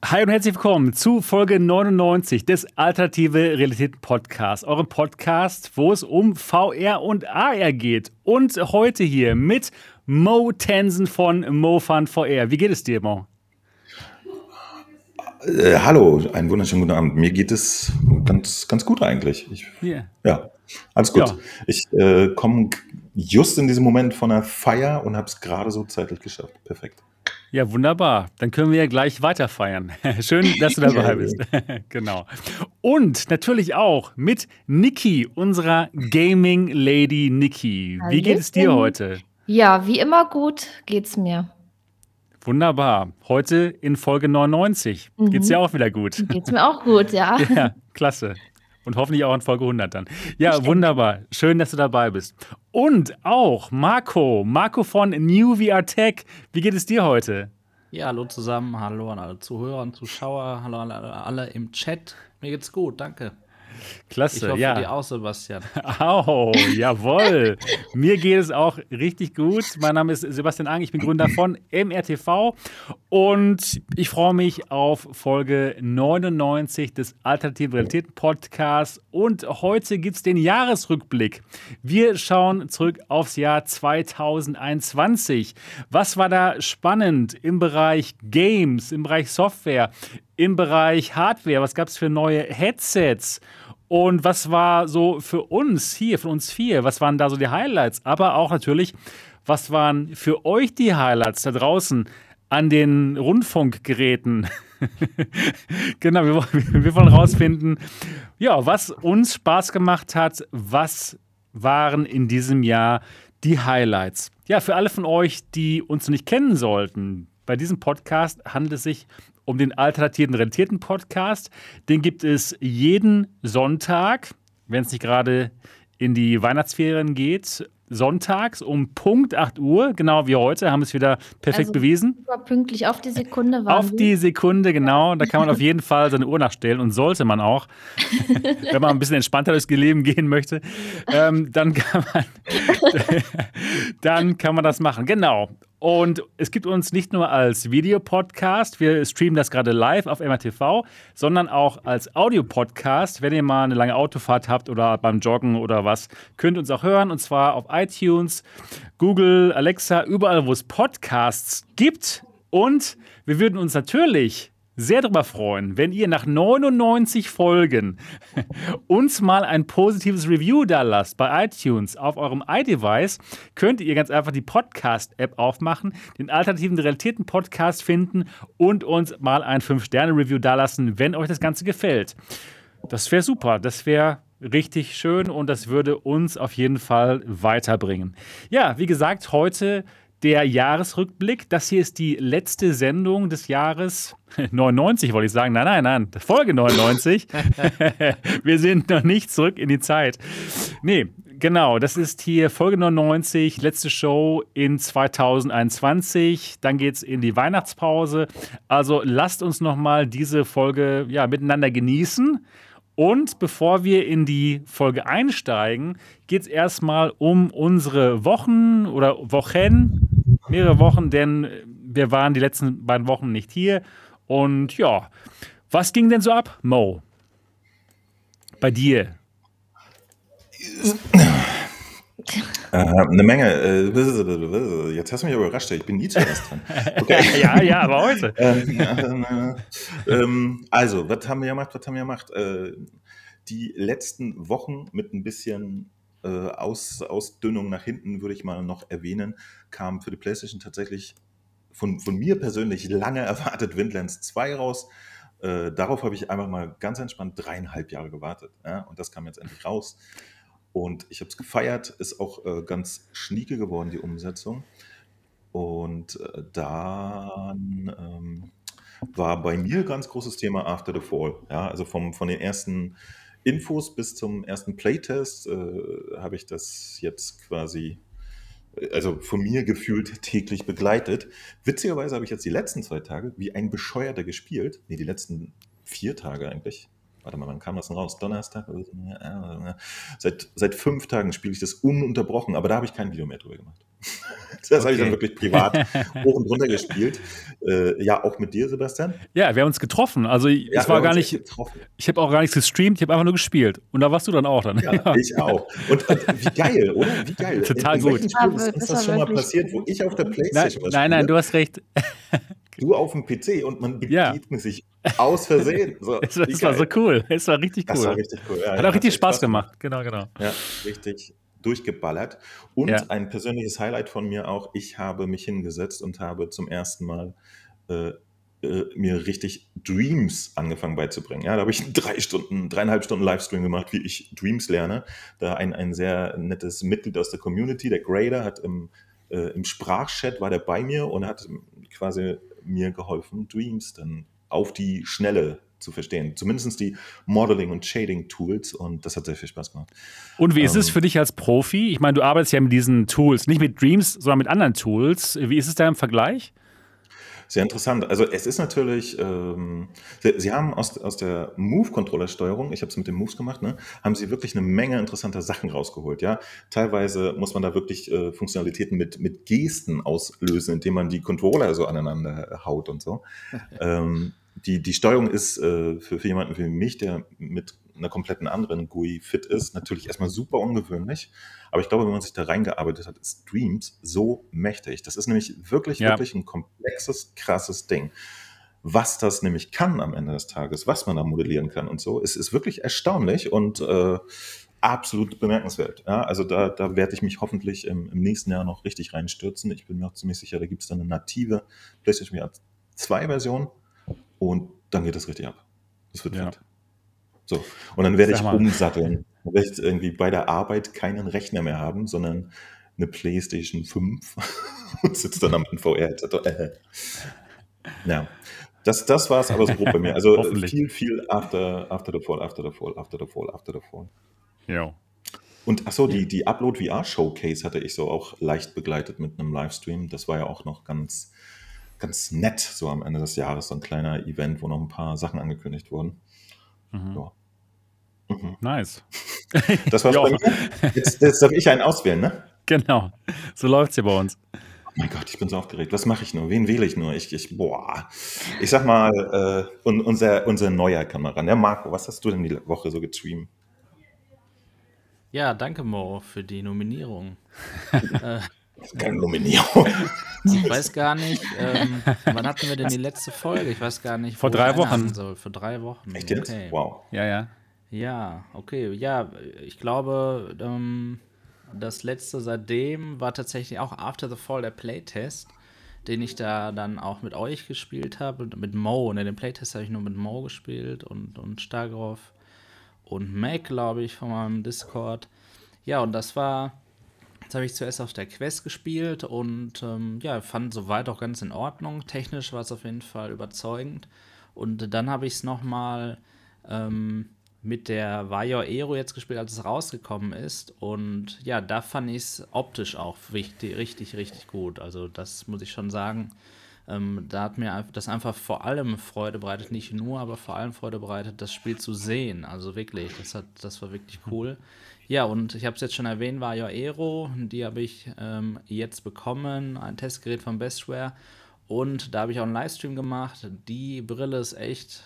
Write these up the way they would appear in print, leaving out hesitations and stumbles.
Hi und herzlich willkommen zu Folge 99 des Alternative Realität Podcasts, eurem Podcast, wo es um VR und AR geht. Und heute hier mit Mo Tensen von MoFun VR. Wie geht es dir, Mo? Hallo, einen wunderschönen guten Abend. Mir geht es ganz gut eigentlich. Ja. Ja, alles gut. Ja. Ich komme just in diesem Moment von einer Feier und habe es gerade so zeitlich geschafft. Perfekt. Ja, wunderbar. Dann können wir ja gleich weiter feiern. Schön, dass du dabei bist. Genau. Und natürlich auch mit Niki, unserer Gaming Lady Niki. Wie geht es dir heute? Ja, wie immer gut geht's mir. Wunderbar. Heute in Folge 99. Geht's dir auch wieder gut? Geht's mir auch gut, ja. Ja, klasse. Und hoffentlich auch in Folge 100 dann. Ja, wunderbar. Schön, dass du dabei bist. Und auch Marco von New VR Tech. Wie geht es dir heute? Ja, hallo zusammen. Hallo an alle Zuhörer und Zuschauer. Hallo an alle im Chat. Mir geht's gut, danke. Klasse, ich hoffe, ja. dir auch, Sebastian. Oh, jawohl. Mir geht es auch richtig gut. Mein Name ist Sebastian Ang, ich bin Gründer von MRTV und ich freue mich auf Folge 99 des Alternative Realitäten Podcasts und heute gibt es den Jahresrückblick. Wir schauen zurück aufs Jahr 2021. Was war da spannend im Bereich Games, im Bereich Software, im Bereich Hardware? Was gab es für neue Headsets? Und was war so für uns hier, von uns vier, was waren da so die Highlights? Aber auch natürlich, was waren für euch die Highlights da draußen an den Rundfunkgeräten? Genau, wir wollen rausfinden, ja, was uns Spaß gemacht hat, was waren in diesem Jahr die Highlights. Ja, für alle von euch, die uns noch nicht kennen sollten, bei diesem Podcast handelt es sich um den alternativen Realitäten Podcast. Den gibt es jeden Sonntag, wenn es nicht gerade in die Weihnachtsferien geht. Sonntags um Punkt 8 Uhr, genau wie heute, haben wir es wieder perfekt bewiesen. Super pünktlich auf die Sekunde waren Auf die Sekunde, genau. Da kann man auf jeden Fall seine Uhr nachstellen und sollte man auch, wenn man ein bisschen entspannter durchs Leben gehen möchte, dann kann man das machen. Genau. Und es gibt uns nicht nur als Videopodcast, wir streamen das gerade live auf MRTV, sondern auch als Audiopodcast. Wenn ihr mal eine lange Autofahrt habt oder beim Joggen oder was, könnt ihr uns auch hören. Und zwar auf iTunes, Google, Alexa, überall, wo es Podcasts gibt. Und wir würden uns natürlich sehr darüber freuen, wenn ihr nach 99 Folgen uns mal ein positives Review da lasst bei iTunes auf eurem iDevice. Könnt ihr ganz einfach die Podcast-App aufmachen, den Alternativen Realitäten Podcast finden und uns mal ein 5-Sterne-Review da lassen, wenn euch das Ganze gefällt. Das wäre super, das wäre richtig schön und das würde uns auf jeden Fall weiterbringen. Ja, wie gesagt, heute der Jahresrückblick. Das hier ist die letzte Sendung des Jahres 99, wollte ich sagen. Nein, Folge 99. Wir sind noch nicht zurück in die Zeit. Nee, genau, das ist hier Folge 99, letzte Show in 2021. Dann geht es in die Weihnachtspause. Also lasst uns nochmal diese Folge miteinander genießen. Und bevor wir in die Folge einsteigen, geht es erstmal um unsere Wochen oder Wochen, mehrere Wochen, denn wir waren die letzten beiden Wochen nicht hier. Und ja, was ging denn so ab, Mo? Bei dir? Eine Menge. Jetzt hast du mich aber überrascht. Ich bin nie zuerst dran. Okay. ja, aber heute. Also, was haben wir gemacht? Die letzten Wochen mit ein bisschen Ausdünnung nach hinten, würde ich mal noch erwähnen, kam für die PlayStation tatsächlich von mir persönlich lange erwartet Windlands 2 raus. Darauf habe ich einfach mal ganz entspannt 3,5 Jahre gewartet. Ja? Und das kam jetzt endlich raus. Und ich habe es gefeiert, ist auch ganz schnieke geworden, die Umsetzung. Und dann war bei mir ganz großes Thema After the Fall. Ja, also von den ersten Infos bis zum ersten Playtest habe ich das jetzt quasi, also von mir gefühlt täglich begleitet. Witzigerweise habe ich jetzt die letzten 2 Tage wie ein Bescheuerter gespielt. Nee, die letzten 4 Tage eigentlich. warte mal, wann kam das denn raus? Donnerstag? Oder so? Ja. Seit 5 Tagen spiele ich das ununterbrochen, aber da habe ich kein Video mehr drüber gemacht. Das habe ich dann wirklich privat hoch und runter gespielt. Ja, auch mit dir, Sebastian. Ja, wir haben uns getroffen. Also Ja, es wir war haben gar uns nicht, echt getroffen. ich habe auch gar nichts gestreamt, ich habe einfach nur gespielt. Und da warst du dann auch dann. Ja, ich auch. Und wie geil, oder? Wie geil. Total in gut. welchem Spiel ist uns Das das war schon mal wirklich passiert, wo ich auf der Nein, Playstation was nein, spiele, du hast recht. du auf dem PC und man Ja. begegnet sich aus Versehen. So, Es wie war so geil. cool. Es war richtig Das war cool. richtig cool. Ja, Hat ja, auch richtig echt Spaß gemacht. Genau. Ja, richtig durchgeballert. Und Ja. ein persönliches Highlight von mir auch, ich habe mich hingesetzt und habe zum ersten Mal mir richtig Dreams angefangen beizubringen. Ja, da habe ich 3,5 Stunden Livestream gemacht, wie ich Dreams lerne. Da ein sehr nettes Mitglied aus der Community, der Grader, hat im Sprachchat war der bei mir und hat quasi mir geholfen, Dreams dann auf die Schnelle zu verstehen. Zumindest die Modeling- und Shading-Tools, und das hat sehr viel Spaß gemacht. Und wie ist es für dich als Profi? Ich meine, du arbeitest ja mit diesen Tools, nicht mit Dreams, sondern mit anderen Tools. Wie ist es da im Vergleich? Sehr interessant. Also es ist natürlich, Sie haben aus der Move-Controller-Steuerung, ich habe es mit den Moves gemacht, ne, haben Sie wirklich eine Menge interessanter Sachen rausgeholt. Ja? Teilweise muss man da wirklich Funktionalitäten mit Gesten auslösen, indem man die Controller so aneinander haut und so. Die Steuerung ist für jemanden wie mich, der mit einer kompletten anderen GUI fit ist, natürlich erstmal super ungewöhnlich. Aber ich glaube, wenn man sich da reingearbeitet hat, ist Dreams so mächtig. Das ist nämlich wirklich ein komplexes, krasses Ding. Was das nämlich kann am Ende des Tages, was man da modellieren kann und so, ist wirklich erstaunlich und absolut bemerkenswert. Ja, also da werde ich mich hoffentlich im nächsten Jahr noch richtig reinstürzen. Ich bin mir auch ziemlich sicher, da gibt es dann eine native PlayStation VR 2 Version und dann geht das richtig ab. Das wird fett. So, und dann werde ich umsatteln. Dann werde ich irgendwie bei der Arbeit keinen Rechner mehr haben, sondern eine PlayStation 5 und sitze dann am VR-Headset. Ja, das war es aber so grob bei mir. Also viel after the fall. Ja. Und achso, die Upload VR Showcase hatte ich so auch leicht begleitet mit einem Livestream. Das war ja auch noch ganz nett, so am Ende des Jahres, so ein kleiner Event, wo noch ein paar Sachen angekündigt wurden. Ja. Nice. Das war's bei mir. Jetzt darf ich einen auswählen, ne? Genau. So läuft's hier bei uns. Oh mein Gott, ich bin so aufgeregt. Was mache ich nur? Wen wähle ich nur? Ich sag mal, unser neuer Kameramann, der Marco, was hast du denn die Woche so gestreamt? Ja, danke Mo für die Nominierung. Keine Nominierung. Ich weiß gar nicht, wann hatten wir denn die letzte Folge? Ich weiß gar nicht. Vor 3 Wochen. Vor 3 Wochen. Echt jetzt? Okay. Wow. Ja. Ja, okay. Ja, ich glaube, das letzte seitdem war tatsächlich auch After the Fall der Playtest, den ich da dann auch mit euch gespielt habe. Und mit Mo. Ne, den Playtest habe ich nur mit Mo gespielt und Stagroff und Mac, glaube ich, von meinem Discord. Ja, und das habe ich zuerst auf der Quest gespielt und fand soweit auch ganz in Ordnung. Technisch war es auf jeden Fall überzeugend. Und dann habe ich es nochmal mit der Vayor Aero jetzt gespielt, als es rausgekommen ist. Und ja, da fand ich es optisch auch richtig, richtig gut. Also das muss ich schon sagen. Da hat mir das einfach vor allem Freude bereitet, nicht nur, aber vor allem Freude bereitet, das Spiel zu sehen. Also wirklich, das war wirklich cool. Ja, und ich habe es jetzt schon erwähnt, Vayor Aero, die habe ich jetzt bekommen, ein Testgerät von Bestware. Und da habe ich auch einen Livestream gemacht. Die Brille ist echt,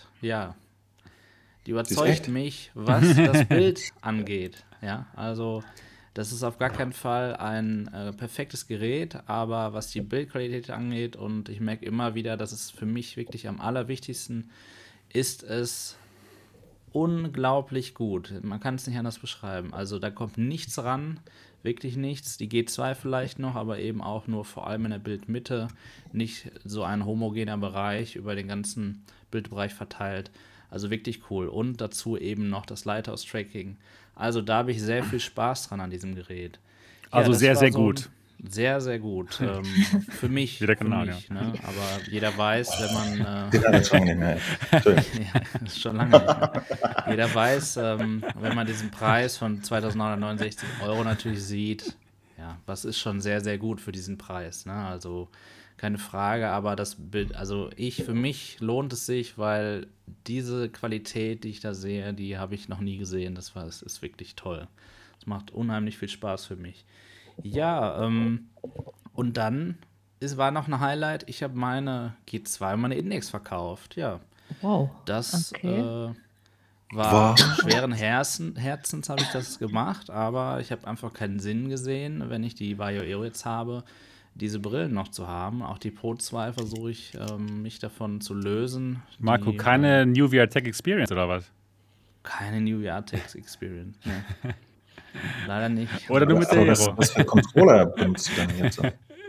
die überzeugt mich, was das Bild angeht. Ja, also das ist auf gar keinen Fall ein perfektes Gerät, aber was die Bildqualität angeht, und ich merke immer wieder, dass es für mich wirklich am allerwichtigsten ist, es unglaublich gut. Man kann es nicht anders beschreiben. Also da kommt nichts ran, wirklich nichts. Die G2 vielleicht noch, aber eben auch nur vor allem in der Bildmitte. Nicht so ein homogener Bereich über den ganzen Bildbereich verteilt. Also wirklich cool. Und dazu eben noch das Lighthouse-Tracking. Also da habe ich sehr viel Spaß dran an diesem Gerät. Also sehr, sehr gut. Sehr, sehr gut. Für mich. Jeder Kanal, ne? Aber jeder weiß, wenn man. Den hat er schon nicht mehr. Ja, ist schon lange nicht mehr. Jeder weiß, wenn man diesen Preis von 2.969 € natürlich sieht, ja, was ist schon sehr, sehr gut für diesen Preis. Ne? Also keine Frage, aber das Bild, also für mich lohnt es sich, weil diese Qualität, die ich da sehe, die habe ich noch nie gesehen. Es ist wirklich toll. Es macht unheimlich viel Spaß für mich. Ja, und dann war noch ein Highlight. Ich habe meine G2, meine Index verkauft. Ja, Wow. das Okay. war schweren Herzens habe ich das gemacht, aber ich habe einfach keinen Sinn gesehen, wenn ich die Vario Aero jetzt habe, diese Brillen noch zu haben. Auch die Pro 2 versuche ich, mich davon zu lösen. Marco, Die, keine New VR Tech Experience oder was? keine New VR Tech Experience. Ne. Leider nicht. Oder du mit der Aber Aero? was für Controller benutzt du dann jetzt?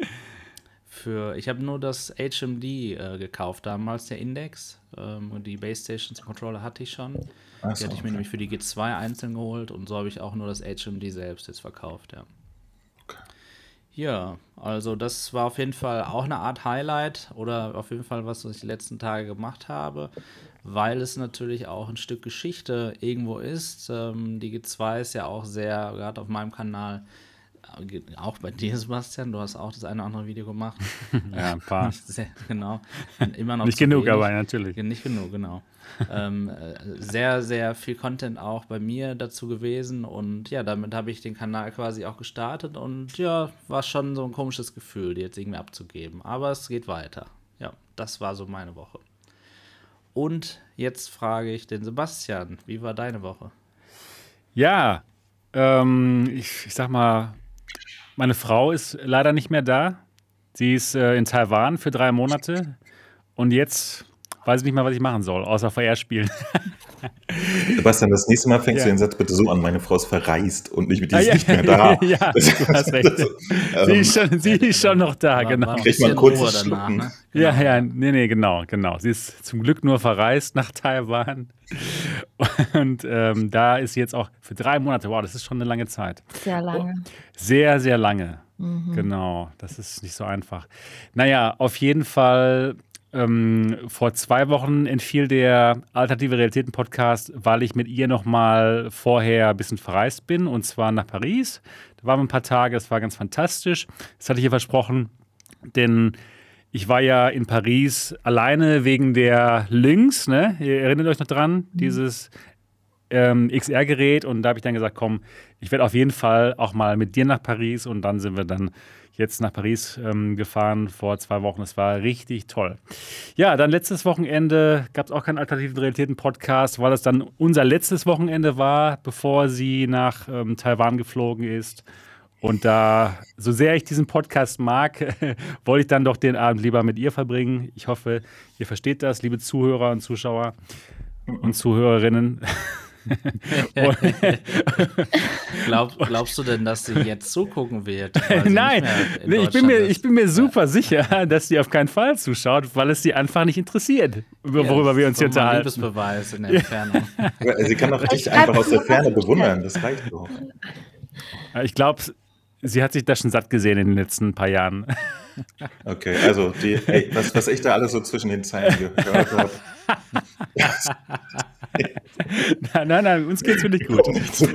Ich habe nur das HMD gekauft damals, der Index. Und die Base Stations Controller hatte ich schon. Ach Die so, hatte ich mir okay. nämlich für die G2 einzeln geholt und so habe ich auch nur das HMD selbst jetzt verkauft, ja. Ja, also das war auf jeden Fall auch eine Art Highlight oder auf jeden Fall was ich die letzten Tage gemacht habe, weil es natürlich auch ein Stück Geschichte irgendwo ist. Die G2 ist ja auch sehr, gerade auf meinem Kanal, auch bei dir, Sebastian, du hast auch das eine oder andere Video gemacht. Ja, ein paar. Sehr, genau. Immer noch Nicht zu genug, wenig. aber natürlich. Nicht genug, genau. Sehr, sehr viel Content auch bei mir dazu gewesen und ja, damit habe ich den Kanal quasi auch gestartet und ja, war schon so ein komisches Gefühl, die jetzt irgendwie abzugeben. Aber es geht weiter. Ja, das war so meine Woche. Und jetzt frage ich den Sebastian, wie war deine Woche? Ja, ich sag mal, meine Frau ist leider nicht mehr da. Sie ist in Taiwan für 3 Monate und jetzt weiß ich nicht mal, was ich machen soll, außer VR spielen. Sebastian, das nächste Mal fängst Ja. du den Satz bitte so an, meine Frau ist verreist und nicht mit die ist ja, nicht mehr da. ja, du hast recht. Sie ist schon noch da, War genau. ein Kriegt man bisschen kurzes Ruhe danach, Schlucken. ne? Ja, nee, genau. Sie ist zum Glück nur verreist nach Taiwan. Und da ist sie jetzt auch für 3 Monate. Wow, das ist schon eine lange Zeit. Sehr lange. Sehr, sehr lange. Genau, das ist nicht so einfach. Naja, auf jeden Fall, vor 2 Wochen entfiel der Alternative Realitäten Podcast, weil ich mit ihr noch mal vorher ein bisschen verreist bin, und zwar nach Paris. Da waren wir ein paar Tage, das war ganz fantastisch. Das hatte ich ihr versprochen, denn ich war ja in Paris alleine wegen der Lynx, ne? Ihr erinnert euch noch dran? Dieses XR-Gerät, und da habe ich dann gesagt, komm, ich werde auf jeden Fall auch mal mit dir nach Paris, und dann sind wir dann jetzt nach Paris gefahren vor 2 Wochen. Das war richtig toll. Ja, dann letztes Wochenende gab es auch keinen Alternativen Realitäten-Podcast, weil das dann unser letztes Wochenende war, bevor sie nach Taiwan geflogen ist. Und da, so sehr ich diesen Podcast mag, wollte ich dann doch den Abend lieber mit ihr verbringen. Ich hoffe, ihr versteht das, liebe Zuhörer und Zuschauer und Zuhörerinnen. Glaubst du denn, dass sie jetzt zugucken wird? weil sie Nein, nicht mehr in nee, Deutschland ist? ich bin mir super sicher, dass sie auf keinen Fall zuschaut, weil es sie einfach nicht interessiert, worüber wir uns hier das ist doch mal ein unterhalten. Liebesbeweis in der Entfernung. Sie kann doch dich einfach aus der Ferne bewundern, das reicht doch. Ich glaube, sie hat sich da schon satt gesehen in den letzten paar Jahren. Okay, also was ich da alles so zwischen den Zeilen gehört habe. Nein, uns geht's wirklich gut.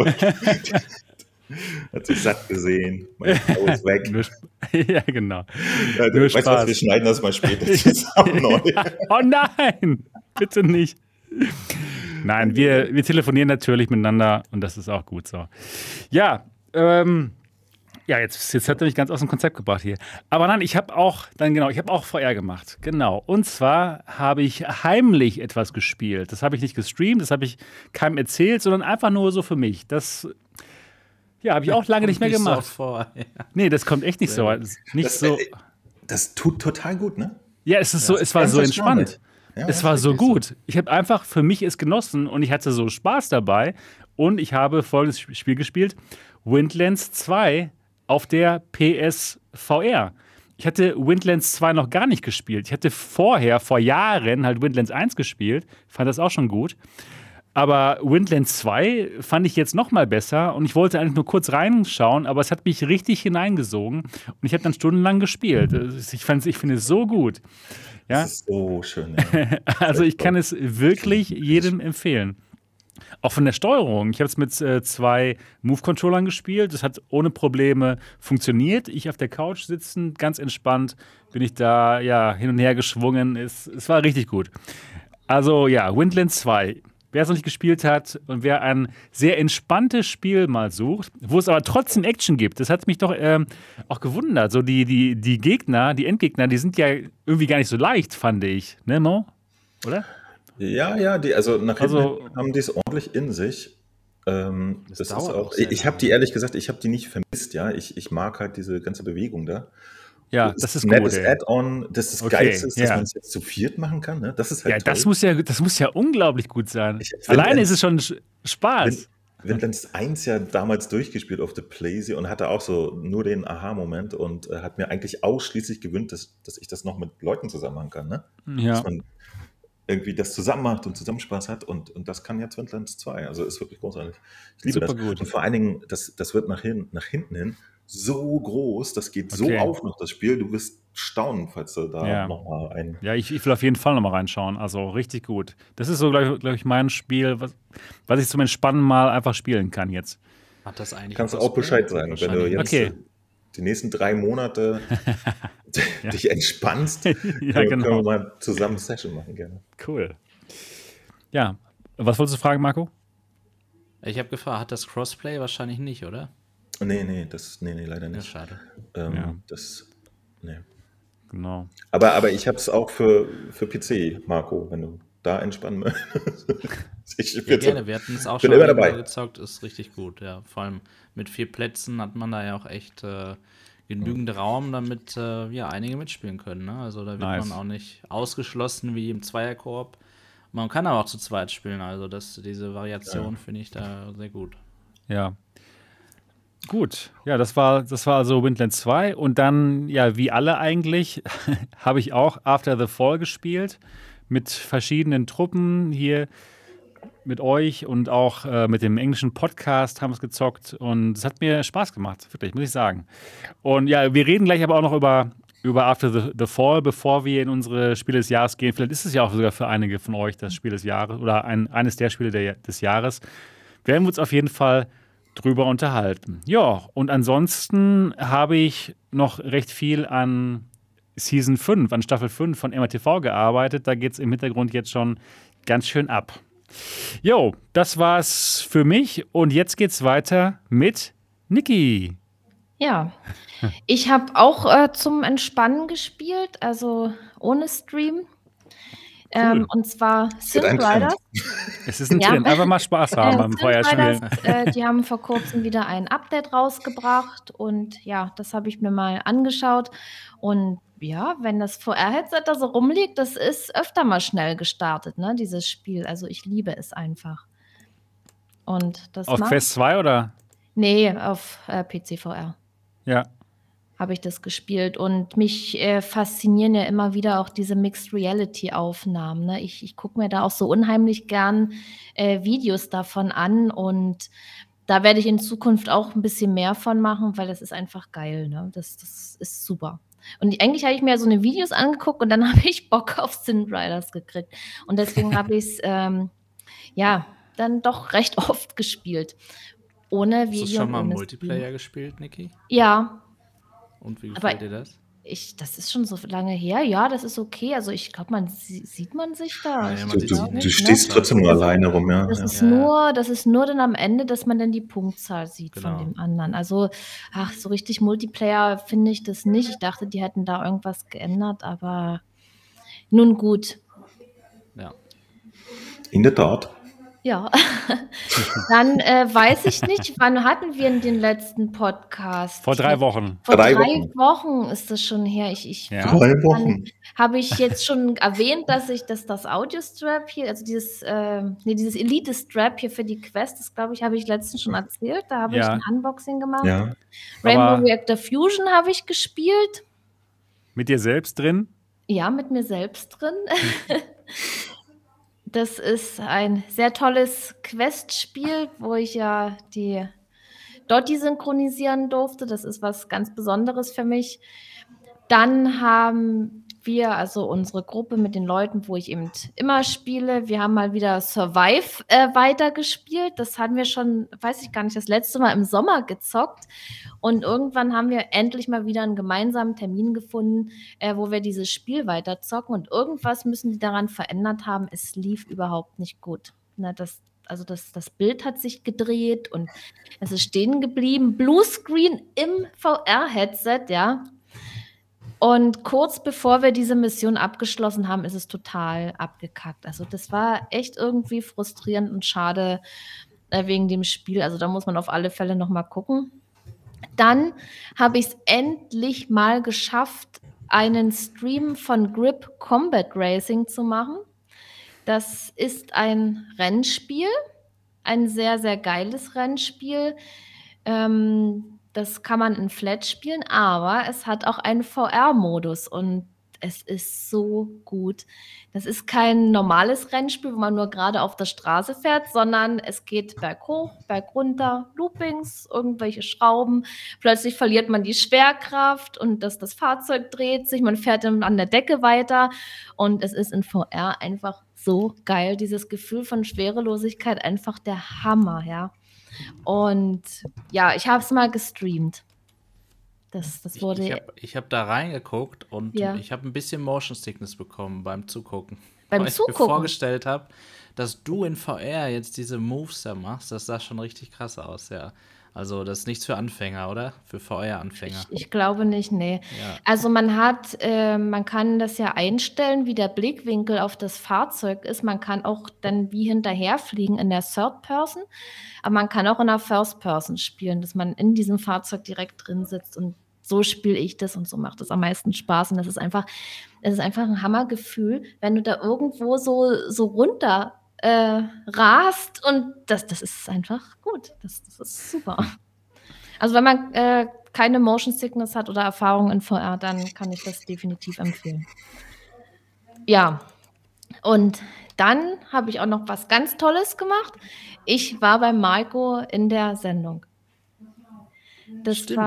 Hat sich satt gesehen, meine Frau ist weg. Ja, genau. Ja, Nur weißt du was, Spaß. wir schneiden das mal später zusammen neu. Oh nein, bitte nicht. Nein, wir telefonieren natürlich miteinander, und das ist auch gut so. Ja, ja, jetzt hat er mich ganz aus dem Konzept gebracht hier. Aber nein, ich habe auch VR gemacht. Genau. Und zwar habe ich heimlich etwas gespielt. Das habe ich nicht gestreamt, das habe ich keinem erzählt, sondern einfach nur so für mich. Das habe ich auch lange nicht mehr gemacht. So vor, ja. Nee, das kommt echt nicht so. Das tut total gut, ne? Ja, es war so entspannt. Ja, Es war so gut. Ich habe einfach für mich es genossen und ich hatte so Spaß dabei. Und ich habe folgendes Spiel gespielt: Windlands 2 auf der PSVR. Ich hatte Windlands 2 noch gar nicht gespielt. Ich hatte vor Jahren halt Windlands 1 gespielt, fand das auch schon gut. Aber Windlands 2 fand ich jetzt noch mal besser, und ich wollte eigentlich nur kurz reinschauen, aber es hat mich richtig hineingesogen und ich habe dann stundenlang gespielt. Ich finde es so gut. Ja? Das ist so schön. Ja. Also ich kann es wirklich jedem empfehlen. Auch von der Steuerung. Ich habe es mit 2 Move-Controllern gespielt. Das hat ohne Probleme funktioniert. Ich auf der Couch sitzend, ganz entspannt, bin ich da hin und her geschwungen. Es war richtig gut. Also ja, Windlands 2. Wer es noch nicht gespielt hat und wer ein sehr entspanntes Spiel mal sucht, wo es aber trotzdem Action gibt, das hat mich doch auch gewundert. So die Gegner, die Endgegner, die sind ja irgendwie gar nicht so leicht, fand ich. Ne, Mo? Oder? Ja, also nach hinten Also, haben die es ordentlich in sich. Das Das ist dauert auch auch, sehr ich habe lange. die ehrlich gesagt, ich habe die nicht vermisst, ja. Ich mag halt diese ganze Bewegung da. ja, das ist ein gut, nettes ey. Add-on. Das Okay, Geilste ist, dass ja. man es jetzt zu viert machen kann, ne? Das ist Ja, halt toll. das muss ja unglaublich gut sein. Ich- Alleine wenn- ist es schon Spaß. Windlands 1 ja damals durchgespielt auf der PlayStation und hatte auch so nur den Aha-Moment und hat mir eigentlich ausschließlich gewünscht, dass ich das noch mit Leuten zusammen machen kann, ne? Ja. Dass man irgendwie das zusammen macht und zusammen Spaß hat und das kann jetzt Windlands 2. Also ist wirklich großartig. Ich liebe Super das. gut. Und vor allen Dingen, das wird nach hinten hin so groß, das geht so Okay. auf noch, das Spiel. Du wirst staunen, falls du da Ja. nochmal ein. Ja, ich will auf jeden Fall nochmal reinschauen. Also richtig gut. Das ist so, glaube ich, mein Spiel, was ich zum Entspannen mal einfach spielen kann jetzt. Hat das eigentlich Kannst du Cosplay? auch Bescheid sagen, wenn du Wahrscheinlich jetzt Okay. die nächsten 3 Monate dich entspannst, Ja, können genau. wir mal zusammen eine Session machen, gerne. Cool. Ja, was wolltest du fragen, Marco? Ich habe gefragt, hat das Crossplay? Wahrscheinlich nicht, oder? Nee, leider Ja, nicht. schade. Ja. Nee. Genau. Aber ich habe es auch für PC, Marco, wenn du da entspannen möchtest. Ja, gerne. Wir hatten es auch bin schon immer einmal dabei. gezockt, ist richtig gut, ja. Vor allem mit 4 Plätzen hat man da ja auch echt genügend Raum, damit ja, einige mitspielen können. Ne? Also da wird Nice. man auch nicht ausgeschlossen wie im Zweierkoop. Man kann aber auch zu zweit spielen, also diese Variation finde ich da sehr gut. Ja. Gut. Ja, das war also Windlands 2. Und dann, ja, wie alle eigentlich, habe ich auch After the Fall gespielt. Mit verschiedenen Truppen hier mit euch und auch mit dem englischen Podcast haben wir es gezockt. Und es hat mir Spaß gemacht, wirklich, muss ich sagen. Und ja, wir reden gleich aber auch noch über After the Fall, bevor wir in unsere Spiele des Jahres gehen. Vielleicht ist es ja auch sogar für einige von euch das Spiel des Jahres oder eines der Spiele des Jahres. Werden wir uns auf jeden Fall drüber unterhalten. Ja, und ansonsten habe ich noch recht viel an Season 5, an Staffel 5 von MRTV gearbeitet. Da geht es im Hintergrund jetzt schon ganz schön ab. Jo, das war's für mich und jetzt geht's weiter mit Niki. Ja, ich habe auch zum Entspannen gespielt, also ohne Stream. Und zwar wird ein Synth Riders. Es ist ein Ja. Trend, einfach mal Spaß haben beim Synth Feuerspielen. Riders, die haben vor kurzem wieder ein Update rausgebracht und ja, das habe ich mir mal angeschaut. Und ja, wenn das VR-Headset da so rumliegt, das ist öfter mal schnell gestartet, ne, dieses Spiel. Also ich liebe es einfach. Und das Auf macht. Quest 2 oder? Nee, auf PC VR Ja. habe ich das gespielt. Und mich faszinieren ja immer wieder auch diese Mixed-Reality-Aufnahmen. Ne? Ich gucke mir da auch so unheimlich gern Videos davon an. Und da werde ich in Zukunft auch ein bisschen mehr von machen, weil das ist einfach geil. Ne? Das ist super. Und eigentlich habe ich mir so eine Videos angeguckt und dann habe ich Bock auf Synth Riders gekriegt. Und deswegen habe ich es ja dann doch recht oft gespielt. Ohne Hast Video. du schon mal ohne Multiplayer Stream. gespielt, Niki? Ja, Und wie Aber- gefällt dir das? das ist schon so lange her. Ja, das ist okay. Also ich glaube, sieht man sich da? Ja, man Du, sieht du, sich du nicht, stehst ne? trotzdem nur alleine rum, ja. Das ja. ist Ja. das ist nur dann am Ende, dass man dann die Punktzahl sieht Genau. von dem anderen. Also, so richtig Multiplayer finde ich das nicht. Ich dachte, die hätten da irgendwas geändert, aber nun gut. Ja. In der Tat. Ja. Dann weiß ich nicht, wann hatten wir den letzten Podcast? Vor 3 Wochen. Vor 3 3 Wochen. Wochen ist das schon her. Ja. 3 Wochen. Habe ich jetzt schon erwähnt, dass das Audio-Strap hier, also dieses Elite-Strap hier für die Quest, das glaube ich, habe ich letztens schon erzählt. Da habe ich Ja. ein Unboxing gemacht. Ja. Rainbow Aber- Reactor Fusion habe ich gespielt. Mit dir selbst drin? Ja, mit mir selbst drin. Das ist ein sehr tolles Quest-Spiel, wo ich ja die Dotti synchronisieren durfte. Das ist was ganz Besonderes für mich. Dann haben wir, also unsere Gruppe mit den Leuten, wo ich eben immer spiele, wir haben mal wieder Survive weitergespielt. Das hatten wir schon, weiß ich gar nicht, das letzte Mal im Sommer gezockt. Und irgendwann haben wir endlich mal wieder einen gemeinsamen Termin gefunden, wo wir dieses Spiel weiterzocken. Und irgendwas müssen die daran verändert haben. Es lief überhaupt nicht gut. Na, das Bild hat sich gedreht und es ist stehen geblieben. Bluescreen im VR-Headset, ja. Und kurz bevor wir diese Mission abgeschlossen haben, ist es total abgekackt. Also das war echt irgendwie frustrierend und schade wegen dem Spiel. Also da muss man auf alle Fälle noch mal gucken. Dann habe ich es endlich mal geschafft, einen Stream von Grip Combat Racing zu machen. Das ist ein Rennspiel, ein sehr, sehr geiles Rennspiel. Das kann man in Flat spielen, aber es hat auch einen VR-Modus und es ist so gut. Das ist kein normales Rennspiel, wo man nur gerade auf der Straße fährt, sondern es geht berghoch, bergunter, Loopings, irgendwelche Schrauben. Plötzlich verliert man die Schwerkraft und das Fahrzeug dreht sich, man fährt dann an der Decke weiter und es ist in VR einfach so geil. Dieses Gefühl von Schwerelosigkeit, einfach der Hammer, ja. Und ja, ich habe es mal gestreamt. Das wurde. Ich hab da reingeguckt und Ja. ich habe ein bisschen Motion Sickness bekommen beim Zugucken. Beim Weil ich mir Zugucken? vorgestellt habe, dass du in VR jetzt diese Moves da machst. Das sah schon richtig krass aus, ja. Also das ist nichts für Anfänger, oder? Für VR-Anfänger. Ich glaube nicht, nee. Ja. Also man kann das ja einstellen, wie der Blickwinkel auf das Fahrzeug ist. Man kann auch dann wie hinterherfliegen in der Third Person, aber man kann auch in der First Person spielen, dass man in diesem Fahrzeug direkt drin sitzt und so spiele ich das und so macht es am meisten Spaß und es ist einfach ein Hammergefühl, wenn du da irgendwo so runter rast und das ist einfach gut. Das ist super. Also wenn man keine Motion Sickness hat oder Erfahrung in VR, dann kann ich das definitiv empfehlen. Ja, und dann habe ich auch noch was ganz Tolles gemacht. Ich war bei Marco in der Sendung. Das Stimmt.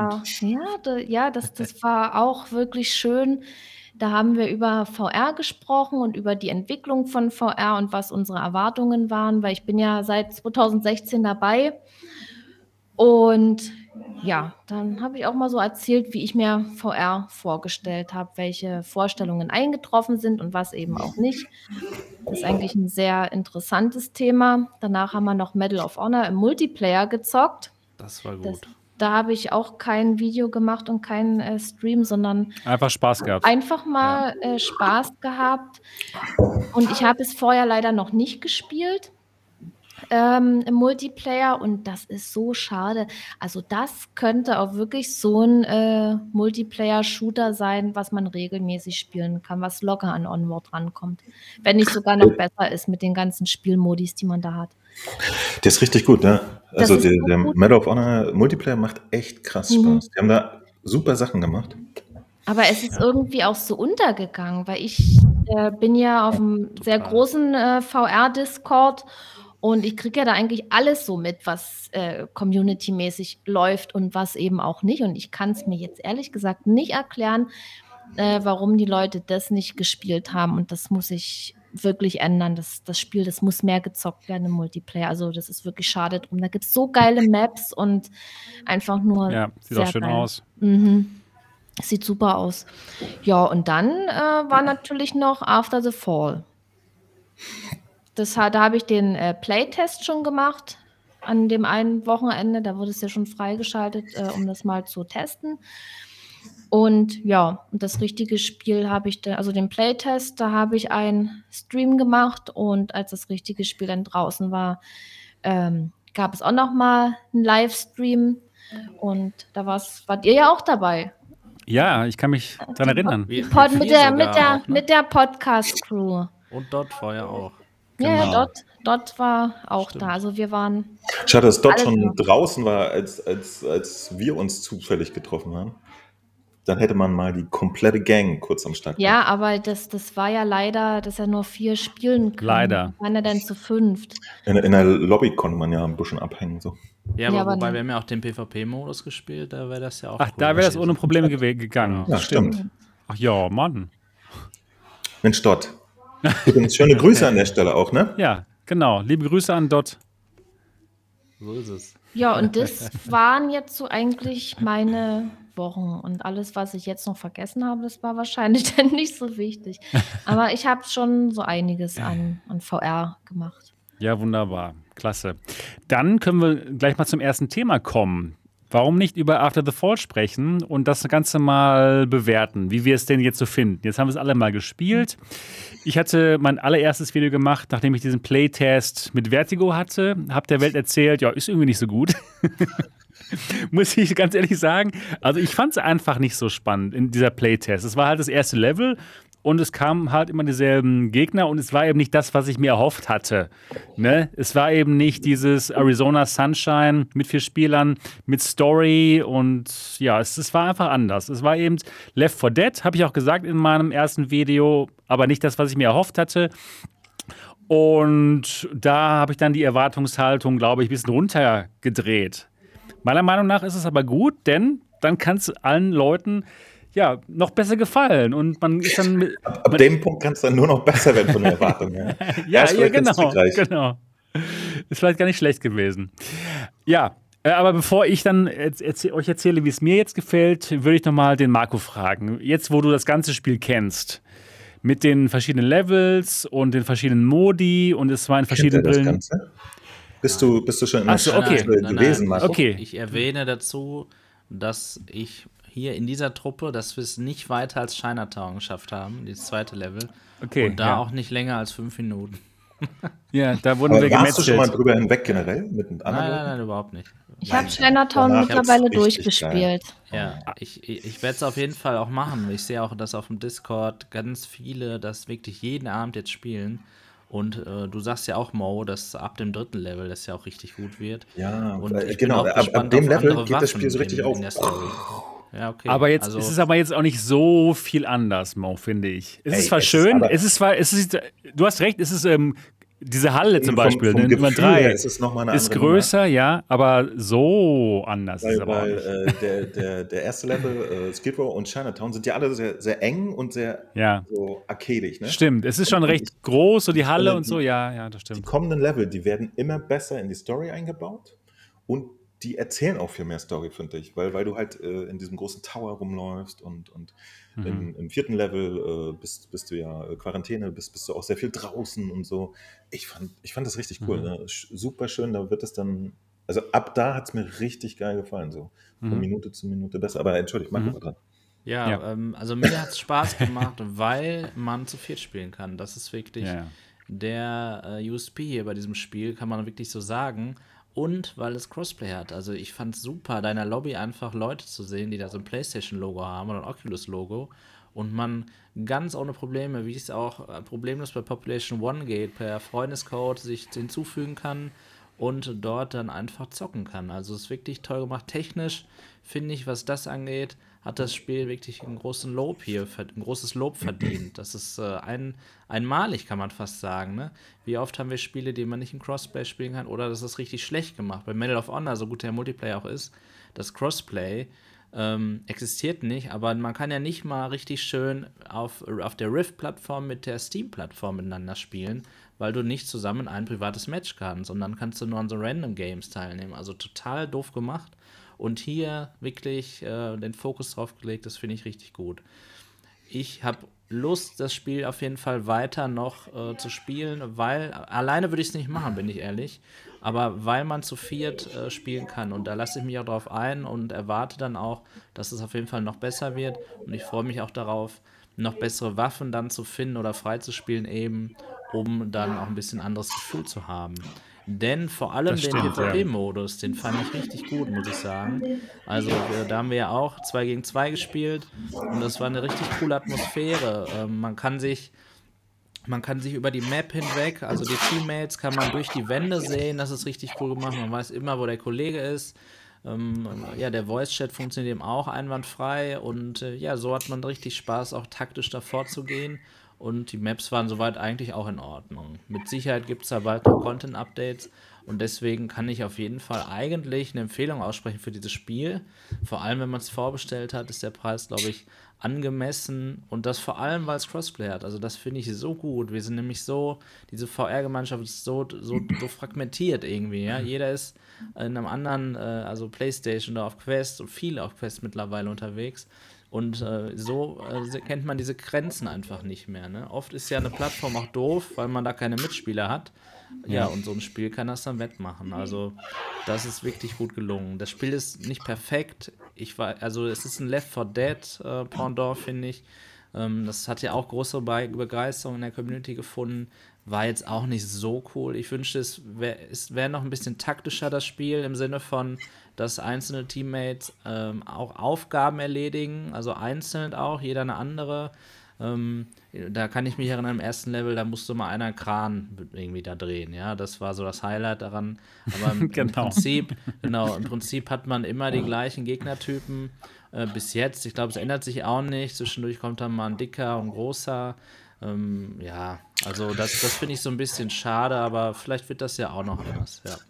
das war auch wirklich schön. Da haben wir über VR gesprochen und über die Entwicklung von VR und was unsere Erwartungen waren, weil ich bin ja seit 2016 dabei. Und ja, dann habe ich auch mal so erzählt, wie ich mir VR vorgestellt habe, welche Vorstellungen eingetroffen sind und was eben auch nicht. Das ist eigentlich ein sehr interessantes Thema. Danach haben wir noch Medal of Honor im Multiplayer gezockt. Das war gut. Da habe ich auch kein Video gemacht und keinen Stream, sondern Einfach Spaß gehabt. einfach mal Spaß gehabt. Und ich habe es vorher leider noch nicht gespielt im Multiplayer und das ist so schade. Also das könnte auch wirklich so ein Multiplayer-Shooter sein, was man regelmäßig spielen kann, was locker an Onward rankommt. Wenn nicht sogar noch besser ist mit den ganzen Spielmodis, die man da hat. Der ist richtig gut, ne? Das Also ist so der gut. Medal of Honor Multiplayer macht echt krass Spaß. Die haben da super Sachen gemacht. Aber es ist irgendwie auch so untergegangen, weil ich bin ja auf einem sehr großen VR-Discord und ich kriege ja da eigentlich alles so mit, was community-mäßig läuft und was eben auch nicht. Und ich kann es mir jetzt ehrlich gesagt nicht erklären, warum die Leute das nicht gespielt haben. Und das muss ich wirklich ändern. Das Spiel, das muss mehr gezockt werden im Multiplayer. Also das ist wirklich schade drum. Da gibt es so geile Maps und einfach nur Ja, sieht sehr auch schön geil. aus. Sieht super aus. Ja, und dann war natürlich noch After the Fall. Da habe ich den Playtest schon gemacht an dem einen Wochenende. Da wurde es ja schon freigeschaltet, um das mal zu testen. Und ja, und das richtige Spiel habe ich dann, also den Playtest, da habe ich einen Stream gemacht und als das richtige Spiel dann draußen war, gab es auch noch mal einen Livestream und da wart ihr ja auch dabei. Ja, ich kann mich dran erinnern. Wir Mit vier der, sogar auch, ne? mit der Podcast-Crew. Und dort vorher auch. Ja, Genau. dort war auch Stimmt. da. Also wir waren, Schade, dass dort Alles schon noch. draußen war, als wir uns zufällig getroffen haben. Dann hätte man mal die komplette Gang kurz am Start ja, aber das war ja leider, dass er nur 4 spielen können. Leider. Waren er denn zu 5? In der Lobby konnte man ja ein bisschen abhängen. So. Ja, Ja, aber aber wobei ne. wir haben ja auch den PvP-Modus gespielt, da wäre das ja auch Ach, cool da wäre das ohne gewesen. Probleme gegangen. Ja, stimmt. Ach ja, Mann. Mensch, Dot. Übrigens, schöne Grüße an der Stelle auch, ne? Ja, genau. Liebe Grüße an Dot. So ist es. Ja, und das waren jetzt so eigentlich meine Wochen. Und alles, was ich jetzt noch vergessen habe, das war wahrscheinlich dann nicht so wichtig. Aber ich habe schon so einiges an VR gemacht. Ja, wunderbar. Klasse. Dann können wir gleich mal zum ersten Thema kommen. Warum nicht über After the Fall sprechen und das Ganze mal bewerten, wie wir es denn jetzt so finden? Jetzt haben wir es alle mal gespielt. Ich hatte mein allererstes Video gemacht, nachdem ich diesen Playtest mit Vertigo hatte. Habe der Welt erzählt, ja, ist irgendwie nicht so gut. Muss ich ganz ehrlich sagen. Also ich fand es einfach nicht so spannend in dieser Playtest. Es war halt das erste Level und es kamen halt immer dieselben Gegner und es war eben nicht das, was ich mir erhofft hatte. Ne? Es war eben nicht dieses Arizona Sunshine mit 4 Spielern, mit Story und ja, es war einfach anders. Es war eben Left 4 Dead, habe ich auch gesagt in meinem ersten Video, aber nicht das, was ich mir erhofft hatte. Und da habe ich dann die Erwartungshaltung, glaube ich, ein bisschen runtergedreht. Meiner Meinung nach ist es aber gut, denn dann kann es allen Leuten ja noch besser gefallen und man ist dann Ab dem Punkt kann es dann nur noch besser werden von der Erwartung her. ja, ist vielleicht ganz trickreich. genau. Ist vielleicht gar nicht schlecht gewesen. Ja, aber bevor ich dann euch erzähle, wie es mir jetzt gefällt, würde ich nochmal den Marco fragen. Jetzt, wo du das ganze Spiel kennst, mit den verschiedenen Levels und den verschiedenen Modi und es war in verschiedenen Kennt er das Brillen. Ganze? Bist du schon in der Ach so, okay. Stadt gewesen, Marco? Okay. Ich erwähne dazu, dass ich hier in dieser Truppe, dass wir es nicht weiter als Chinatown geschafft haben, dieses zweite Level. Okay, und da ja. auch nicht länger als 5 Minuten. Ja, da wurden Aber wir warst du schon mal gemetzelt. drüber hinweg generell mit anderen Nein, Leuten? nein, überhaupt nicht. Ich habe Chinatown danach mittlerweile wird's richtig durchgespielt. Ja, ich werde es auf jeden Fall auch machen. Ich sehe auch, dass auf dem Discord ganz viele das wirklich jeden Abend jetzt spielen. Und du sagst ja auch, Mo, dass ab dem 3. Level das ja auch richtig gut wird. Ja, und ich genau. bin auch Ab gespannt dem auf Level andere geht das Spiel Waffen so richtig in auf. der Story. Ja, okay. Aber jetzt Also, es ist aber jetzt auch nicht so viel anders, Mo, finde ich. Es Ey, ist zwar es ist schön, aber- du hast recht, es ist diese Halle zum Beispiel, vom ne, Nummer Gefühl her 3, ist es noch mal eine ist andere größer, ja, aber so anders ist es aber auch nicht. der erste Level, Skid Row und Chinatown, sind ja alle sehr, sehr eng und sehr Ja, so arcadisch. Ne? stimmt. Es ist schon Und recht groß, so die Halle finde, und so, ja, das Die stimmt. kommenden Level, die werden immer besser in die Story eingebaut und die erzählen auch viel mehr Story, finde ich, weil du halt in diesem großen Tower rumläufst und im 4. Level bist du ja Quarantäne, bist du auch sehr viel draußen und so. Ich fand das richtig cool. Ne? Super schön, da wird es dann, also ab da hat es mir richtig geil gefallen, so von Minute zu Minute besser. Aber entschuldigt, Marco war dran. ja, Ja. also mir hat es Spaß gemacht, weil man zu viert spielen kann. Das ist wirklich Ja. der USP hier bei diesem Spiel, kann man wirklich so sagen. Und weil es Crossplay hat. Also ich fand es super, da in der Lobby einfach Leute zu sehen, die da so ein PlayStation-Logo haben oder ein Oculus-Logo. Und man ganz ohne Probleme, wie es auch problemlos bei Population One geht, per Freundescode sich hinzufügen kann und dort dann einfach zocken kann. Also es ist wirklich toll gemacht. Technisch finde ich, was das angeht, hat das Spiel wirklich ein großes Lob verdient. Das ist einmalig, kann man fast sagen. Ne? Wie oft haben wir Spiele, die man nicht in Crossplay spielen kann, oder das ist richtig schlecht gemacht. Bei Medal of Honor, so gut der Multiplayer auch ist, das Crossplay existiert nicht, aber man kann ja nicht mal richtig schön auf der Rift-Plattform mit der Steam-Plattform miteinander spielen, weil du nicht zusammen ein privates Match kannst, sondern kannst du nur an so Random Games teilnehmen. Also total doof gemacht. Und hier wirklich den Fokus drauf gelegt, das finde ich richtig gut. Ich habe Lust, das Spiel auf jeden Fall weiter noch zu spielen, weil alleine würde ich es nicht machen, bin ich ehrlich. Aber weil man zu viert spielen kann und da lasse ich mich auch drauf ein und erwarte dann auch, dass es auf jeden Fall noch besser wird. Und ich freue mich auch darauf, noch bessere Waffen dann zu finden oder freizuspielen eben, um dann auch ein bisschen anderes Gefühl zu haben. Denn vor allem Das den stimmt, ja. PvP-Modus, den fand ich richtig gut, muss ich sagen. Also da haben wir ja auch 2 gegen 2 gespielt und das war eine richtig coole Atmosphäre. Man kann sich über die Map hinweg, also die Teammates kann man durch die Wände sehen, das ist richtig cool gemacht. Man weiß immer, wo der Kollege ist. Ja, der Voice-Chat funktioniert eben auch einwandfrei und ja, so hat man richtig Spaß, auch taktisch davor zu gehen und die Maps waren soweit eigentlich auch in Ordnung. Mit Sicherheit gibt es da bald noch Content-Updates und deswegen kann ich auf jeden Fall eigentlich eine Empfehlung aussprechen für dieses Spiel. Vor allem, wenn man es vorbestellt hat, ist der Preis, glaube ich, angemessen und das vor allem, weil es Crossplay hat. Also das finde ich so gut. Wir sind nämlich diese VR-Gemeinschaft ist so fragmentiert irgendwie. Ja? Jeder ist in einem anderen, also Playstation oder auf Quest und viele auf Quest mittlerweile unterwegs. Und kennt man diese Grenzen einfach nicht mehr. Ne? Oft ist ja eine Plattform auch doof, weil man da keine Mitspieler hat. Ja, und so ein Spiel kann das dann wettmachen. Also, das ist wirklich gut gelungen. Das Spiel ist nicht perfekt. Es ist ein Left 4 Dead Pendant, finde ich. Das hat ja auch große Begeisterung in der Community gefunden. War jetzt auch nicht so cool. Ich wünschte, es wäre noch ein bisschen taktischer, das Spiel, im Sinne von, dass einzelne Teammates auch Aufgaben erledigen, also einzeln auch, jeder eine andere. Da kann ich mich erinnern, im ersten Level, da musste mal einer einen Kran irgendwie da drehen, ja, das war so das Highlight daran, aber im Prinzip hat man immer die gleichen Gegnertypen bis jetzt, ich glaube, es ändert sich auch nicht, zwischendurch kommt dann mal ein dicker und großer, also das finde ich so ein bisschen schade, aber vielleicht wird das ja auch noch anders, ja.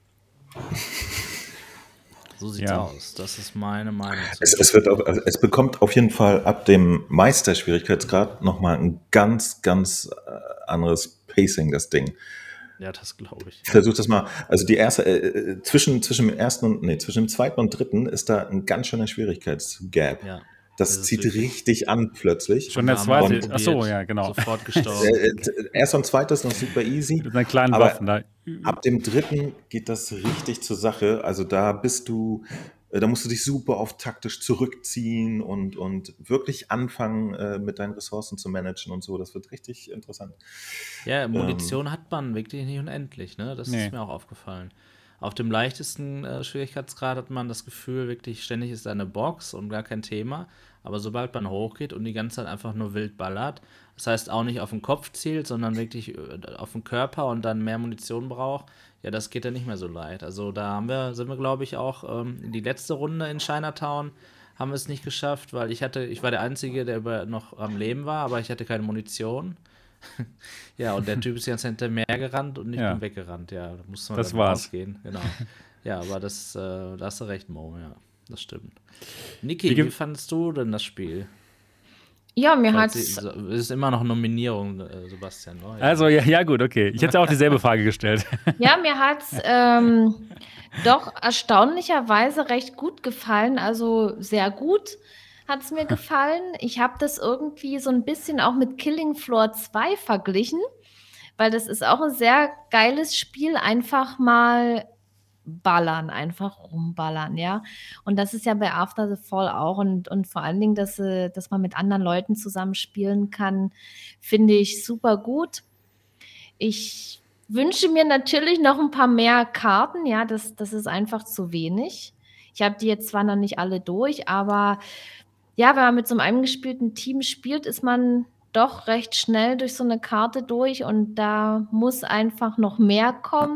So sieht's aus. Das ist meine Meinung. Es bekommt auf jeden Fall ab dem Meisterschwierigkeitsgrad nochmal ein ganz, ganz anderes Pacing, das Ding. Ja, das glaube ich. Versuch das mal. Also die erste, zwischen dem zweiten und dritten ist da ein ganz schöner Schwierigkeitsgap. Ja. Das zieht richtig an plötzlich. Schon der zweite. Achso, ja, genau. Sofort gestorben. Erst und zweites noch super easy. Mit einer kleinen Waffen da. Ab dem dritten geht das richtig zur Sache. Also da musst du dich super oft taktisch zurückziehen und wirklich anfangen, mit deinen Ressourcen zu managen und so. Das wird richtig interessant. Ja, Munition hat man wirklich nicht unendlich, ne? Das ist mir auch aufgefallen. Auf dem leichtesten Schwierigkeitsgrad hat man das Gefühl, wirklich ständig ist eine Box und gar kein Thema. Aber sobald man hochgeht und die ganze Zeit einfach nur wild ballert, das heißt auch nicht auf den Kopf zielt, sondern wirklich auf den Körper und dann mehr Munition braucht, ja, das geht dann nicht mehr so leicht. Also da sind wir, glaube ich, auch in die letzte Runde in Chinatown haben wir es nicht geschafft, weil ich war der Einzige, der noch am Leben war, aber ich hatte keine Munition. Ja, und der Typ ist ganz hinter mir gerannt und ich bin weggerannt. Ja, da musste man dann rausgehen. Genau. Ja, aber da hast du recht, Mo. Ja, das stimmt. Niki, wie fandest du denn das Spiel? Ja, mir hat's... Es ist immer noch Nominierung, Sebastian. Ne? Ja. Also, ja, gut, okay. Ich hätte auch dieselbe Frage gestellt. Ja, mir hat's doch erstaunlicherweise recht gut gefallen. Also, sehr gut hat es mir gefallen. Ich habe das irgendwie so ein bisschen auch mit Killing Floor 2 verglichen, weil das ist auch ein sehr geiles Spiel, einfach mal ballern, einfach rumballern, ja. Und das ist ja bei After the Fall auch und vor allen Dingen, dass man mit anderen Leuten zusammen spielen kann, finde ich super gut. Ich wünsche mir natürlich noch ein paar mehr Karten, ja, das ist einfach zu wenig. Ich habe die jetzt zwar noch nicht alle durch, aber ja, wenn man mit so einem eingespielten Team spielt, ist man doch recht schnell durch so eine Karte durch und da muss einfach noch mehr kommen.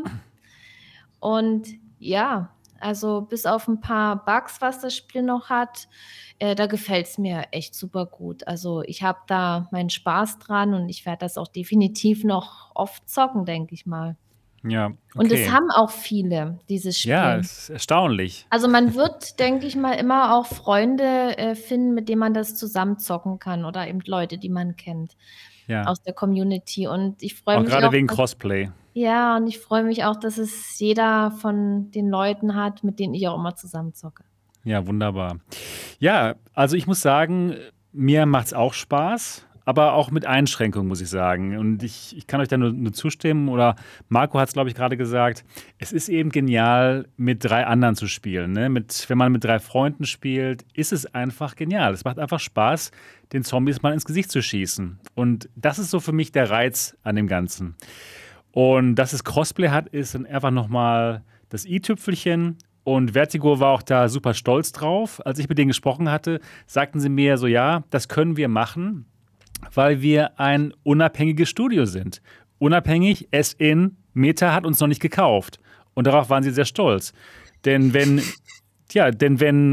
Und ja, also bis auf ein paar Bugs, was das Spiel noch hat, da gefällt es mir echt super gut. Also ich habe da meinen Spaß dran und ich werde das auch definitiv noch oft zocken, denke ich mal. Ja, okay. Und es haben auch viele, dieses Spiel. Ja, es ist erstaunlich. Also man wird, denke ich mal, immer auch Freunde finden, mit denen man das zusammen zocken kann oder eben Leute, die man kennt aus der Community. Und ich freue mich auch gerade wegen Cosplay. Ja, und ich freue mich auch, dass es jeder von den Leuten hat, mit denen ich auch immer zusammen zocke. Ja, wunderbar. Ja, also ich muss sagen, mir macht es auch Spaß. Aber auch mit Einschränkungen, muss ich sagen. Und ich kann euch da nur zustimmen. Oder Marco hat es, glaube ich, gerade gesagt. Es ist eben genial, mit 3 anderen zu spielen. Ne? Wenn man mit 3 Freunden spielt, ist es einfach genial. Es macht einfach Spaß, den Zombies mal ins Gesicht zu schießen. Und das ist so für mich der Reiz an dem Ganzen. Und dass es Cosplay hat, ist dann einfach nochmal das i-Tüpfelchen. Und Vertigo war auch da super stolz drauf. Als ich mit denen gesprochen hatte, sagten sie mir so, ja, das können wir machen, weil wir ein unabhängiges Studio sind. Unabhängig, Meta hat uns noch nicht gekauft. Und darauf waren sie sehr stolz. Denn wenn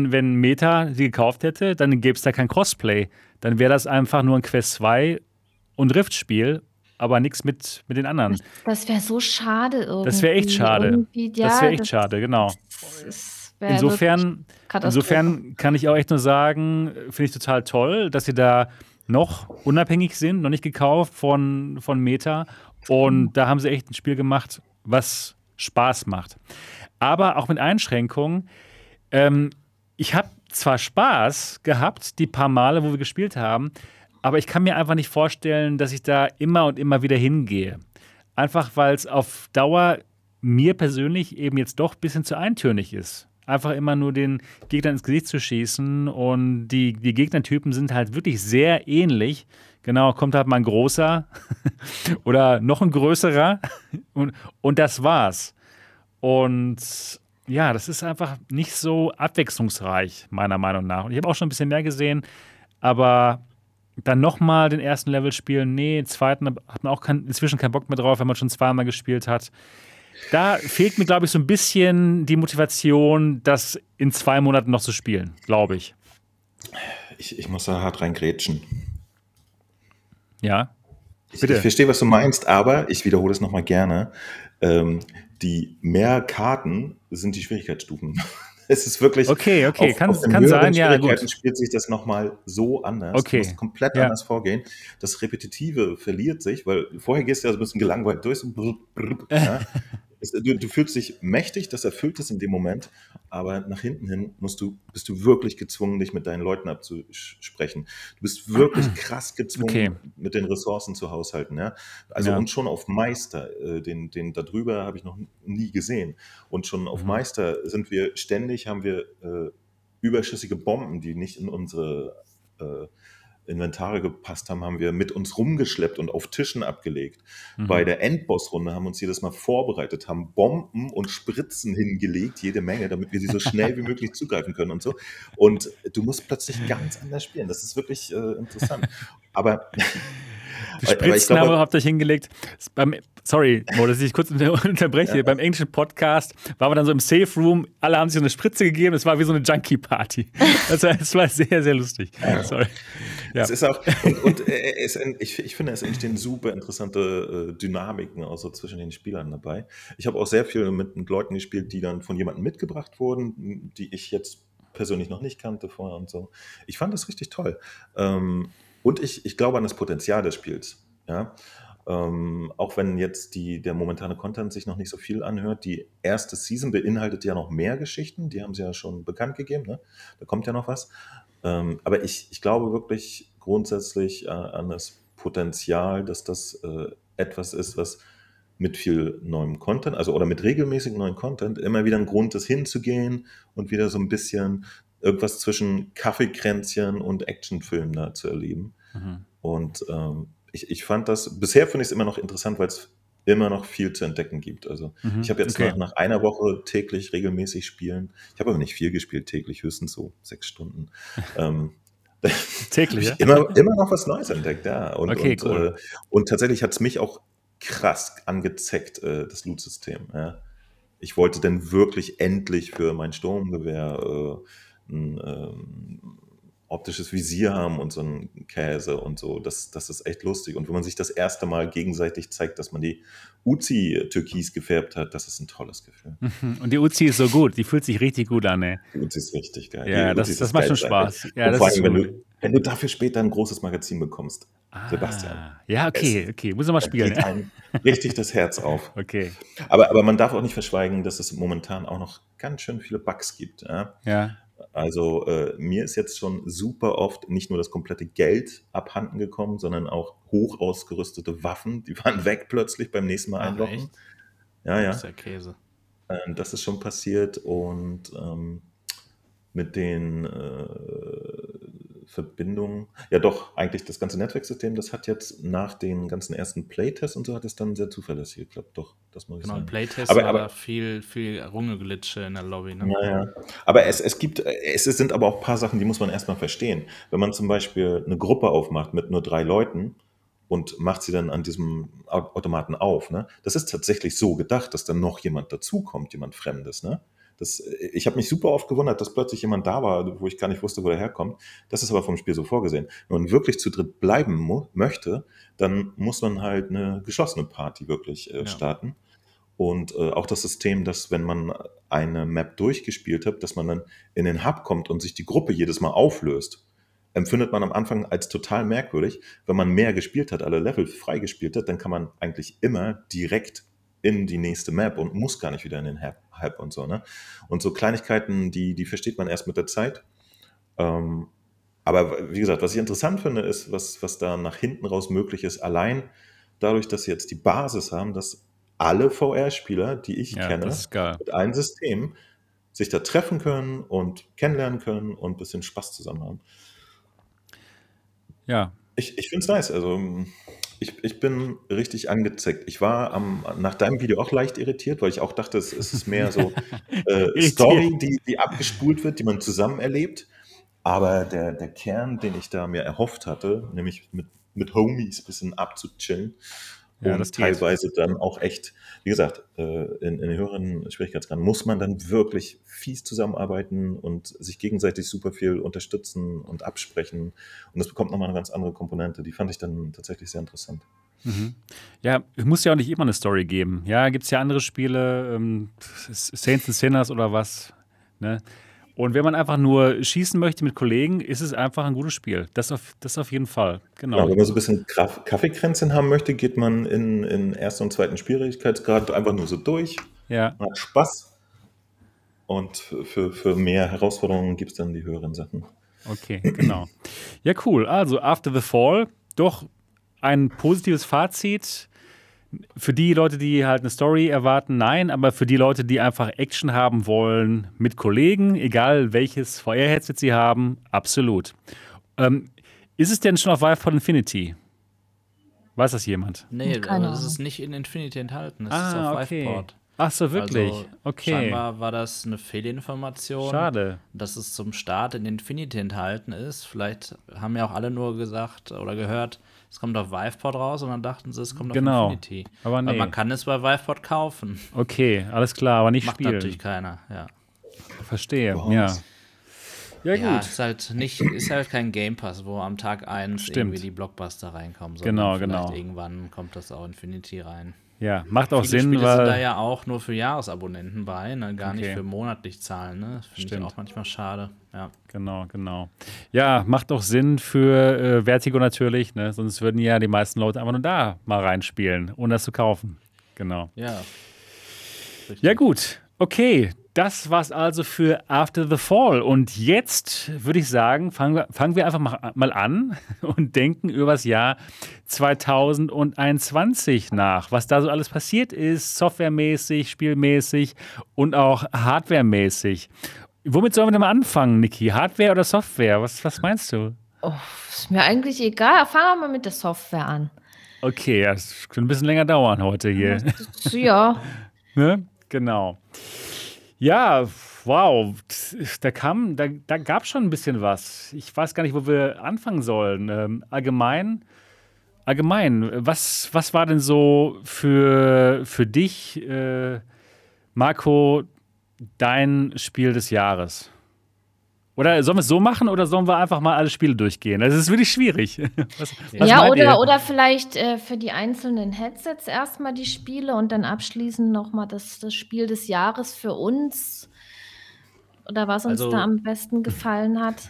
Meta sie gekauft hätte, dann gäbe es da kein Cosplay. Dann wäre das einfach nur ein Quest 2 und Rift-Spiel, aber nichts mit den anderen. Das wäre so schade irgendwie. Das wäre echt schade. Irgendwie, ja, Das wäre echt schade, genau. Das wäre wirklich Katastrophe. Insofern kann ich auch echt nur sagen, finde ich total toll, dass sie da noch unabhängig sind, noch nicht gekauft von Meta. Und da haben sie echt ein Spiel gemacht, was Spaß macht. Aber auch mit Einschränkungen. Ich habe zwar Spaß gehabt, die paar Male, wo wir gespielt haben, aber ich kann mir einfach nicht vorstellen, dass ich da immer und immer wieder hingehe. Einfach, weil es auf Dauer mir persönlich eben jetzt doch ein bisschen zu eintönig ist. Einfach immer nur den Gegnern ins Gesicht zu schießen und die Gegnertypen sind halt wirklich sehr ähnlich. Genau, kommt halt mal ein großer oder noch ein größerer und das war's. Und ja, das ist einfach nicht so abwechslungsreich, meiner Meinung nach. Und ich habe auch schon ein bisschen mehr gesehen, aber dann nochmal den ersten Level spielen, nee, den zweiten hat man auch inzwischen keinen Bock mehr drauf, wenn man schon zweimal gespielt hat. Da fehlt mir, glaube ich, so ein bisschen die Motivation, das in 2 Monaten noch zu spielen, glaube ich. Ich muss da hart reingrätschen. Ja, bitte. Ich verstehe, was du meinst, aber ich wiederhole es nochmal gerne. Die mehr Karten sind die Schwierigkeitsstufen. Es ist wirklich. Okay, auf kann den sein, ja, Schwierigkeiten gut. spielt sich das nochmal so anders. Okay. Du musst komplett anders vorgehen. Das Repetitive verliert sich, weil vorher gehst du ja so ein bisschen gelangweilt durch. Ja. Du fühlst dich mächtig, das erfüllt es in dem Moment, aber nach hinten hin bist du wirklich gezwungen, dich mit deinen Leuten abzusprechen. Du bist wirklich krass gezwungen, mit den Ressourcen zu haushalten. Ja? Also und schon auf Meister, den da drüber habe ich noch nie gesehen. Und schon auf Meister haben wir überschüssige Bomben, die nicht in unsere Inventare gepasst haben wir mit uns rumgeschleppt und auf Tischen abgelegt. Bei der Endbossrunde haben wir uns jedes Mal vorbereitet, haben Bomben und Spritzen hingelegt, jede Menge, damit wir sie so schnell wie möglich zugreifen können und so. Und du musst plötzlich ganz anders spielen. Das ist wirklich interessant. Aber die Spritzen habt ihr euch hingelegt. Sorry, Mo, dass ich kurz unterbreche. Ja. Beim englischen Podcast waren wir dann so im Safe Room, alle haben sich so eine Spritze gegeben, es war wie so eine Junkie-Party. Das war sehr, sehr lustig. Sorry. Ja. Es ist auch, ich finde, es entstehen super interessante Dynamiken auch so zwischen den Spielern dabei. Ich habe auch sehr viel mit Leuten gespielt, die dann von jemandem mitgebracht wurden, die ich jetzt persönlich noch nicht kannte vorher und so. Ich fand das richtig toll. Und ich glaube an das Potenzial des Spiels. Ja? Auch wenn jetzt der momentane Content sich noch nicht so viel anhört. Die erste Season beinhaltet ja noch mehr Geschichten. Die haben sie ja schon bekannt gegeben. Ne? Da kommt ja noch was. Aber ich glaube wirklich grundsätzlich an das Potenzial, dass das etwas ist, was mit viel neuem Content, also oder mit regelmäßig neuen Content immer wieder ein Grund ist, hinzugehen und wieder so ein bisschen irgendwas zwischen Kaffeekränzchen und Actionfilmen da zu erleben. Und ich fand bisher finde ich es immer noch interessant, weil es immer noch viel zu entdecken gibt. Also ich habe jetzt nach einer Woche täglich regelmäßig spielen. Ich habe aber nicht viel gespielt täglich, höchstens so 6 Stunden. Täglich, ja? Immer noch was Neues entdeckt, ja. Cool. Und tatsächlich hat es mich auch krass angezeckt, das Loot-System. Ja. Ich wollte dann wirklich endlich für mein Sturmgewehr ein optisches Visier haben und so ein Käse und so. Das ist echt lustig. Und wenn man sich das erste Mal gegenseitig zeigt, dass man die Uzi türkis gefärbt hat, das ist ein tolles Gefühl. Und die Uzi ist so gut, die fühlt sich richtig gut an, ey. Die Uzi ist richtig geil. Ja, das macht schon Spaß. Ja, das vor allem, wenn du dafür später ein großes Magazin bekommst, Sebastian. Ja, okay, muss er mal spielen. Geht einem richtig das Herz auf. Okay. Aber man darf auch nicht verschweigen, dass es momentan auch noch ganz schön viele Bugs gibt. Ja. Also mir ist jetzt schon super oft nicht nur das komplette Geld abhanden gekommen, sondern auch hoch ausgerüstete Waffen. Die waren weg plötzlich beim nächsten Mal einloggen. Echt? Ja. Das ist ja Käse. Das ist schon passiert und mit den Verbindungen, ja doch, eigentlich das ganze Netzwerksystem, das hat jetzt nach den ganzen ersten Playtests und so hat es dann sehr zuverlässig geklappt, doch, das muss ich sagen. Genau, Playtests aber viel Rumgeglitsche in der Lobby. Ne? Ja. Aber es sind aber auch ein paar Sachen, die muss man erstmal verstehen. Wenn man zum Beispiel eine Gruppe aufmacht mit nur 3 Leuten und macht sie dann an diesem Automaten auf, ne? Das ist tatsächlich so gedacht, dass dann noch jemand dazukommt, jemand Fremdes, ne? Ich habe mich super oft gewundert, dass plötzlich jemand da war, wo ich gar nicht wusste, wo der herkommt. Das ist aber vom Spiel so vorgesehen. Wenn man wirklich zu dritt bleiben möchte, dann muss man halt eine geschlossene Party wirklich starten. Und auch das System, dass wenn man eine Map durchgespielt hat, dass man dann in den Hub kommt und sich die Gruppe jedes Mal auflöst, empfindet man am Anfang als total merkwürdig. Wenn man mehr gespielt hat, alle Level freigespielt hat, dann kann man eigentlich immer direkt in die nächste Map und muss gar nicht wieder in den Hub und so. Ne? Und so Kleinigkeiten, die versteht man erst mit der Zeit. Aber wie gesagt, was ich interessant finde, ist, was da nach hinten raus möglich ist, allein dadurch, dass sie jetzt die Basis haben, dass alle VR-Spieler, die ich kenne, das ist geil. mit einem System sich da treffen können und kennenlernen können und ein bisschen Spaß zusammen haben. Ja. Ich finde es nice. Also ich bin richtig angezeckt. Ich war nach deinem Video auch leicht irritiert, weil ich auch dachte, es ist mehr so Story, die abgespult wird, die man zusammen erlebt. Aber der Kern, den ich da mir erhofft hatte, nämlich mit Homies ein bisschen abzuchillen, Ja, und das geht. teilweise dann auch echt, wie gesagt, in den höheren Schwierigkeitsgraden muss man dann wirklich fies zusammenarbeiten und sich gegenseitig super viel unterstützen und absprechen. Und das bekommt nochmal eine ganz andere Komponente. Die fand ich dann tatsächlich sehr interessant. Ja, es muss ja auch nicht immer eine Story geben. Ja, gibt es ja andere Spiele, Saints and Sinners oder was. Ne? Und wenn man einfach nur schießen möchte mit Kollegen, ist es einfach ein gutes Spiel. Das auf jeden Fall. Genau. Wenn man so ein bisschen Kaffeekränzchen haben möchte, geht man in ersten und zweiten Schwierigkeitsgrad einfach nur so durch. Ja. Man hat Spaß. Und für mehr Herausforderungen gibt es dann die höheren Sachen. Okay, genau. Ja, cool. Also, After the Fall, doch ein positives Fazit. Für die Leute, die halt eine Story erwarten, nein, aber für die Leute, die einfach Action haben wollen mit Kollegen, egal welches VR-Headset sie haben, absolut. Ist es denn schon auf Viveport Infinity? Weiß das jemand? Nee, Keine das Ahnung. ist nicht in Infinity enthalten. Das ist auf okay. Viveport. Ach so, wirklich? Also, Okay. Scheinbar war das eine Fehlinformation. Schade. Dass es zum Start in Infinity enthalten ist. Vielleicht haben ja auch alle nur gesagt oder gehört, es kommt auf Viveport raus und dann dachten sie, es kommt auf Infinity. Aber nee. Weil man kann es bei Viveport kaufen. Okay, alles klar, aber nicht Macht spielen. natürlich keiner, ja. Verstehe, Wow. ja. Ja, Ja, gut. ist halt kein Game Pass, wo am Tag 1 Stimmt. irgendwie die Blockbuster reinkommen. sondern Genau, vielleicht genau. Irgendwann kommt das auch Infinity rein. Ja, macht auch Viele Sinn, Spiele sind da weil. ja auch nur für Jahresabonnenten bei, ne? Gar nicht Okay. für monatlich zahlen. Ne? Das finde ich Stimmt. auch manchmal schade. Ja. Genau. Ja, macht auch Sinn für Vertigo natürlich, ne? Sonst würden ja die meisten Leute einfach nur da mal reinspielen, ohne das zu kaufen. Genau. Ja. Richtig. Ja, gut. Okay, das war's also für After the Fall. Und jetzt würde ich sagen, fangen wir einfach mal an und denken über das Jahr 2021 nach. Was da so alles passiert ist, softwaremäßig, spielmäßig und auch hardwaremäßig. Womit sollen wir denn mal anfangen, Niki? Hardware oder Software? Was meinst du? Oh, ist mir eigentlich egal. Fangen wir mal mit der Software an. Okay, ja, das könnte ein bisschen länger dauern heute hier. Ja, Ne? Genau. Ja, wow. Da gab es schon ein bisschen was. Ich weiß gar nicht, wo wir anfangen sollen. Allgemein, was war denn so für dich, Marco, dein Spiel des Jahres? Oder sollen wir es so machen oder sollen wir einfach mal alle Spiele durchgehen? Das ist wirklich schwierig. Was ja meint ihr? oder vielleicht für die einzelnen Headsets erstmal die Spiele und dann abschließend nochmal das Spiel des Jahres für uns. Oder was uns Also- da am besten gefallen hat.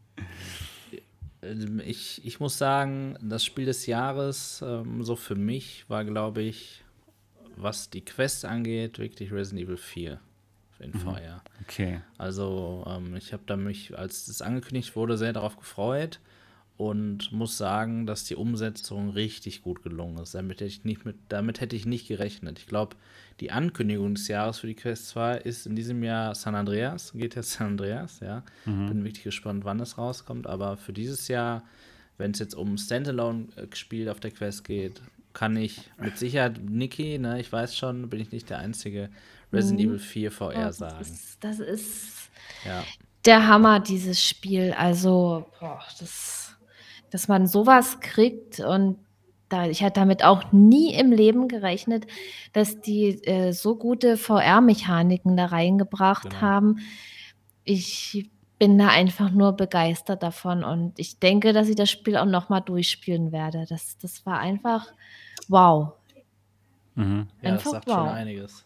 Ich muss sagen, das Spiel des Jahres, so für mich, war, glaube ich, was die Quest angeht, wirklich Resident Evil 4 in VR. Okay. Also ich habe da mich, als das angekündigt wurde, sehr darauf gefreut und muss sagen, dass die Umsetzung richtig gut gelungen ist. Damit hätte ich nicht gerechnet. Ich glaube, die Ankündigung des Jahres für die Quest 2 ist in diesem Jahr San Andreas, GTA San Andreas, ja. Bin wirklich gespannt, wann es rauskommt, aber für dieses Jahr, wenn es jetzt um Standalone-Spiel auf der Quest geht, kann ich mit Sicherheit, Niki, ne, ich weiß schon, bin ich nicht der Einzige, Resident Evil 4 VR sagen. Das ist Ja. der Hammer, dieses Spiel. Also, dass man sowas kriegt und ich hatte damit auch nie im Leben gerechnet, dass die so gute VR-Mechaniken da reingebracht haben. Ich bin da einfach nur begeistert davon und ich denke, dass ich das Spiel auch nochmal durchspielen werde. Das war einfach wow. Ja, das Einfach sagt schon wow. einiges.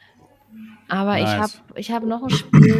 Aber Nice. ich hab noch ein Spiel,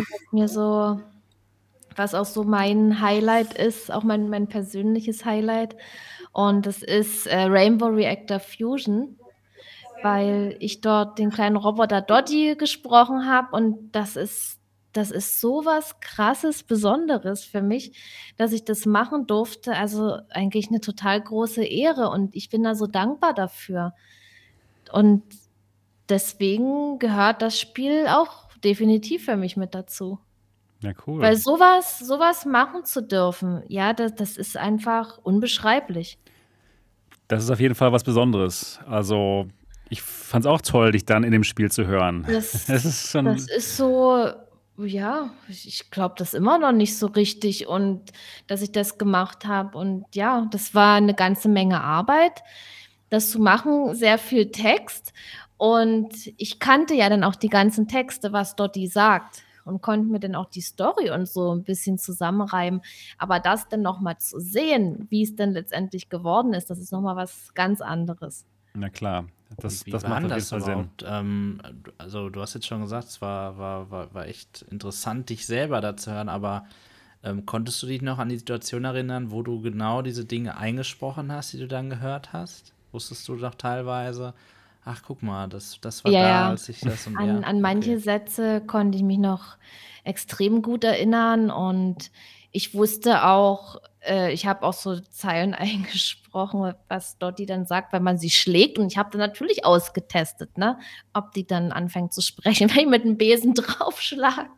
was auch so mein Highlight ist, auch mein persönliches Highlight. Und das ist Rainbow Reactor Fusion, weil ich dort den kleinen Roboter Dottie gesprochen habe. Und das ist so was Krasses, Besonderes für mich, dass ich das machen durfte. Also eigentlich eine total große Ehre und ich bin da so dankbar dafür. Und deswegen gehört das Spiel auch definitiv für mich mit dazu. Ja, cool. Weil sowas machen zu dürfen, ja, das ist einfach unbeschreiblich. Das ist auf jeden Fall was Besonderes. Also, ich fand es auch toll, dich dann in dem Spiel zu hören. Das ist schon. Das ist so, ja, ich glaube das immer noch nicht so richtig und dass ich das gemacht habe. Und ja, das war eine ganze Menge Arbeit, das zu machen, sehr viel Text. Und ich kannte ja dann auch die ganzen Texte, was Dottie sagt und konnte mir dann auch die Story und so ein bisschen zusammenreimen. Aber das dann noch mal zu sehen, wie es denn letztendlich geworden ist, das ist noch mal was ganz anderes. Na klar, das Wie macht war auf denn jeden das Fall Sinn. überhaupt? Also du hast jetzt schon gesagt, es war echt interessant, dich selber da zu hören, aber konntest du dich noch an die Situation erinnern, wo du genau diese Dinge eingesprochen hast, die du dann gehört hast? Wusstest du doch teilweise, ach guck mal, das war Ja, da, ja. als ich das und An manche okay. Sätze konnte ich mich noch extrem gut erinnern und ich wusste auch, ich habe auch so Zeilen eingesprochen, was Dottie dann sagt, wenn man sie schlägt. Und ich habe dann natürlich ausgetestet, ne, ob die dann anfängt zu sprechen, wenn ich mit dem Besen draufschlage.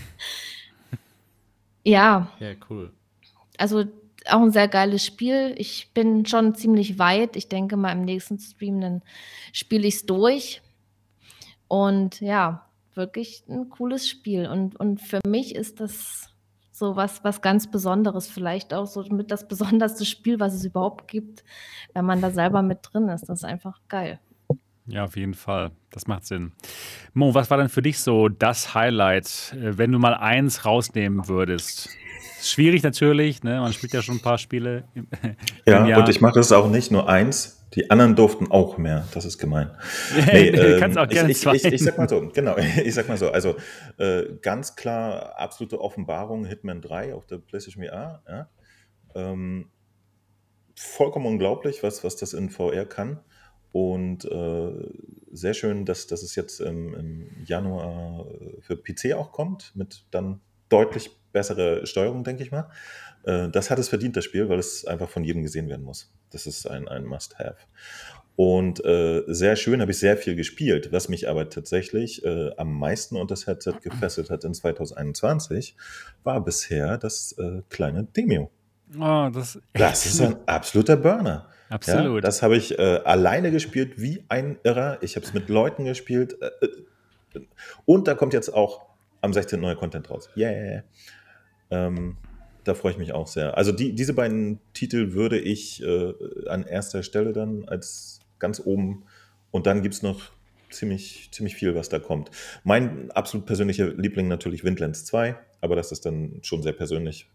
Ja, Ja, cool. also auch ein sehr geiles Spiel. Ich bin schon ziemlich weit. Ich denke mal, im nächsten Stream, dann spiele ich es durch. Und ja, wirklich ein cooles Spiel. Und für mich ist das so was ganz Besonderes. Vielleicht auch so mit das besonderste Spiel, was es überhaupt gibt, wenn man da selber mit drin ist. Das ist einfach geil. Ja, auf jeden Fall. Das macht Sinn. Mo, was war denn für dich so das Highlight, wenn du mal eins rausnehmen würdest? Schwierig natürlich, ne? Man spielt ja schon ein paar Spiele im Ja, Jahr. und ich mache das auch nicht nur eins, die anderen durften auch mehr. Das ist gemein. Nee, Du kannst auch gerne ich sag mal so, genau, ich sag mal so, also ganz klar absolute Offenbarung, Hitman 3 auf der PlayStation VR, ja. Vollkommen unglaublich, was das in VR kann. Und sehr schön, dass es jetzt im Januar für PC auch kommt, mit dann deutlich bessere Steuerung, denke ich mal. Das hat es verdient, das Spiel, weil es einfach von jedem gesehen werden muss. Das ist ein Must-Have. Und sehr schön, habe ich sehr viel gespielt. Was mich aber tatsächlich am meisten unter das Headset gefesselt hat in 2021, war bisher das kleine Demio. Oh, Das ist ein absoluter Burner. Ja, absolut. das habe ich alleine gespielt wie ein Irrer. Ich habe es mit Leuten gespielt. Und da kommt jetzt auch am 16. neuer Content raus. Yeah. Da freue ich mich auch sehr. Also diese beiden Titel würde ich an erster Stelle dann als ganz oben. Und dann gibt es noch ziemlich viel, was da kommt. Mein absolut persönlicher Liebling natürlich Windlands 2, aber das ist dann schon sehr persönlich.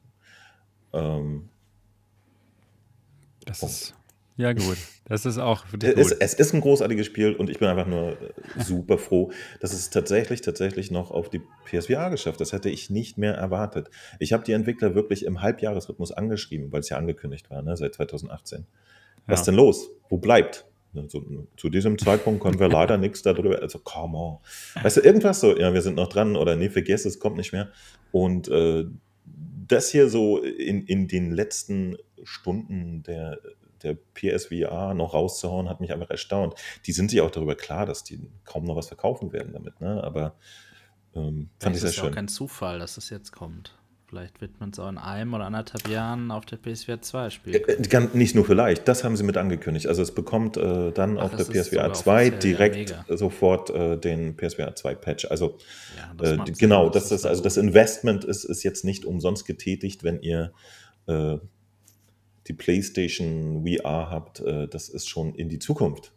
Das ist, ja gut, das ist auch wirklich gut. Es ist ein großartiges Spiel und ich bin einfach nur super froh, dass es tatsächlich noch auf die PSVR geschafft. Das hätte ich nicht mehr erwartet. Ich habe die Entwickler wirklich im Halbjahresrhythmus angeschrieben, weil es ja angekündigt war, ne, seit 2018. Was Ja. denn los? Wo bleibt? Also, zu diesem Zeitpunkt können wir leider nichts darüber. Also, come on. Weißt du, irgendwas so, ja, wir sind noch dran oder nee, vergiss es, kommt nicht mehr. Und das hier so in den letzten Stunden der PSVR noch rauszuhauen, hat mich einfach erstaunt. Die sind sich auch darüber klar, dass die kaum noch was verkaufen werden damit, ne? Aber fand ich sehr ist ja auch schön. kein Zufall, dass es jetzt kommt. Vielleicht wird man es auch in einem oder 1,5 Jahren auf der PSVR 2 spielen. Nicht nur vielleicht, das haben sie mit angekündigt. Also es bekommt dann auf der das ist PSVR sogar 2 offiziell, ja, direkt mega. sofort den PSVR 2 Patch. Also Ja, das macht Sinn, genau, das ist also dann das gut. Investment ist jetzt nicht umsonst getätigt, wenn ihr die PlayStation VR habt, das ist schon in die Zukunft.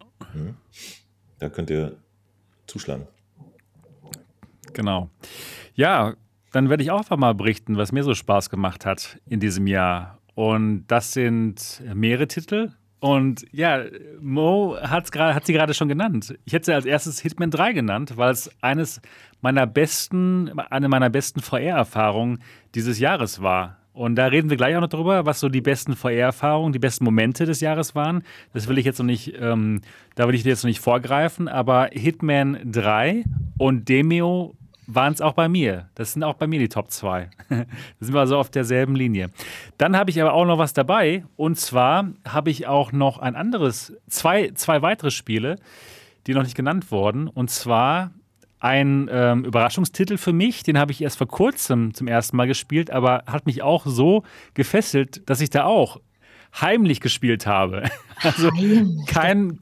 Da könnt ihr zuschlagen. Genau. Ja, dann werde ich auch einfach mal berichten, was mir so Spaß gemacht hat in diesem Jahr. Und das sind mehrere Titel. Und ja, Mo hat sie gerade schon genannt. Ich hätte sie als erstes Hitman 3 genannt, weil es eine meiner besten VR-Erfahrungen dieses Jahres war. Und da reden wir gleich auch noch drüber, was so die besten VR-Erfahrungen, die besten Momente des Jahres waren. Das will ich jetzt noch nicht, da will ich jetzt noch nicht vorgreifen, aber Hitman 3 und Demeo waren es auch bei mir. Das sind auch bei mir die Top 2. Da sind wir also auf derselben Linie. Dann habe ich aber auch noch was dabei. Und zwar habe ich auch noch ein anderes, zwei weitere Spiele, die noch nicht genannt wurden. Und zwar ein Überraschungstitel für mich. Den habe ich erst vor kurzem zum ersten Mal gespielt, aber hat mich auch so gefesselt, dass ich da auch heimlich gespielt habe. Also kein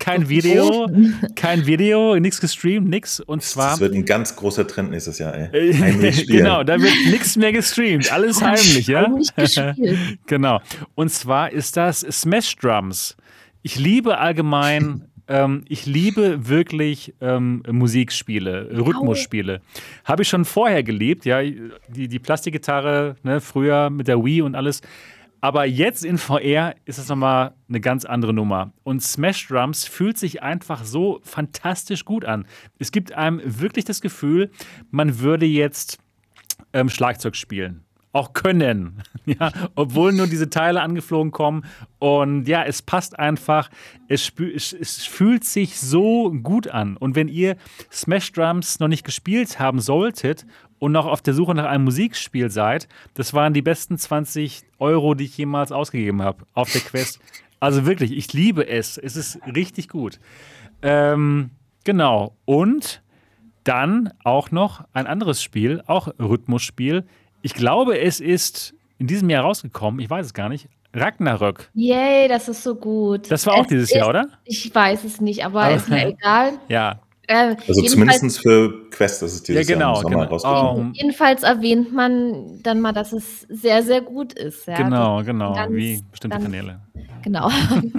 Video, nichts gestreamt, nix. Und zwar. Das wird ein ganz großer Trend nächstes Jahr, ey. Heimlich spielen. Genau, da wird nichts mehr gestreamt. Alles heimlich, ja? Heimlich gespielt. Genau. Und zwar ist das Smash Drums. Ich liebe allgemein. Ich liebe wirklich Musikspiele, Rhythmusspiele. Habe ich schon vorher geliebt, ja. Die Plastikgitarre, ne, früher mit der Wii und alles. Aber jetzt in VR ist es nochmal eine ganz andere Nummer. Und Smash Drums fühlt sich einfach so fantastisch gut an. Es gibt einem wirklich das Gefühl, man würde jetzt Schlagzeug spielen. Auch können, ja, obwohl nur diese Teile angeflogen kommen. Und ja, es passt einfach. Es fühlt sich so gut an. Und wenn ihr Smash Drums noch nicht gespielt haben solltet und noch auf der Suche nach einem Musikspiel seid, das waren die besten 20 €, die ich jemals ausgegeben habe auf der Quest. Also wirklich, ich liebe es. Es ist richtig gut. Genau. Und dann auch noch ein anderes Spiel, auch Rhythmusspiel. Ich glaube, es ist in diesem Jahr rausgekommen, ich weiß es gar nicht, Ragnarök. Yay, das ist so gut. Das war auch dieses Jahr, oder? Ich weiß es nicht, aber ist mir egal. Ja. Also zumindest für Quest ist es dieses Jahr im Sommer rausgekommen. Jedenfalls erwähnt man dann mal, dass es sehr, sehr gut ist. Ja? Genau, wie bestimmte Kanäle. Genau.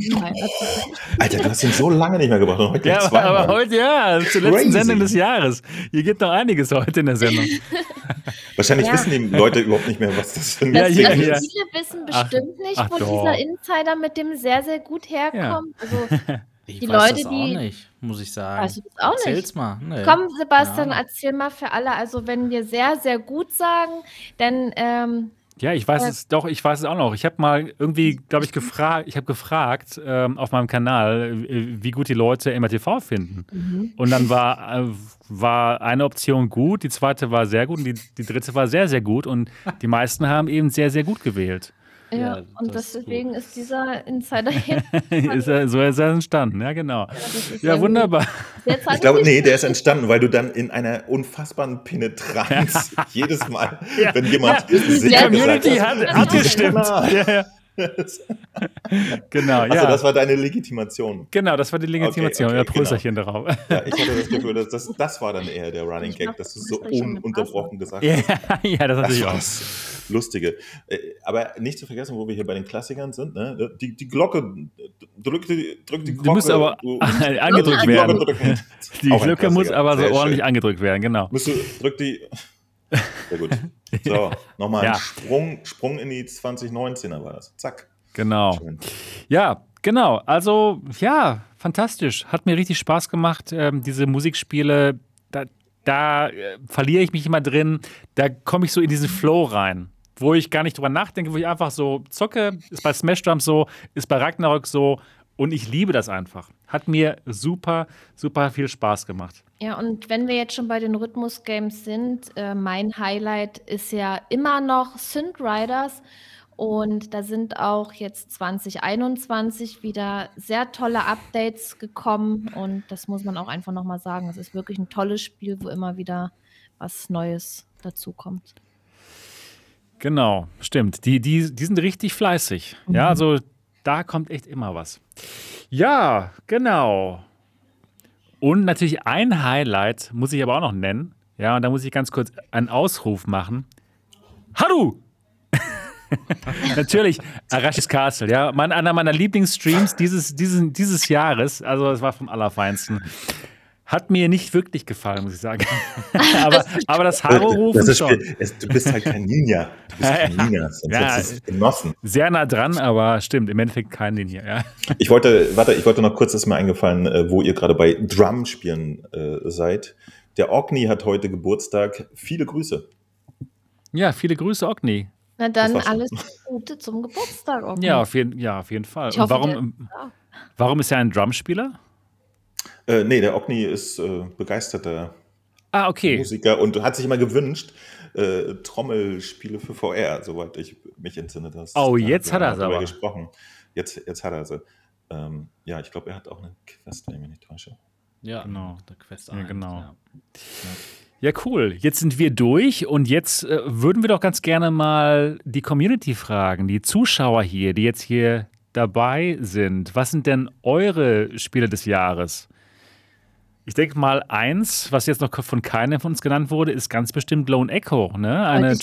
Alter, du hast ihn so lange nicht mehr gebracht. Heute ja, aber heute, zur letzten Sendung des Jahres. Hier geht noch einiges heute in der Sendung. Wahrscheinlich wissen die Leute überhaupt nicht mehr, was das für ein Viele Spiel ist. wissen bestimmt nicht, wo dieser Insider mit dem sehr, sehr gut herkommt. Ja. Also, ich weiß das auch nicht, muss ich sagen. Weißt du das auch nicht? Erzähl's mal. Nee. Komm, Sebastian, erzähl mal für alle. Also, wenn wir sehr, sehr gut sagen, dann ja, ich weiß es auch noch. Ich habe mal irgendwie, glaube ich, gefragt auf meinem Kanal, wie gut die Leute MRTV finden. Und dann war eine Option gut, die zweite war sehr gut und die dritte war sehr, sehr gut. Und die meisten haben eben sehr, sehr gut gewählt. Ja, und deswegen ist dieser Insider jetzt. So ist er entstanden, ja, genau. Ja, wunderbar. Ich glaube, der ist entstanden, weil du dann in einer unfassbaren Penetranz jedes Mal, wenn jemand die Community hat gestimmt. Ja. Genau, ja. Also das war deine Legitimation. Genau, das war die Legitimation. Okay, Prösterchen darauf. Ja, ich hatte das Gefühl, dass das war dann eher der Running Gag, dass du so ununterbrochen gesagt hast. Ja, das natürlich auch. Das Lustige. Aber nicht zu vergessen, wo wir hier bei den Klassikern sind, ne? Die Glocke, drück die Glocke. Du musst aber angedrückt werden. Die Glocke muss aber so ordentlich angedrückt werden, genau. Drück die... Sehr gut. So, nochmal ein Sprung in die 2019er war das. Zack. Genau. Schön. Ja, genau. Also, ja, fantastisch. Hat mir richtig Spaß gemacht, diese Musikspiele. Da verliere ich mich immer drin. Da komme ich so in diesen Flow rein, wo ich gar nicht drüber nachdenke, wo ich einfach so zocke. Ist bei Smash Drums so, ist bei Ragnarök so. Und ich liebe das einfach. Hat mir super, super viel Spaß gemacht. Ja, und wenn wir jetzt schon bei den Rhythmus-Games sind, mein Highlight ist ja immer noch Synth Riders. Und da sind auch jetzt 2021 wieder sehr tolle Updates gekommen. Und das muss man auch einfach nochmal sagen. Es ist wirklich ein tolles Spiel, wo immer wieder was Neues dazukommt. Genau, stimmt. Die sind richtig fleißig. Ja, also da kommt echt immer was. Ja, genau. Und natürlich ein Highlight muss ich aber auch noch nennen. Ja, und da muss ich ganz kurz einen Ausruf machen. Haru! Natürlich, Arashis Castle, ja. Einer meiner Lieblingsstreams dieses Jahres, also es war vom Allerfeinsten. Hat mir nicht wirklich gefallen, muss ich sagen. aber das Haro-Rufen schon. Du bist halt kein Ninja. Du bist kein Ninja, sonst hättest du es genossen. Sehr nah dran, aber stimmt, im Endeffekt kein Ninja, ja. Ich wollte noch kurz, ist mir eingefallen, wo ihr gerade bei Drum spielen seid. Der Ogni hat heute Geburtstag. Viele Grüße. Ja, viele Grüße, Ogni. Na dann alles Gute zum Geburtstag, Ogni. Ja, auf jeden Fall. Ich hoffe, warum ist er ein Drumspieler? Nee, der Ogni ist begeisterter Musiker und hat sich immer gewünscht, Trommelspiele für VR, soweit ich mich entsinne. Jetzt hat er sie aber. Gesprochen. Jetzt hat er sie. Ja, ich glaube, er hat auch eine Quest, wenn ich mich nicht täusche. Ja, genau. Der Quest 1. Ja, genau. Ja, cool. Jetzt sind wir durch und jetzt würden wir doch ganz gerne mal die Community fragen, die Zuschauer hier, die jetzt hier dabei sind. Was sind denn eure Spiele des Jahres? Ich denke mal, eins, was jetzt noch von keinem von uns genannt wurde, ist ganz bestimmt Lone Echo. Ne? Eine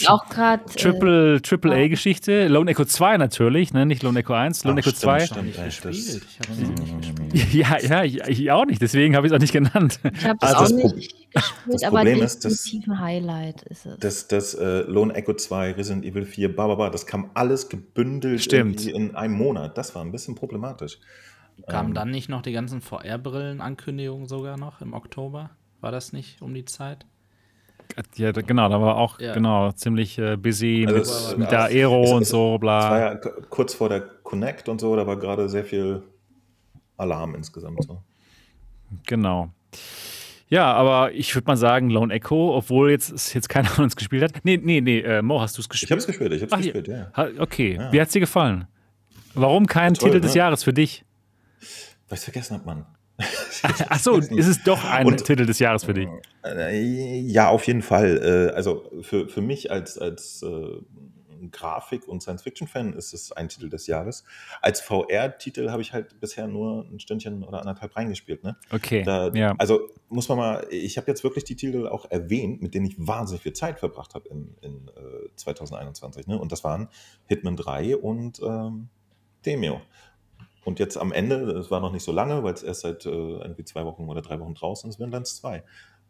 Triple-A-Geschichte. Lone Echo 2 natürlich, ne? Nicht Lone Echo 1, Lone Echo 2. Ich habe sie nicht gespielt. Ja, ich auch nicht, deswegen habe ich es auch nicht genannt. Ich habe es auch nicht gespielt, aber definitiv ein Highlight ist es. Das Lone Echo 2, Resident Evil 4, das kam alles gebündelt in einem Monat. Das war ein bisschen problematisch. Kamen dann nicht noch die ganzen VR-Brillen-Ankündigungen sogar noch im Oktober? War das nicht um die Zeit? Ja, genau, da war auch ziemlich busy mit der Aero und so, bla. Das war ja kurz vor der Connect und so, da war gerade sehr viel Alarm insgesamt. So. Genau. Ja, aber ich würde mal sagen, Lone Echo, obwohl jetzt keiner von uns gespielt hat. Nee, Mo, hast du es gespielt? Ich habe es gespielt, ja. Okay, ja. Wie hat es dir gefallen? Warum kein Titel des Jahres für dich? Weil ich es vergessen habe, Mann. Achso, ist es doch ein Titel des Jahres für dich? Ja, auf jeden Fall. Also für mich als Grafik- und Science-Fiction-Fan ist es ein Titel des Jahres. Als VR-Titel habe ich halt bisher nur ein Stündchen oder anderthalb reingespielt. Ne? Okay, Also muss man mal, ich habe jetzt wirklich die Titel auch erwähnt, mit denen ich wahnsinnig viel Zeit verbracht habe in 2021. Ne? Und das waren Hitman 3 und Demeo. Und jetzt am Ende, es war noch nicht so lange, weil es erst seit irgendwie 2 Wochen oder 3 Wochen draußen ist, Windlands 2.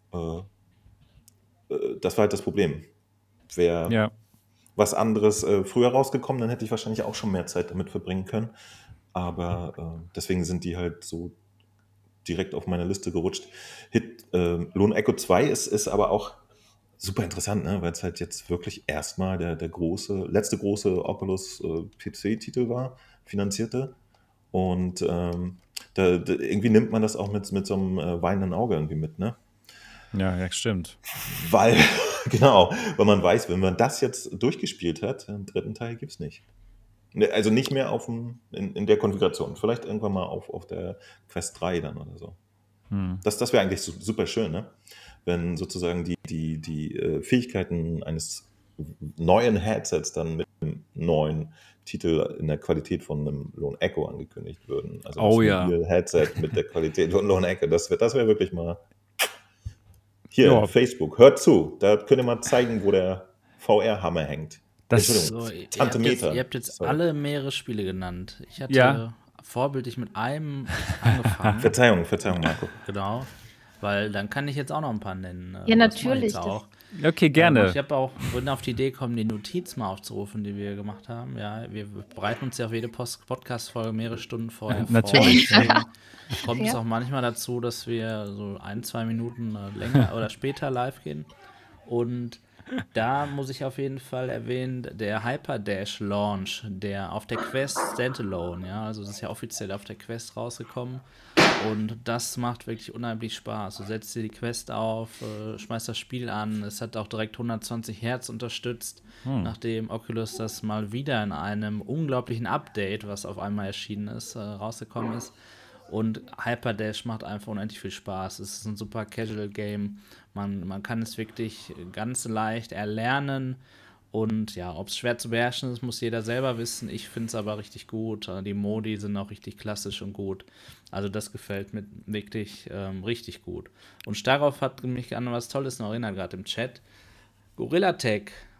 Das war halt das Problem. Wäre was anderes früher rausgekommen, dann hätte ich wahrscheinlich auch schon mehr Zeit damit verbringen können. Aber deswegen sind die halt so direkt auf meine Liste gerutscht. Lone Echo 2 ist aber auch super interessant, ne? Weil es halt jetzt wirklich erstmal der letzte große Oculus PC-Titel war, finanzierte. Und irgendwie nimmt man das auch mit so einem weinenden Auge irgendwie mit, ne? Ja, stimmt. Weil man weiß, wenn man das jetzt durchgespielt hat, den dritten Teil gibt es nicht. Also nicht mehr in der Konfiguration. Vielleicht irgendwann mal auf der Quest 3 dann oder so. Das wäre eigentlich super schön, ne? Wenn sozusagen die Fähigkeiten eines neuen Headsets dann mit einem neuen Titel in der Qualität von einem Lone Echo angekündigt würden. Also das Headset mit der Qualität von Lone Echo. Das wäre wirklich mal... Hier, Facebook, hört zu. Da könnt ihr mal zeigen, wo der VR-Hammer hängt. Tante Meter. Ihr habt jetzt alle mehrere Spiele genannt. Ich hatte vorbildlich mit einem angefangen. Verzeihung, Marco. Genau, weil dann kann ich jetzt auch noch ein paar nennen. Ja, natürlich. Okay, gerne. Ich bin auf die Idee gekommen, die Notiz mal aufzurufen, die wir gemacht haben. Ja, wir bereiten uns ja auf jede Podcast-Folge mehrere Stunden vorher vor. Natürlich. Deswegen kommt es auch manchmal dazu, dass wir so 1-2 Minuten länger oder später live gehen. Und da muss ich auf jeden Fall erwähnen, der Hyperdash Launch, der auf der Quest Standalone, ja, also das ist ja offiziell auf der Quest rausgekommen. Und das macht wirklich unheimlich Spaß. Du setzt dir die Quest auf, schmeißt das Spiel an. Es hat auch direkt 120 Hertz unterstützt, nachdem Oculus das mal wieder in einem unglaublichen Update, was auf einmal erschienen ist, rausgekommen ist. Und Hyperdash macht einfach unendlich viel Spaß. Es ist ein super Casual-Game. Man kann es wirklich ganz leicht erlernen. Und ja, ob es schwer zu beherrschen ist, muss jeder selber wissen. Ich finde es aber richtig gut. Die Modi sind auch richtig klassisch und gut. Also das gefällt mir wirklich richtig gut. Und darauf hat mich an was Tolles noch erinnert, gerade im Chat. Gorilla Tech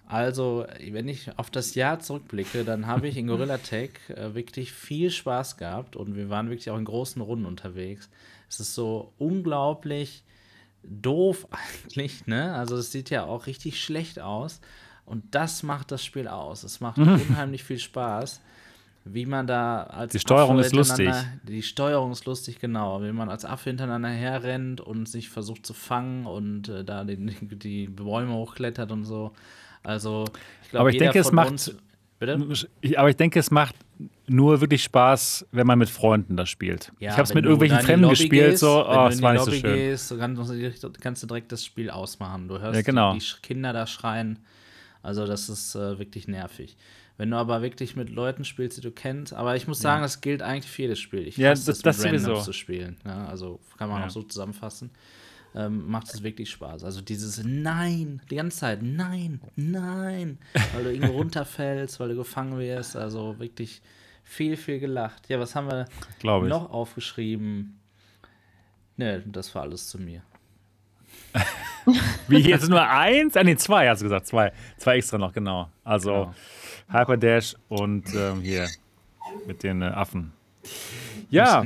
Also, wenn ich auf das Jahr zurückblicke, dann habe ich in Gorilla Tag wirklich viel Spaß gehabt und wir waren wirklich auch in großen Runden unterwegs. Es ist so unglaublich doof eigentlich, ne? Also, es sieht ja auch richtig schlecht aus und das macht das Spiel aus. Es macht unheimlich viel Spaß, wie man da als Die Steuerung Affe ist lustig. Die Steuerung ist lustig, genau. Wie man als Affe hintereinander herrennt und sich versucht zu fangen und da die Bäume hochklettert und so. Also, ich glaube, Aber ich jeder denke, es von macht- uns. Bitte? Aber ich denke, es macht nur wirklich Spaß, wenn man mit Freunden das spielt. Ja, ich habe es wenn mit du irgendwelchen da in die Fremden Lobby gespielt, gehst, so, wenn du oh, in es die war nicht so Lobby schön. gehst, kannst du direkt das Spiel ausmachen. Du hörst Ja, genau. die Kinder da schreien. Also das ist wirklich nervig. Wenn du aber wirklich mit Leuten spielst, die du kennst, aber ich muss sagen, das gilt eigentlich für jedes Spiel. Ich Ja, hasse das es, mit sowieso. Randoms zu spielen. Ja, also kann man Ja. auch so zusammenfassen. Macht es wirklich Spaß. Also dieses Nein, die ganze Zeit, nein, nein, weil du irgendwo runterfällst, weil du gefangen wirst. Also wirklich viel, viel gelacht. Ja, was haben wir Glaube ich. noch aufgeschrieben? Ne, das war alles zu mir. Wie jetzt nur eins? Ah, nee, zwei, hast du gesagt. Zwei extra noch, genau. Also Genau. Hyperdash und hier mit den Affen. Ja,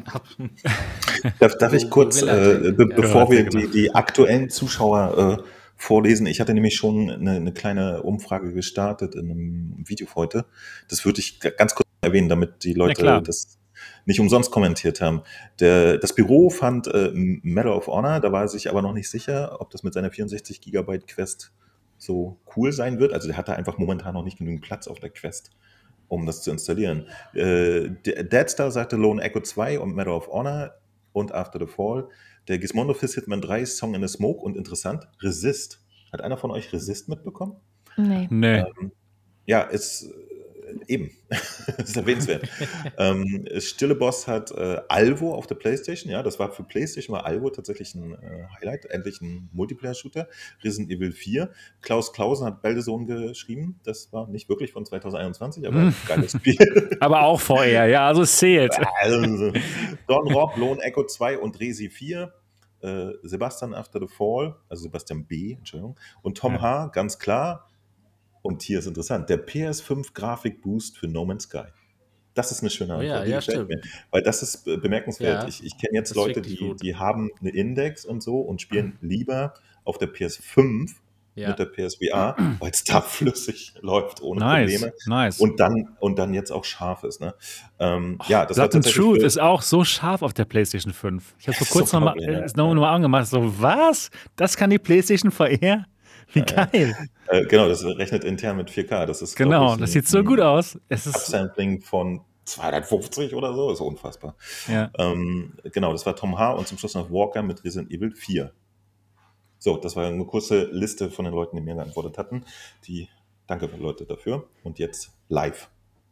Darf ich kurz, Gorilla Tag, ja. bevor wir Gorilla Tag, die aktuellen Zuschauer vorlesen, ich hatte nämlich schon eine kleine Umfrage gestartet in einem Video für heute. Das würde ich ganz kurz erwähnen, damit die Na klar. Leute das nicht umsonst kommentiert haben. Das Büro fand Medal of Honor, da war er sich aber noch nicht sicher, ob das mit seiner 64 GB Quest so cool sein wird. Also der hatte einfach momentan noch nicht genügend Platz auf der Quest, um das zu installieren. Deadstar sagte Lone Echo 2 und Medal of Honor und After the Fall. Der Gizmondo Fizz Hitman 3 Song in the Smoke und interessant, Resist. Hat einer von euch Resist mitbekommen? Nee. nee. Ja, ist eben. Das ist erwähnenswert. Stille Boss hat Alvo auf der PlayStation. Ja, das war für PlayStation, war Alvo tatsächlich ein Highlight. Endlich ein Multiplayer-Shooter. Resident Evil 4. Klaus Klausen hat Bäldesohn geschrieben. Das war nicht wirklich von 2021, aber ein geiles Spiel. Aber auch VR, ja, also es zählt. Also, Don Rob, Lone Echo 2 und Resi 4. Sebastian After the Fall, also Sebastian B., Entschuldigung. Und Tom Ja. H., ganz klar. Und hier ist interessant, der PS5 Grafikboost für No Man's Sky. Das ist eine schöne Antwort, ja, die gefällt stimmt. mir. Weil das ist bemerkenswert. Ja, Ich kenne jetzt das ist Leute, wirklich gut. die haben eine Index und so und spielen lieber auf der PS5 Ja. mit der PSVR, weil es da flüssig läuft, ohne Nice, Probleme. nice. Und dann jetzt auch scharf ist. Ne? Ja, das war Blood and tatsächlich Truth für- ist auch so scharf auf der PlayStation 5. Ich habe vor Das ist kurzem unglaublich, ja. noch mal angemacht. So, was? Das kann die PlayStation VR? Wie geil. Genau, das rechnet intern mit 4K. Das ist, Genau, glaub ich, das sieht so gut aus. Es ist, Upsampling von 250 oder so, ist unfassbar. ja. Genau, das war Tom H. und zum Schluss noch Walker mit Resident Evil 4. So, das war eine kurze Liste von den Leuten, die mir geantwortet hatten. Danke Leute dafür. Und jetzt live.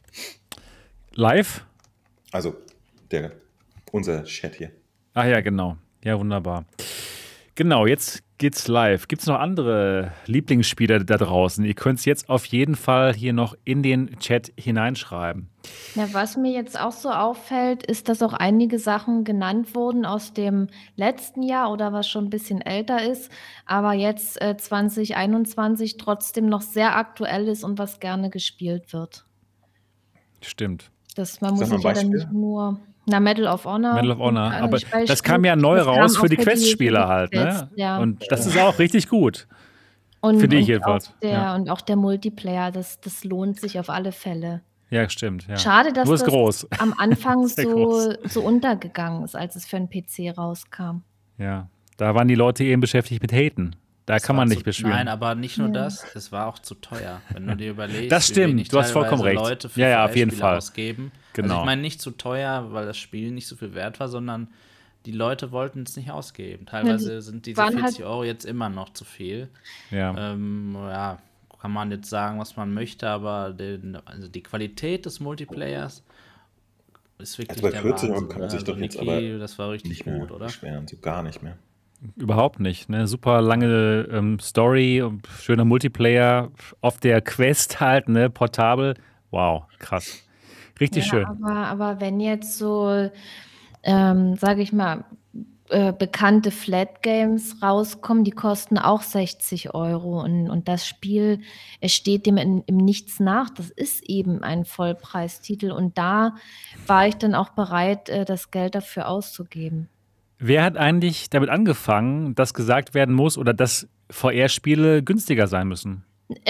Live? Also unser Chat hier. Ach ja, genau. Ja, wunderbar. Genau, jetzt geht's live. Gibt es noch andere Lieblingsspieler da draußen? Ihr könnt es jetzt auf jeden Fall hier noch in den Chat hineinschreiben. Ja, was mir jetzt auch so auffällt, ist, dass auch einige Sachen genannt wurden aus dem letzten Jahr oder was schon ein bisschen älter ist, aber jetzt 2021 trotzdem noch sehr aktuell ist und was gerne gespielt wird. Stimmt. Man muss Sag mal sich ja ein dann nicht Beispiel. nur Medal of Honor. Medal of Honor. als Aber Beispiel. das kam ja neu Das kam raus auch für die Quest-Spieler die halt, Quest, ne? ja. Und das ist auch richtig gut. Und, Finde ich und jedenfalls, Auch der, ja. Und auch der Multiplayer, das lohnt sich auf alle Fälle. Ja, stimmt. Ja. Schade, dass Nur ist das groß. am Anfang Sehr groß. so untergegangen ist, als es für einen PC rauskam. Ja, da waren die Leute eben beschäftigt mit Haten. Da Es kann war man zu- nicht beschweren. Nein, aber nicht nur Ja. das, es war auch zu teuer. Wenn du dir überlegst, Das wie stimmt, wenig du hast vollkommen teilweise recht. Leute für Ja, auf jeden VR-Spiele Fall. ausgeben. Genau. Also ich meine nicht zu teuer, weil das Spiel nicht so viel wert war, sondern die Leute wollten es nicht ausgeben. Teilweise sind diese waren 40 Euro jetzt immer noch zu viel. Ja. Ja, kann man jetzt sagen, was man möchte, aber also die Qualität des Multiplayers ist wirklich Also bei der 40 Euro Wahnsinn. kann man sich Also doch jetzt Niki, aber das war richtig Nicht mehr gut, oder? beschweren, so gar nicht mehr. Überhaupt nicht. Ne? Super lange Story, schöner Multiplayer auf der Quest halt, ne? Portabel. Wow, krass. Richtig schön. Aber wenn jetzt so, sage ich mal, bekannte Flat Games rauskommen, die kosten auch 60 Euro und das Spiel, es steht dem im Nichts nach. Das ist eben ein Vollpreistitel und da war ich dann auch bereit, das Geld dafür auszugeben. Wer hat eigentlich damit angefangen, dass gesagt werden muss oder dass VR-Spiele günstiger sein müssen?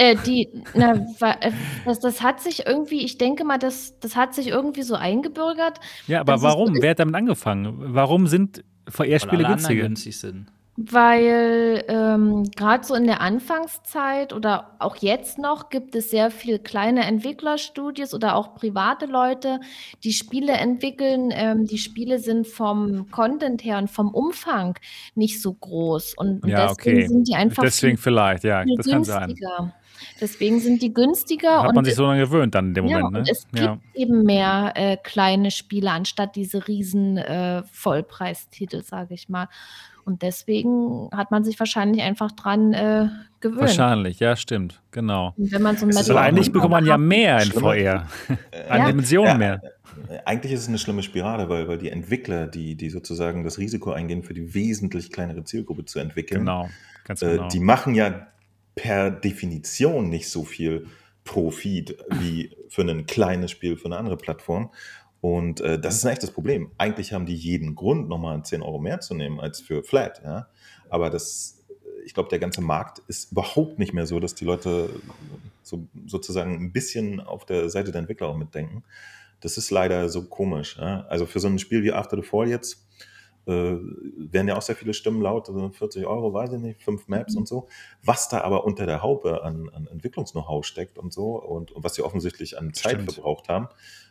Das hat sich irgendwie, ich denke mal, das hat sich irgendwie so eingebürgert. Ja, aber dass es so warum? ist, Wer hat damit angefangen? Warum sind Weil VR-Spiele alle anderen günstiger? günstig sind. weil gerade so in der Anfangszeit oder auch jetzt noch gibt es sehr viele kleine Entwicklerstudios oder auch private Leute, die Spiele entwickeln. Die Spiele sind vom Content her und vom Umfang nicht so groß und Ja, deswegen okay. sind die einfach Deswegen vielleicht, ja, viel das kann sein. günstiger. Deswegen sind die günstiger Hat man und sich so daran gewöhnt dann in dem ja, Moment, und ne? es gibt Ja. eben mehr kleine Spiele anstatt diese riesen Vollpreistitel, sage ich mal. Und deswegen hat man sich wahrscheinlich einfach dran gewöhnt. Wahrscheinlich, ja, stimmt, genau. Und wenn man so ein Es ist Weil aber auch eigentlich eine bekommt man ja mehr in schlimme- VR. An Ja. Dimensionen Ja, mehr. Eigentlich ist es eine schlimme Spirale, weil die Entwickler, die sozusagen das Risiko eingehen, für die wesentlich kleinere Zielgruppe zu entwickeln, Genau, ganz genau. die machen ja per Definition nicht so viel Profit wie für ein kleines Spiel für eine andere Plattform. Und das ist ein echtes Problem. Eigentlich haben die jeden Grund, nochmal 10 Euro mehr zu nehmen als für Flat. Ja? Aber ich glaube, der ganze Markt ist überhaupt nicht mehr so, dass die Leute sozusagen ein bisschen auf der Seite der Entwickler auch mitdenken. Das ist leider so komisch. Ja? Also für so ein Spiel wie After the Fall jetzt werden ja auch sehr viele Stimmen laut, also 40 Euro, weiß ich nicht, 5 Maps und so. Was da aber unter der Haube an Entwicklungs-Know-how steckt und so und was sie offensichtlich an Zeit Stimmt. verbraucht haben,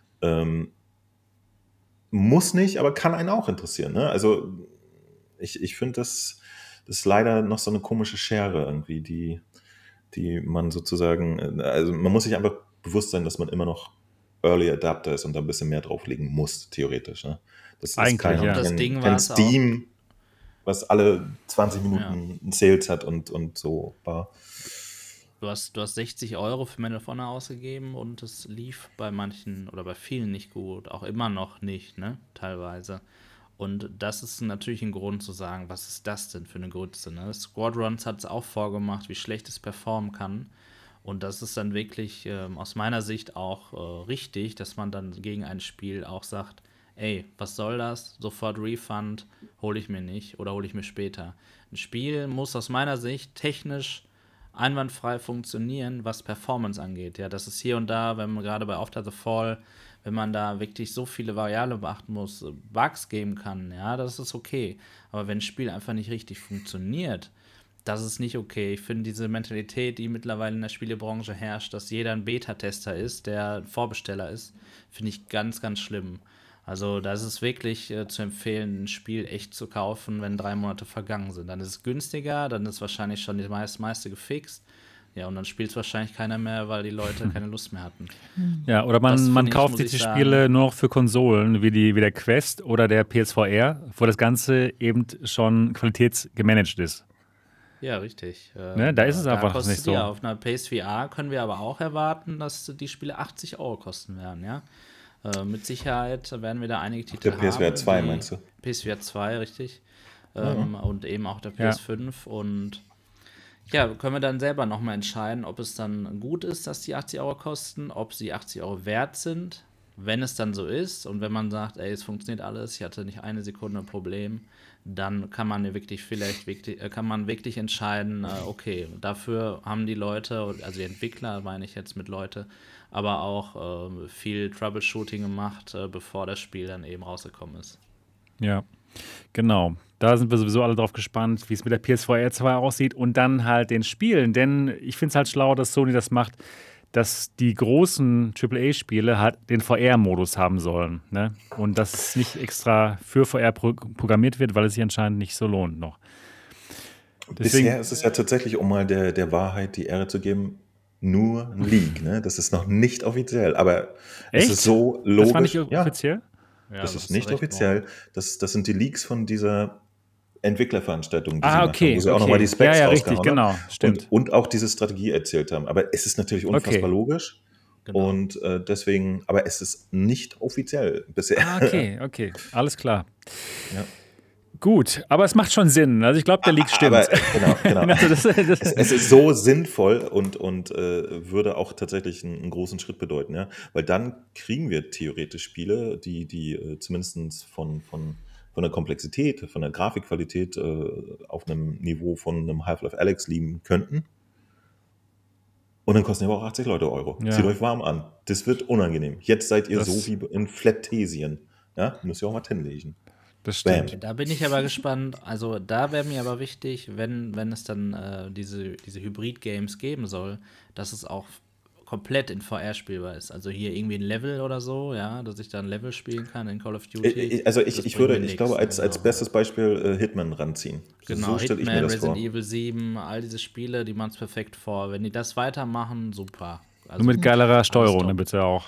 muss nicht, aber kann einen auch interessieren. Ne? Also ich finde, das ist leider noch so eine komische Schere irgendwie, die man sozusagen, also man muss sich einfach bewusst sein, dass man immer noch Early Adapter ist und da ein bisschen mehr drauflegen muss, theoretisch. Ne? Das ist Eigentlich, ja. Das Ding kein war's Steam, was alle 20 Minuten Sales hat und so. Du hast 60 Euro für Medal of Honor ausgegeben und es lief bei manchen oder bei vielen nicht gut, auch immer noch nicht, ne, teilweise. Und das ist natürlich ein Grund zu sagen, was ist das denn für eine Grütze, ne? Squadrons hat es auch vorgemacht, wie schlecht es performen kann. Und das ist dann wirklich aus meiner Sicht auch richtig, dass man dann gegen ein Spiel auch sagt, ey, was soll das? Sofort Refund, hole ich mir nicht oder hole ich mir später. Ein Spiel muss aus meiner Sicht technisch einwandfrei funktionieren, was Performance angeht. Ja, das ist hier und da, wenn man gerade bei After the Fall, wenn man da wirklich so viele Variablen beachten muss, Bugs geben kann, ja, das ist okay. Aber wenn ein Spiel einfach nicht richtig funktioniert, das ist nicht okay. Ich finde diese Mentalität, die mittlerweile in der Spielebranche herrscht, dass jeder ein Beta-Tester ist, der ein Vorbesteller ist, finde ich ganz, ganz schlimm. Also da ist es wirklich zu empfehlen, ein Spiel echt zu kaufen, wenn 3 Monate vergangen sind. Dann ist es günstiger, dann ist wahrscheinlich schon das meiste gefixt. Ja, und dann spielt es wahrscheinlich keiner mehr, weil die Leute keine Lust mehr hatten. Ja, oder Das man finde ich, kauft muss sich ich die sagen. Spiele nur noch für Konsolen, wie der Quest oder der PSVR, wo das Ganze eben schon qualitätsgemanagt ist. Ja, richtig. Ne, da ist es einfach kostet nicht so. Ja, auf einer PSVR können wir aber auch erwarten, dass die Spiele 80 Euro kosten werden, ja. Mit Sicherheit werden wir da einige Titel Der PSVR haben. 2 die- meinst du? PSVR 2, richtig. Mhm. Und eben auch der Ja. PS5. Und ja, können wir dann selber nochmal entscheiden, ob es dann gut ist, dass die 80 Euro kosten, ob sie 80 Euro wert sind. Wenn es dann so ist und wenn man sagt, ey, es funktioniert alles, ich hatte nicht eine Sekunde ein Problem, dann kann man ja wirklich wirklich entscheiden, okay, dafür haben die Leute, also die Entwickler meine ich jetzt mit Leute, aber auch viel Troubleshooting gemacht, bevor das Spiel dann eben rausgekommen ist. Ja, genau. Da sind wir sowieso alle drauf gespannt, wie es mit der PSVR 2 aussieht und dann halt den Spielen. Denn ich finde es halt schlau, dass Sony das macht, dass die großen AAA-Spiele halt den VR-Modus haben sollen. Ne? Und dass es nicht extra für VR programmiert wird, weil es sich anscheinend nicht so lohnt noch. Bisher ist es ja tatsächlich, um mal der Wahrheit die Ehre zu geben, nur ein Leak. Ne? Das ist noch nicht offiziell, aber Echt? es ist so logisch. Das war nicht Ja, offiziell? Ja, das du ist hast nicht recht, offiziell. Das sind die Leaks von dieser Entwicklerveranstaltung, die sie Ah, gemacht okay. haben, wo sie auch okay. nochmal die Specs ja, richtig, rausgehauen haben. genau. Stimmt. Und auch diese Strategie erzählt haben. Aber es ist natürlich unfassbar Okay. logisch. Genau. Und deswegen, aber es ist nicht offiziell bisher. Ah, okay. Alles klar. Ja. Gut, aber es macht schon Sinn. Also ich glaube, der Leak stimmt. Aber, genau. Also Es ist so sinnvoll und würde auch tatsächlich einen großen Schritt bedeuten, ja. Weil dann kriegen wir theoretisch Spiele, die zumindest von der Komplexität, von der Grafikqualität auf einem Niveau von einem Half-Life Alyx liegen könnten. Und dann kosten die aber auch 80 Euro. Ja. Zieht euch warm an. Das wird unangenehm. Jetzt seid ihr Das- so wie in Flattesien. Ja, müsst ihr auch mal hinlegen. das stimmt. Da bin ich aber gespannt. Also da wäre mir aber wichtig, wenn es dann diese Hybrid-Games geben soll, dass es auch komplett in VR spielbar ist. Also hier irgendwie ein Level oder so, ja, dass ich dann Level spielen kann in Call of Duty. Also Das ich bringt mir glaube, nichts. als bestes Beispiel Hitman ranziehen. Genau, so stelle ich mir Hitman, das vor. Resident Evil 7, all diese Spiele, die machen es perfekt vor. Wenn die das weitermachen, super. Also, Nur mit geilerer Steuerung, top. ne, bitte auch.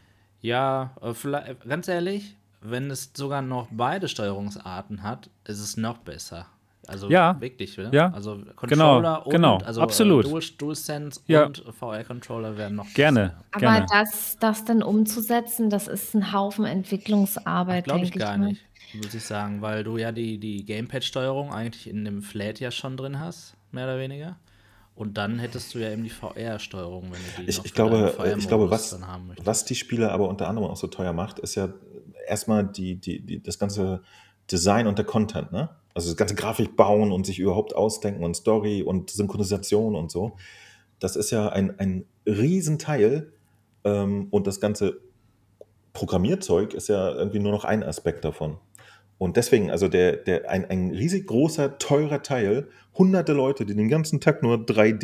Ja, vielleicht, ganz ehrlich, wenn es sogar noch beide Steuerungsarten hat, ist es noch besser. Also Ja. wirklich, ne? Ja. Also Controller Genau. und Absolut. DualSense Ja. und VR-Controller werden noch Gerne. Aber Gerne. das dann umzusetzen, das ist ein Haufen Entwicklungsarbeit, Glaube ich denke gar mal. nicht, muss ich sagen, weil du ja die Gamepad-Steuerung eigentlich in dem Flat ja schon drin hast, mehr oder weniger. Und dann hättest du ja eben die VR-Steuerung, wenn du die noch Ich für deinen glaube, VR-Modus dann haben möchtest. was die Spiele aber unter anderem auch so teuer macht, ist ja erstmal das ganze Design und der Content, ne? Also das ganze Grafik bauen und sich überhaupt ausdenken und Story und Synchronisation und so. Das ist ja ein Riesenteil und das ganze Programmierzeug ist ja irgendwie nur noch ein Aspekt davon. Und deswegen, also ein riesig großer, teurer Teil, hunderte Leute, die den ganzen Tag nur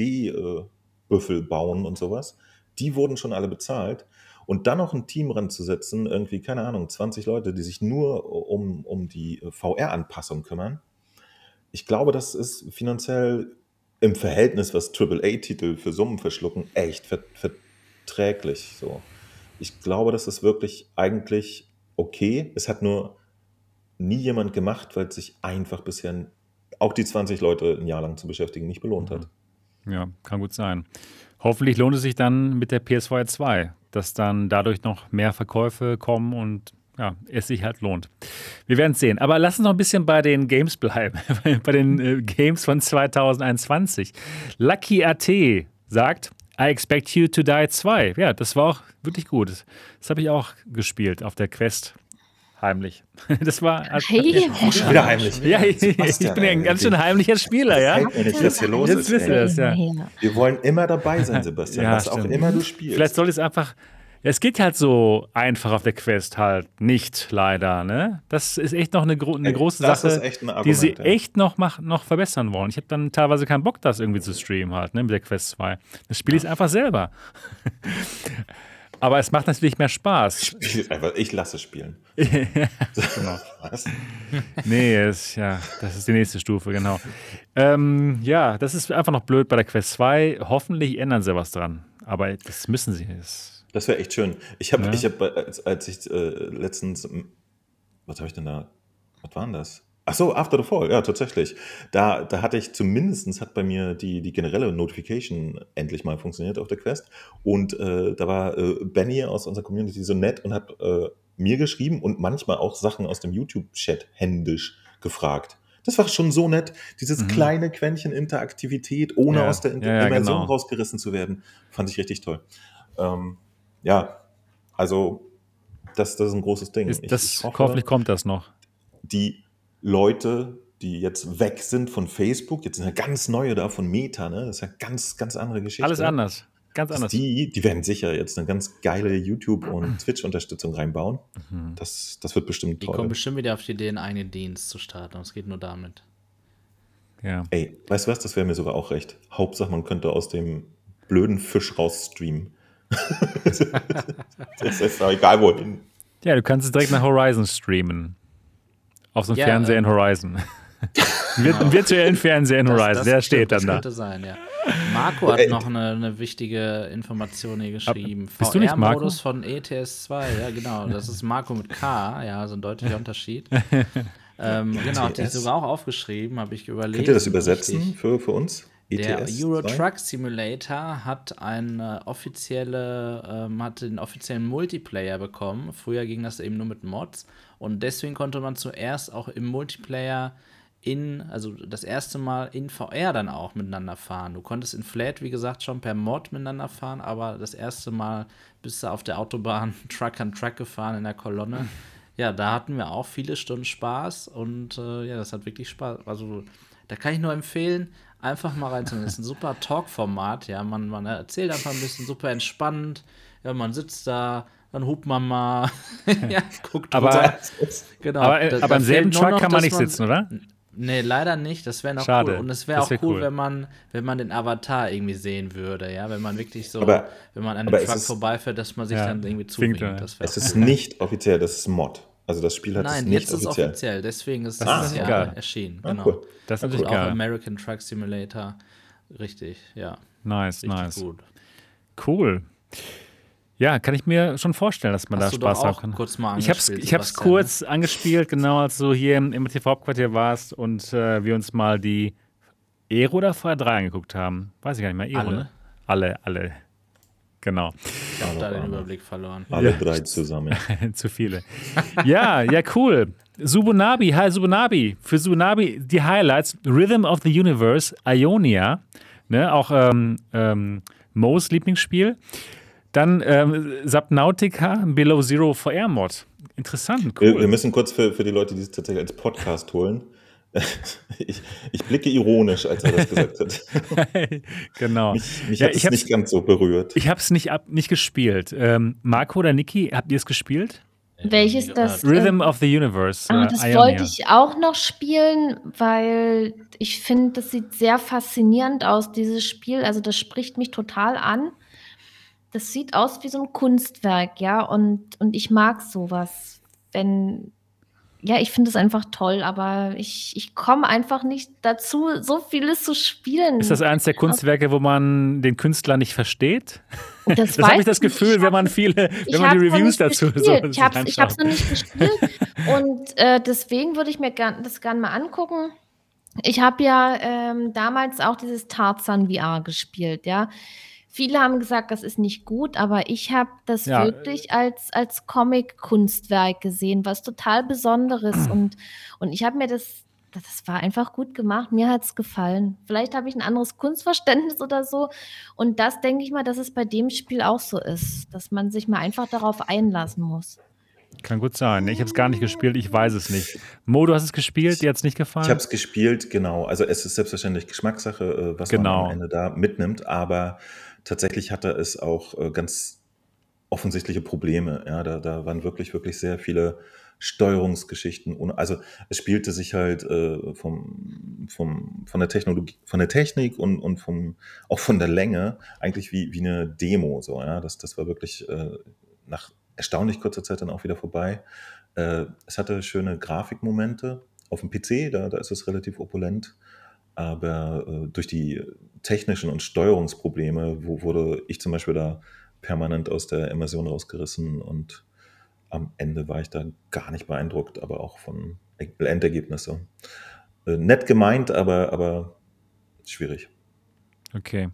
3D-Würfel bauen und sowas, die wurden schon alle bezahlt. Und dann noch ein Team ranzusetzen, irgendwie, keine Ahnung, 20 Leute, die sich nur um die VR-Anpassung kümmern. Ich glaube, das ist finanziell im Verhältnis, was AAA-Titel für Summen verschlucken, echt verträglich. So. Ich glaube, das ist wirklich eigentlich okay. Es hat nur nie jemand gemacht, weil es sich einfach bisher auch die 20 Leute ein Jahr lang zu beschäftigen nicht belohnt hat. Ja, kann gut sein. Hoffentlich lohnt es sich dann mit der PS4 2, dass dann dadurch noch mehr Verkäufe kommen und ja, es sich halt lohnt. Wir werden es sehen. Aber lass uns noch ein bisschen bei den Games bleiben, bei den Games von 2021. Lucky AT sagt, I Expect You to Die 2. Ja, das war auch wirklich gut. Das habe ich auch gespielt auf der Quest. Heimlich. Das war. Hey, Schon wieder heimlich. Ja, ich Sebastian, bin ja ein ganz schön heimlicher Spieler, ja. Gefällt mir nicht, was hier los Jetzt ist. wisst ihr ey. das, ja. Wir wollen immer dabei sein, Sebastian, Ja, was auch stimmt. immer du spielst. Vielleicht soll es einfach. Ja, es geht halt so einfach auf der Quest halt nicht, leider. Ne? Das ist echt noch eine große das Sache, ist echt ein die Argument, sie ja. echt noch verbessern wollen. Ich habe dann teilweise keinen Bock, das irgendwie zu streamen halt, ne, mit der Quest 2. Das spiele ich einfach selber. Aber es macht natürlich mehr Spaß. Ich lasse spielen. Genau. Was? Nee, das ist die nächste Stufe, genau. Ja, das ist einfach noch blöd bei der Quest 2. Hoffentlich ändern sie was dran. Aber das müssen sie. Das wäre echt schön. Ich habe, Ja. als ich letztens, was habe ich denn da, was war denn das? Ach so, After the Fall, ja, tatsächlich. Da hatte ich zumindest, hat bei mir die generelle Notification endlich mal funktioniert auf der Quest. Und da war Benny aus unserer Community so nett und hat mir geschrieben und manchmal auch Sachen aus dem YouTube-Chat händisch gefragt. Das war schon so nett, dieses kleine Quäntchen Interaktivität, ohne Ja, aus der ja, Immersion genau. rausgerissen zu werden. Fand ich richtig toll. Ja, also das ist ein großes Ding. Ich hoffe, Hoffentlich kommt das noch. die Leute, die jetzt weg sind von Facebook, jetzt sind ja ganz neue da von Meta, ne? Das ist ja ganz, ganz andere Geschichte. Alles anders. Ganz Dass anders. die werden sicher jetzt eine ganz geile YouTube- und Twitch-Unterstützung reinbauen. Das wird bestimmt Die toll. kommen bestimmt wieder auf die Idee, einen eigenen Dienst zu starten. Es geht nur damit. Ja. Ey, weißt du was? Das wäre mir sogar auch recht. Hauptsache, man könnte aus dem blöden Fisch raus streamen. Das ist doch egal wohin. Ja, du kannst es direkt nach Horizon streamen. Auf so einem Ja, Fernseher in Horizon. Einen virtuellen Fernseher in Horizon, der steht dann das da. könnte sein, ja. Marco hat noch eine wichtige Information hier geschrieben. bist du nicht Marco? VR-Modus von ETS 2, ja genau. Das ist Marco mit K, ja, so ein deutlicher Unterschied. Genau, hat sich sogar auch aufgeschrieben, habe ich überlegt. Könnt ihr das übersetzen für uns? Der ETS Euro 2? Truck Simulator hat hat den offiziellen Multiplayer bekommen. Früher ging das eben nur mit Mods und deswegen konnte man zuerst auch im Multiplayer also das erste Mal in VR dann auch miteinander fahren. Du konntest in Flat, wie gesagt, schon per Mod miteinander fahren, aber das erste Mal bist du auf der Autobahn Truck an Truck gefahren in der Kolonne. Ja, da hatten wir auch viele Stunden Spaß und ja, das hat wirklich Spaß. Also da kann ich nur empfehlen, einfach mal reinzunehmen. Das ist ein super Talk-Format, ja, man erzählt einfach ein bisschen super entspannt. Ja, man sitzt da, dann hupt man mal, ja, guckt Aber, genau. aber im selben Truck kann man nicht sitzen, oder? Nee, leider nicht. Das wäre noch Schade. cool. Und es wäre auch cool, cool, wenn man den Avatar irgendwie sehen würde, ja, wenn man wirklich so, Aber- wenn man an aber den es Truck ist- vorbeifährt, dass man sich Ja, dann irgendwie winkt, zuwinkt. ja. Das wäre Es ist nicht offiziell, das ist Mod. Also das Spiel hat es Nein, nicht jetzt ist es offiziell. offiziell. Deswegen ist Das es ist ja geil. erschienen. Ah, Genau. cool. Das ist Und natürlich auch geil. American Truck Simulator. Richtig, ja. Nice, Richtig nice. gut. Cool. Ja, kann ich mir schon vorstellen, dass man Hast da du doch Spaß haben auch kann. kurz mal Ich hab's angespielt, Sebastian, kurz angespielt, genau als du hier im TV-Hauptquartier warst und wir uns mal die Aero oder vorher 3 angeguckt haben. Weiß ich gar nicht mehr. Aero, Alle. ne? Alle. Genau. Ich habe da den Überblick verloren. Alle Ja. 3 zusammen. Zu viele. Ja, cool. Subunabi, hi Subunabi. Für Subunabi die Highlights: Rhythm of the Universe, Ionia, ne, auch Mo's Lieblingsspiel. Dann Subnautica, Below Zero VR Mod. Interessant, Wir cool. müssen kurz für die Leute, die es tatsächlich als Podcast holen. Ich blicke ironisch, als er das gesagt hat. Genau. Mich Ja, hat es nicht ganz so berührt. Ich habe es nicht gespielt. Marco oder Niki, habt ihr es gespielt? Welches das? Rhythm of the Universe. Das Ionia. wollte ich auch noch spielen, weil ich finde, das sieht sehr faszinierend aus, dieses Spiel. Also das spricht mich total an. Das sieht aus wie so ein Kunstwerk, ja, und ich mag sowas. Ich finde es einfach toll, aber ich komme einfach nicht dazu, so vieles zu spielen. Ist das eines der Kunstwerke, wo man den Künstler nicht versteht? Das habe ich weiß das ich nicht. Gefühl, wenn man die Reviews dazu Ich habe es anschaut. noch nicht gespielt und deswegen würde ich mir das gerne mal angucken. Ich habe ja damals auch dieses Tarzan VR gespielt, ja. Viele haben gesagt, das ist nicht gut, aber ich habe das Ja. wirklich als Comic-Kunstwerk gesehen, was total Besonderes. Und ich habe mir das war einfach gut gemacht. Mir hat es gefallen. Vielleicht habe ich ein anderes Kunstverständnis oder so. Und das denke ich mal, dass es bei dem Spiel auch so ist, dass man sich mal einfach darauf einlassen muss. Kann gut sein. Ich habe es gar nicht gespielt, ich weiß es nicht. Mo, du hast es gespielt, dir hat es nicht gefallen? Ich habe es gespielt, genau. Also es ist selbstverständlich Geschmackssache, was man am Ende da mitnimmt, aber tatsächlich hatte es auch ganz offensichtliche Probleme. Ja, da waren wirklich, wirklich sehr viele Steuerungsgeschichten. Also es spielte sich halt von der Technologie, von der Technik und auch von der Länge eigentlich wie eine Demo. So, ja? Das war wirklich nach erstaunlich kurzer Zeit dann auch wieder vorbei. Es hatte schöne Grafikmomente auf dem PC, da ist es relativ opulent. Aber durch die technischen und Steuerungsprobleme wurde ich zum Beispiel da permanent aus der Immersion rausgerissen und am Ende war ich da gar nicht beeindruckt, aber auch von Endergebnisse. Nett gemeint, aber schwierig. Okay.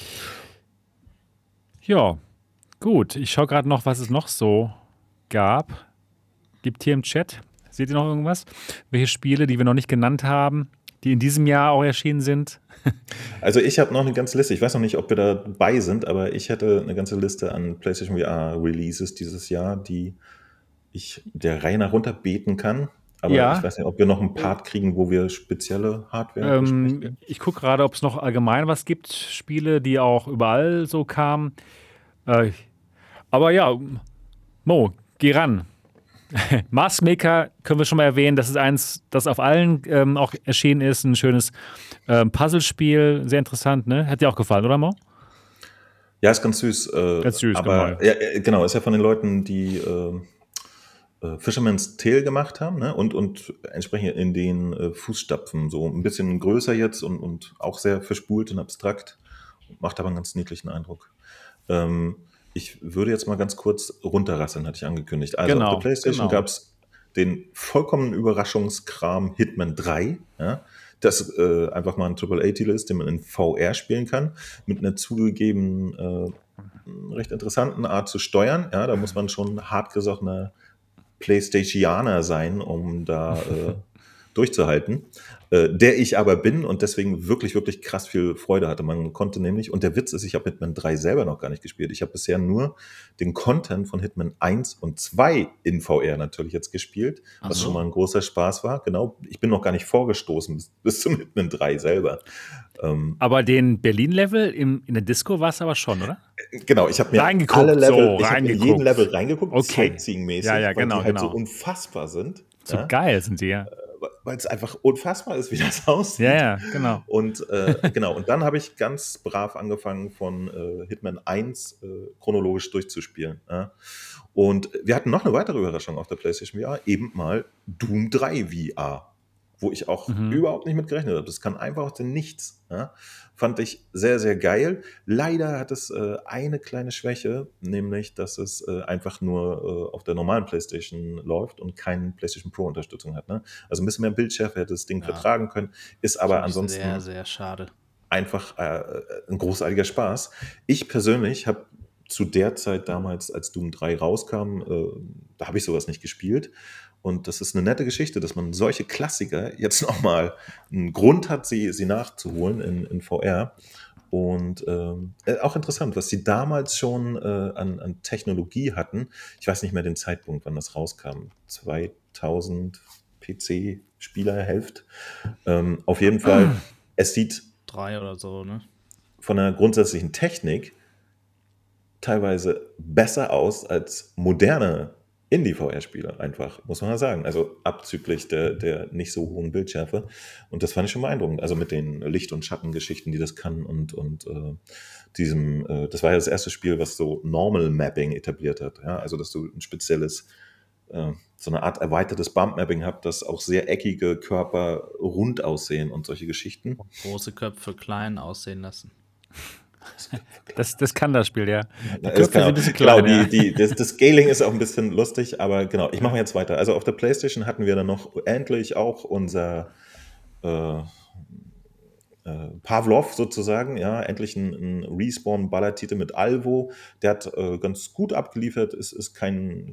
Ja, gut. Ich schaue gerade noch, was es noch so gab. Gibt hier im Chat. Seht ihr noch irgendwas? Welche Spiele, die wir noch nicht genannt haben, die in diesem Jahr auch erschienen sind? Also ich habe noch eine ganze Liste. Ich weiß noch nicht, ob wir dabei sind, aber ich hätte eine ganze Liste an PlayStation VR Releases dieses Jahr, die ich der Reihe nach runterbeten kann. Aber Ja. ich weiß nicht, ob wir noch einen Part kriegen, wo wir spezielle Hardware besprechen. Ich gucke gerade, ob es noch allgemein was gibt. Spiele, die auch überall so kamen. Aber ja, Mo, geh ran. Mars Maker können wir schon mal erwähnen. Das ist eins, das auf allen auch erschienen ist. Ein schönes Puzzlespiel. Sehr interessant, ne? Hat dir auch gefallen, oder Mo? Ja, ist ganz süß. Ganz süß, aber genau. ja, genau, ist ja von den Leuten, die Fisherman's Tale gemacht haben, ne? Und entsprechend in den Fußstapfen, so ein bisschen größer jetzt und auch sehr verspult und abstrakt, macht aber einen ganz niedlichen Eindruck. Ich würde jetzt mal ganz kurz runterrasseln, hatte ich angekündigt. Also auf der PlayStation gab es den vollkommenen Überraschungskram Hitman 3, ja? das einfach mal ein AAA-Titel ist, den man in VR spielen kann, mit einer zugegeben recht interessanten Art zu steuern. Ja, da muss man schon hartgesottener PlayStationaner sein, um da durchzuhalten. Der ich aber bin und deswegen wirklich, wirklich krass viel Freude hatte. Man konnte nämlich, und der Witz ist, ich habe Hitman 3 selber noch gar nicht gespielt. Ich habe bisher nur den Content von Hitman 1 und 2 in VR natürlich jetzt gespielt, was schon mal ein großer Spaß war. Genau, ich bin noch gar nicht vorgestoßen bis zum Hitman 3 selber. Aber den Berlin-Level in der Disco war es aber schon, oder? Genau, ich habe mir alle Level, ich habe in jeden Level reingeguckt, Sightseeing-mäßig, ja, genau, weil die halt so unfassbar sind. So geil sind die, ja. Weil es einfach unfassbar ist, wie das aussieht. Ja, genau. Und genau, und dann habe ich ganz brav angefangen, von Hitman 1 chronologisch durchzuspielen. Ja. Und wir hatten noch eine weitere Überraschung auf der PlayStation VR, eben mal Doom 3 VR, wo ich auch überhaupt nicht mit gerechnet habe. Das kann einfach aus dem Nichts. Ja. Fand ich sehr, sehr geil. Leider hat es eine kleine Schwäche, nämlich, dass es einfach nur auf der normalen PlayStation läuft und keine PlayStation Pro Unterstützung hat. Ne? Also ein bisschen mehr Bildschärfe hätte das Ding vertragen können, ist aber ansonsten sehr, sehr schade. Einfach ein großartiger Spaß. Ich persönlich habe zu der Zeit damals, als Doom 3 rauskam, da habe ich sowas nicht gespielt. Und das ist eine nette Geschichte, dass man solche Klassiker jetzt nochmal einen Grund hat, sie nachzuholen in VR. Und auch interessant, was sie damals schon an Technologie hatten. Ich weiß nicht mehr den Zeitpunkt, wann das rauskam. 2000 PC-Spielerhälfte. Auf jeden Fall, es sieht 3 oder so, ne? Von der grundsätzlichen Technik teilweise besser aus als moderne Indie-VR-Spiele, einfach, muss man mal sagen. Also abzüglich der nicht so hohen Bildschärfe. Und das fand ich schon beeindruckend. Also mit den Licht- und Schattengeschichten, die das kann und diesem, das war ja das erste Spiel, was so Normal Mapping etabliert hat. Ja? Also dass du ein spezielles, so eine Art erweitertes Bump-Mapping habt, dass auch sehr eckige Körper rund aussehen und solche Geschichten. Große Köpfe klein aussehen lassen. Das kann das Spiel, ja. Die Köpfe sind ein bisschen klein. Genau, das Scaling ist auch ein bisschen lustig, aber genau, ich mache jetzt weiter. Also auf der PlayStation hatten wir dann noch endlich auch unser Pavlov sozusagen, ja, endlich ein Respawn-Ballertitel mit Alvo. Der hat ganz gut abgeliefert, ist kein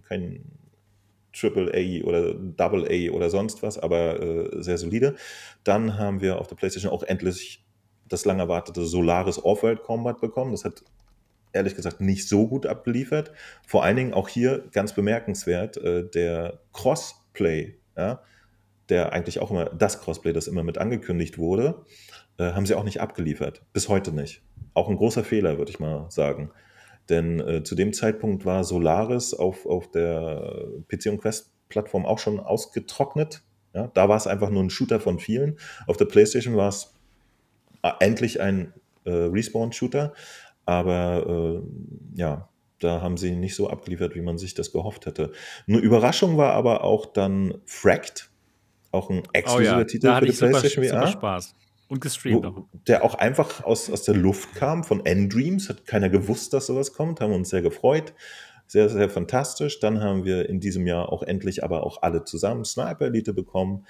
AAA oder AA oder sonst was, aber sehr solide. Dann haben wir auf der PlayStation auch endlich das lang erwartete Solaris Off-World Combat bekommen. Das hat ehrlich gesagt nicht so gut abgeliefert. Vor allen Dingen auch hier ganz bemerkenswert, der Crossplay, ja, der eigentlich auch immer, das Crossplay, das immer mit angekündigt wurde, haben sie auch nicht abgeliefert. Bis heute nicht. Auch ein großer Fehler, würde ich mal sagen. Denn zu dem Zeitpunkt war Solaris auf der PC- und Quest-Plattform auch schon ausgetrocknet. Ja, da war es einfach nur ein Shooter von vielen. Auf der PlayStation war es endlich ein Respawn-Shooter, aber ja, da haben sie nicht so abgeliefert, wie man sich das gehofft hätte. Eine Überraschung war aber auch dann Fracked, auch ein exklusiver Titel für die PlayStation VR. Super Spaß. Und gestreamt auch. Der auch einfach aus der Luft kam, von N-Dreams, hat keiner gewusst, dass sowas kommt, haben uns sehr gefreut. Sehr, sehr fantastisch. Dann haben wir in diesem Jahr auch endlich aber auch alle zusammen Sniper Elite bekommen.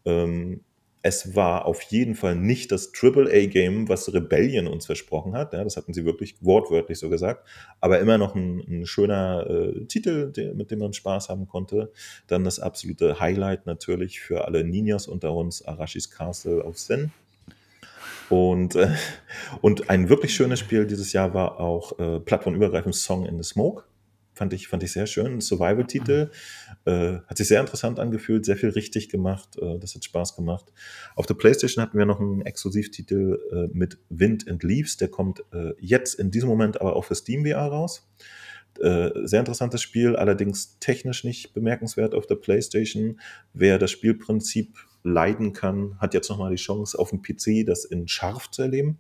Es war auf jeden Fall nicht das AAA-Game, was Rebellion uns versprochen hat. Ja, das hatten sie wirklich wortwörtlich so gesagt. Aber immer noch ein schöner Titel, mit dem man Spaß haben konnte. Dann das absolute Highlight natürlich für alle Ninjas unter uns, Arashis Castle auf Zen. Und ein wirklich schönes Spiel dieses Jahr war auch plattformübergreifend Song in the Smoke. Fand ich sehr schön. Ein Survival-Titel. Hat sich sehr interessant angefühlt, sehr viel richtig gemacht. Das hat Spaß gemacht. Auf der PlayStation hatten wir noch einen Exklusivtitel mit Wind and Leaves. Der kommt jetzt in diesem Moment aber auch für Steam VR raus. Sehr interessantes Spiel, allerdings technisch nicht bemerkenswert auf der PlayStation. Wer das Spielprinzip leiden kann, hat jetzt nochmal die Chance, auf dem PC das in scharf zu erleben.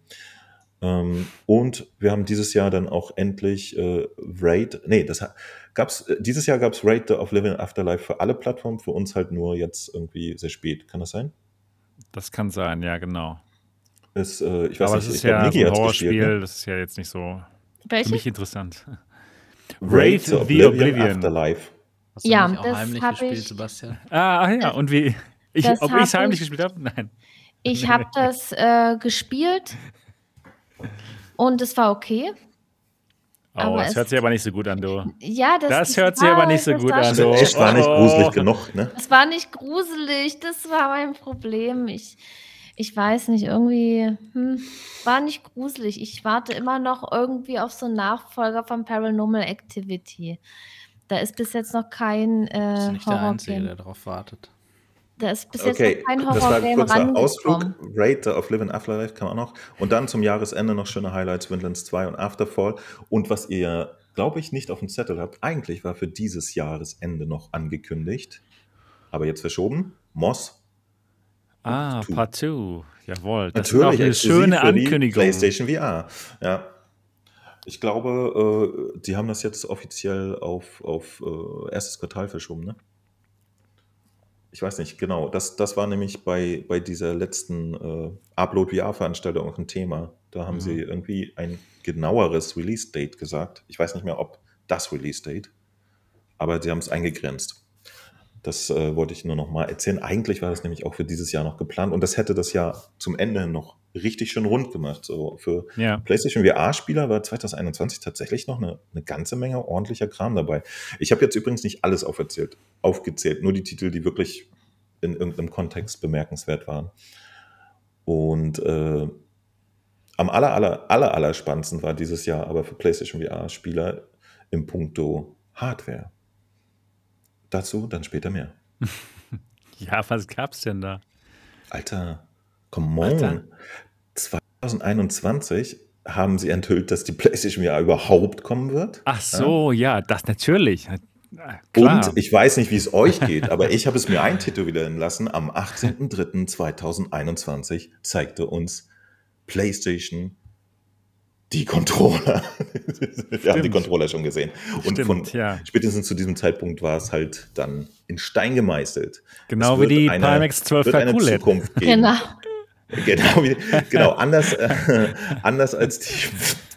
Und wir haben dieses Jahr dann auch endlich Raid, dieses Jahr gab es Raid of Living Afterlife für alle Plattformen, für uns halt nur jetzt irgendwie sehr spät. Kann das sein? Das kann sein, ja, genau. Ich weiß aber nicht, es ist ja Niki ein hat's Horrorspiel, gespielt, ne? Das ist ja jetzt nicht so Welche? für mich interessant. Raid the of Living Oblivion. Afterlife. Hast du Ja, nicht auch das heimlich hab gespielt, ich- Sebastian? Ja, und wie? Ob ich Das es hab heimlich ich- gespielt habe? Nein. Ich habe das gespielt und es war okay. Oh, Aber das hört sich aber nicht so gut an, du. Ja, Das hört sich aber nicht so gut an, du. Echt war nicht gruselig genug, ne? Das war nicht gruselig, das war mein Problem. Ich weiß nicht, irgendwie war nicht gruselig. Ich warte immer noch irgendwie auf so einen Nachfolger von Paranormal Activity. Da ist bis jetzt noch kein Das ist nicht der Einzige, Horrorgame. der darauf wartet. Da ist bis jetzt Okay, noch kein das war ein Horrorgame kurzer Ausflug. rangekommen. Raid of Living Afterlife kam auch noch. Und dann zum Jahresende noch schöne Highlights, Windlands 2 und Afterfall. Und was ihr, glaube ich, nicht auf dem Zettel habt, eigentlich war für dieses Jahresende noch angekündigt, aber jetzt verschoben, Moss. Two. Part 2. Jawohl. Das Natürlich, ist auch eine exklusiv schöne für die Ankündigung. PlayStation VR. Ja. Ich glaube, die haben das jetzt offiziell auf erstes Quartal verschoben, ne? Ich weiß nicht, genau. Das war nämlich bei dieser letzten Upload VR-Veranstaltung auch ein Thema. Da haben sie irgendwie ein genaueres Release-Date gesagt. Ich weiß nicht mehr, ob das Release-Date, aber sie haben es eingegrenzt. Das wollte ich nur noch mal erzählen. Eigentlich war das nämlich auch für dieses Jahr noch geplant und das hätte das Jahr zum Ende hin noch richtig schön rund gemacht. So für PlayStation VR-Spieler war 2021 tatsächlich noch eine ganze Menge ordentlicher Kram dabei. Ich habe jetzt übrigens nicht alles aufgezählt, nur die Titel, die wirklich in irgendeinem Kontext bemerkenswert waren. Und am aller spannendsten war dieses Jahr aber für PlayStation VR-Spieler im Puncto Hardware. Dazu dann später mehr. Ja, was gab's denn da? Alter, come on. 2021 haben sie enthüllt, dass die PlayStation VR überhaupt kommen wird. Ach so, ja, das natürlich. Klar. Und ich weiß nicht, wie es euch geht, aber ich habe es mir eintätowieren lassen. Am 18.03.2021 zeigte uns PlayStation die Controller. Wir haben die Controller schon gesehen. Und spätestens zu diesem Zeitpunkt war es halt dann in Stein gemeißelt. Genau wie die Pimax 12K QLED. Zukunft geben. Genau, anders als die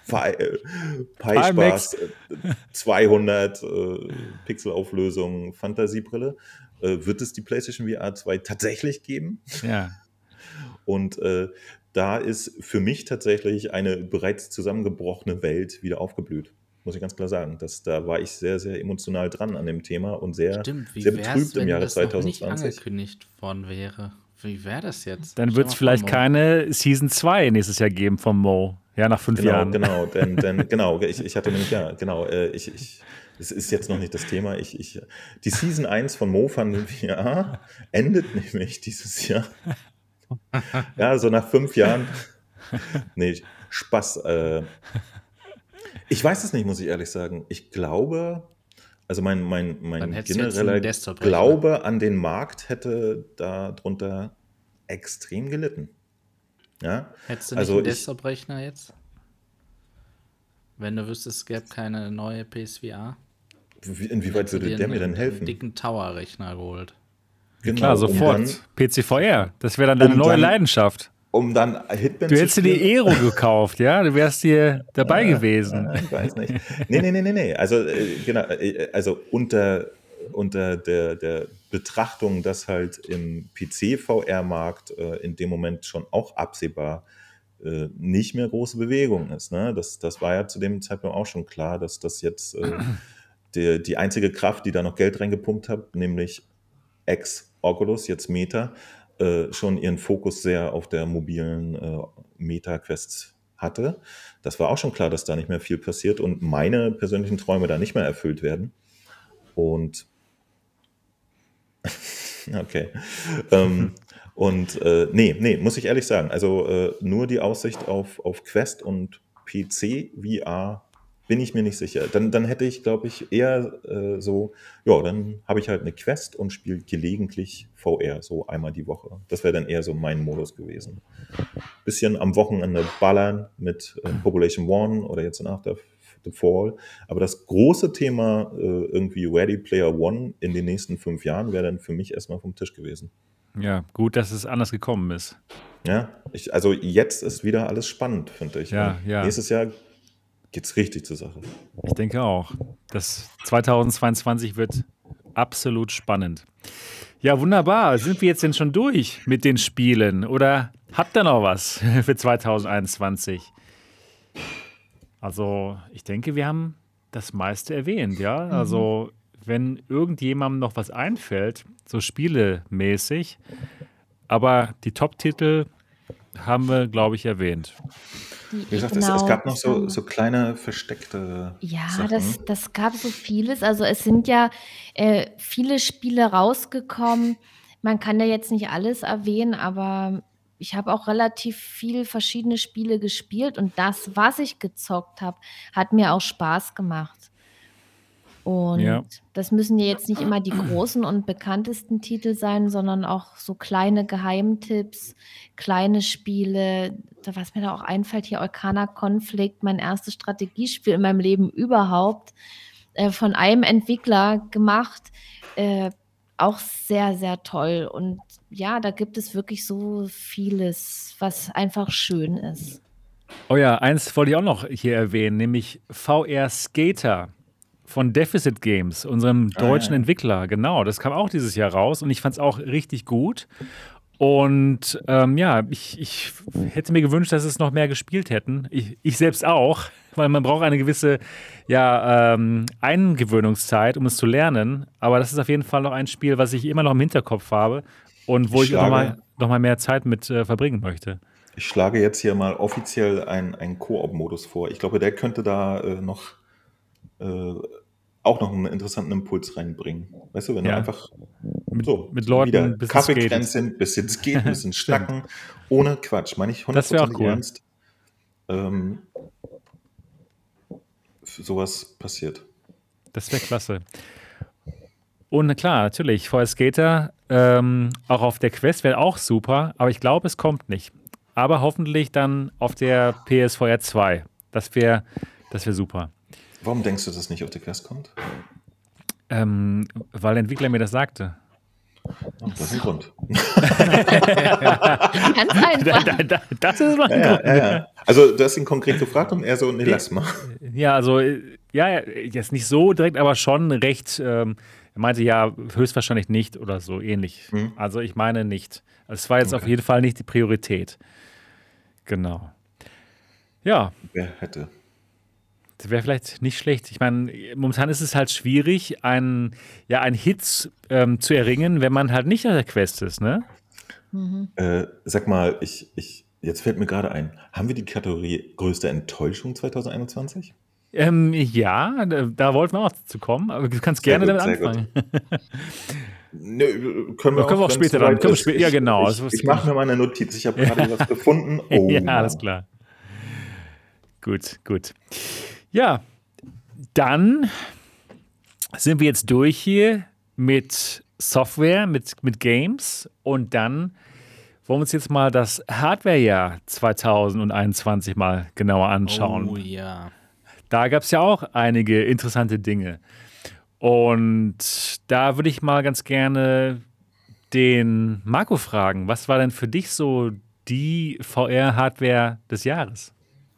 Pi-Spaß 200 Pixelauflösung Fantasiebrille, wird es die PlayStation VR 2 tatsächlich geben. Ja. Und da ist für mich tatsächlich eine bereits zusammengebrochene Welt wieder aufgeblüht. Muss ich ganz klar sagen. Da war ich sehr, sehr emotional dran an dem Thema und sehr betrübt im Jahre 2020. Wenn das nicht angekündigt worden wäre. Wie wäre das jetzt? Dann wird es vielleicht keine Season 2 nächstes Jahr geben vom Mo. Ja, nach 5 Jahren. Genau, ich hatte nämlich, es ist jetzt noch nicht das Thema. Die Season 1 von Mo Fun VR endet nämlich dieses Jahr. Ja, so nach 5 Jahren. Nee, Spaß. Ich weiß es nicht, muss ich ehrlich sagen. Ich glaube, also mein genereller Glaube an den Markt hätte darunter extrem gelitten. Ja? Hättest du nicht einen Desktop-Rechner jetzt? Wenn du wüsstest, es gäbe keine neue PSVR? Inwieweit würde der mir denn helfen? Einen dicken Tower-Rechner geholt. Genau, klar, sofort. PCVR, das wäre dann deine neue Leidenschaft. Um dann Hitman Du hättest dir die Aero gekauft, ja? Du wärst hier dabei gewesen. Ich weiß nicht. Nee. Also, genau, also unter der Betrachtung, dass halt im PC-VR-Markt in dem Moment schon auch absehbar nicht mehr große Bewegung ist. Ne? Das war ja zu dem Zeitpunkt auch schon klar, dass das jetzt die einzige Kraft, die da noch Geld reingepumpt hat, nämlich Oculus, jetzt Meta, schon ihren Fokus sehr auf der mobilen Meta-Quest hatte. Das war auch schon klar, dass da nicht mehr viel passiert und meine persönlichen Träume da nicht mehr erfüllt werden. Und okay. Nee, muss ich ehrlich sagen. Also nur die Aussicht auf Quest und PC-VR bin ich mir nicht sicher. Dann hätte ich, glaube ich, eher dann habe ich halt eine Quest und spiele gelegentlich VR, so einmal die Woche. Das wäre dann eher so mein Modus gewesen. Bisschen am Wochenende ballern mit Population One oder jetzt in After the Fall. Aber das große Thema irgendwie Ready Player One in den nächsten 5 Jahren wäre dann für mich erstmal vom Tisch gewesen. Ja, gut, dass es anders gekommen ist. Ja, also jetzt ist wieder alles spannend, finde ich. Ja. Nächstes Jahr geht's richtig zur Sache. Ich denke auch. Das 2022 wird absolut spannend. Ja, wunderbar. Sind wir jetzt denn schon durch mit den Spielen? Oder Habt ihr noch was für 2021? Also, ich denke, wir haben das meiste erwähnt, ja. Also, wenn irgendjemandem noch was einfällt, so spielemäßig, aber die Top-Titel haben wir, glaube ich, erwähnt. Wie gesagt, es gab noch so kleine versteckte Ja, Sachen. das gab so vieles. Also es sind ja viele Spiele rausgekommen. Man kann ja jetzt nicht alles erwähnen, aber ich habe auch relativ viel verschiedene Spiele gespielt und das, was ich gezockt habe, hat mir auch Spaß gemacht. Und Ja. das müssen ja jetzt nicht immer die großen und bekanntesten Titel sein, sondern auch so kleine Geheimtipps, kleine Spiele. Was mir da auch einfällt, hier Eukana Conflict, mein erstes Strategiespiel in meinem Leben überhaupt, von einem Entwickler gemacht. Auch sehr, sehr toll. Und ja, da gibt es wirklich so vieles, was einfach schön ist. Oh ja, eins wollte ich auch noch hier erwähnen, nämlich VR Skater von Deficit Games, unserem deutschen Entwickler. Genau, das kam auch dieses Jahr raus und ich fand es auch richtig gut. Und ja, ich hätte mir gewünscht, dass es noch mehr gespielt hätten. Ich selbst auch, weil man braucht eine gewisse Eingewöhnungszeit, um es zu lernen. Aber das ist auf jeden Fall noch ein Spiel, was ich immer noch im Hinterkopf habe und wo ich noch mal mehr Zeit mit verbringen möchte. Ich schlage jetzt hier mal offiziell einen Koop-Modus vor. Ich glaube, der könnte da auch noch einen interessanten Impuls reinbringen. Weißt du, wenn du einfach mit Leuten wieder ein bisschen Kaffeekränzchen, bisschen skaten, ein bisschen schnacken, ohne Quatsch. Meine ich 100% Das wäre auch cool. ernst. Sowas passiert. Das wäre klasse. Und klar, natürlich, VR Skater auch auf der Quest wäre auch super, aber ich glaube, es kommt nicht. Aber hoffentlich dann auf der PSVR 2. Das wäre super. Warum denkst du, dass es nicht auf der Quest kommt? Weil der Entwickler mir das sagte. Oh, das ist ein Grund. Ganz einfach. Das ist mal ein Grund. Ja. Also du hast ihn konkret gefragt und er so, nee, lass mal. Ja, also, ja, jetzt nicht so direkt, aber schon recht, er meinte ja, höchstwahrscheinlich nicht oder so ähnlich. Also ich meine nicht. Also es war jetzt auf jeden Fall nicht die Priorität. Genau. Ja. Wer hätte? Das wäre vielleicht nicht schlecht. Ich meine, momentan ist es halt schwierig, einen Hit zu erringen, wenn man halt nicht auf der Quest ist, ne? Sag mal, jetzt fällt mir gerade ein, haben wir die Kategorie größte Enttäuschung 2021? Ja, da wollten wir auch zu kommen, aber du kannst gerne damit anfangen. Nö, können wir auch später dann. Ja, genau. Ich mache mir mal eine Notiz. Ich habe gerade was gefunden. Oh, ja, alles klar. Gut. Ja, dann sind wir jetzt durch hier mit Software, mit Games und dann wollen wir uns jetzt mal das Hardware-Jahr 2021 mal genauer anschauen. Oh ja. Da gab es ja auch einige interessante Dinge. Und da würde ich mal ganz gerne den Marco fragen, was war denn für dich so die VR-Hardware des Jahres?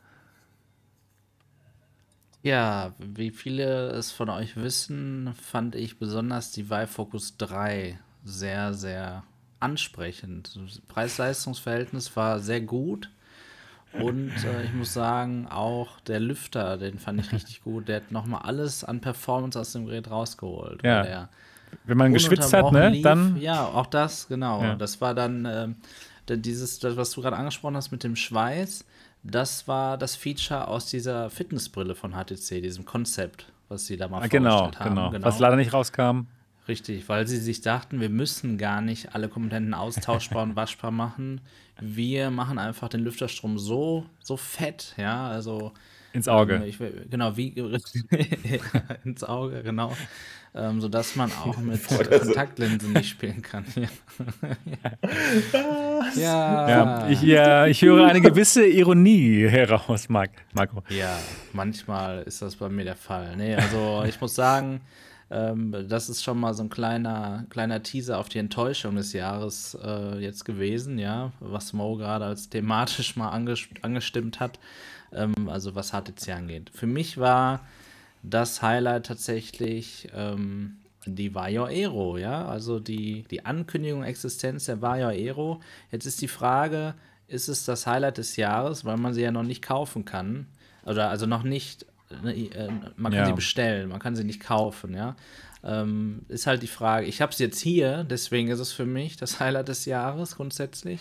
Ja, wie viele es von euch wissen, fand ich besonders die Vive Focus 3 sehr, sehr ansprechend. Das Preis-Leistungs-Verhältnis war sehr gut. Und ich muss sagen, auch der Lüfter, den fand ich richtig gut. Der hat nochmal alles an Performance aus dem Gerät rausgeholt. Ja. Weil der Wenn man geschwitzt hat, ne? lief. Dann. Ja, auch das, genau. Ja. Das war dann das, was du gerade angesprochen hast mit dem Schweiß. Das war das Feature aus dieser Fitnessbrille von HTC, diesem Konzept, was sie da mal vorgestellt haben. Genau. Was leider nicht rauskam. Richtig, weil sie sich dachten, wir müssen gar nicht alle Komponenten austauschbar und waschbar machen. Wir machen einfach den Lüfterstrom so fett, ja, also ins Auge. Genau, ins Auge, genau. Sodass man auch mit Kontaktlinsen nicht spielen kann. Ja, ich höre eine gewisse Ironie heraus, Marco. Ja, manchmal ist das bei mir der Fall. Nee, also ich muss sagen, das ist schon mal so ein kleiner Teaser auf die Enttäuschung des Jahres jetzt gewesen, ja, was Mo gerade als thematisch mal angestimmt hat, also was HTC angeht. Für mich war das Highlight tatsächlich die Vario Aero, ja, also die Ankündigung, Existenz der Vario Aero. Jetzt ist die Frage, ist es das Highlight des Jahres, weil man sie ja noch nicht kaufen kann. Oder also noch nicht, man kann sie bestellen, man kann sie nicht kaufen, ja. Ist halt die Frage, ich habe es jetzt hier, deswegen ist es für mich das Highlight des Jahres grundsätzlich.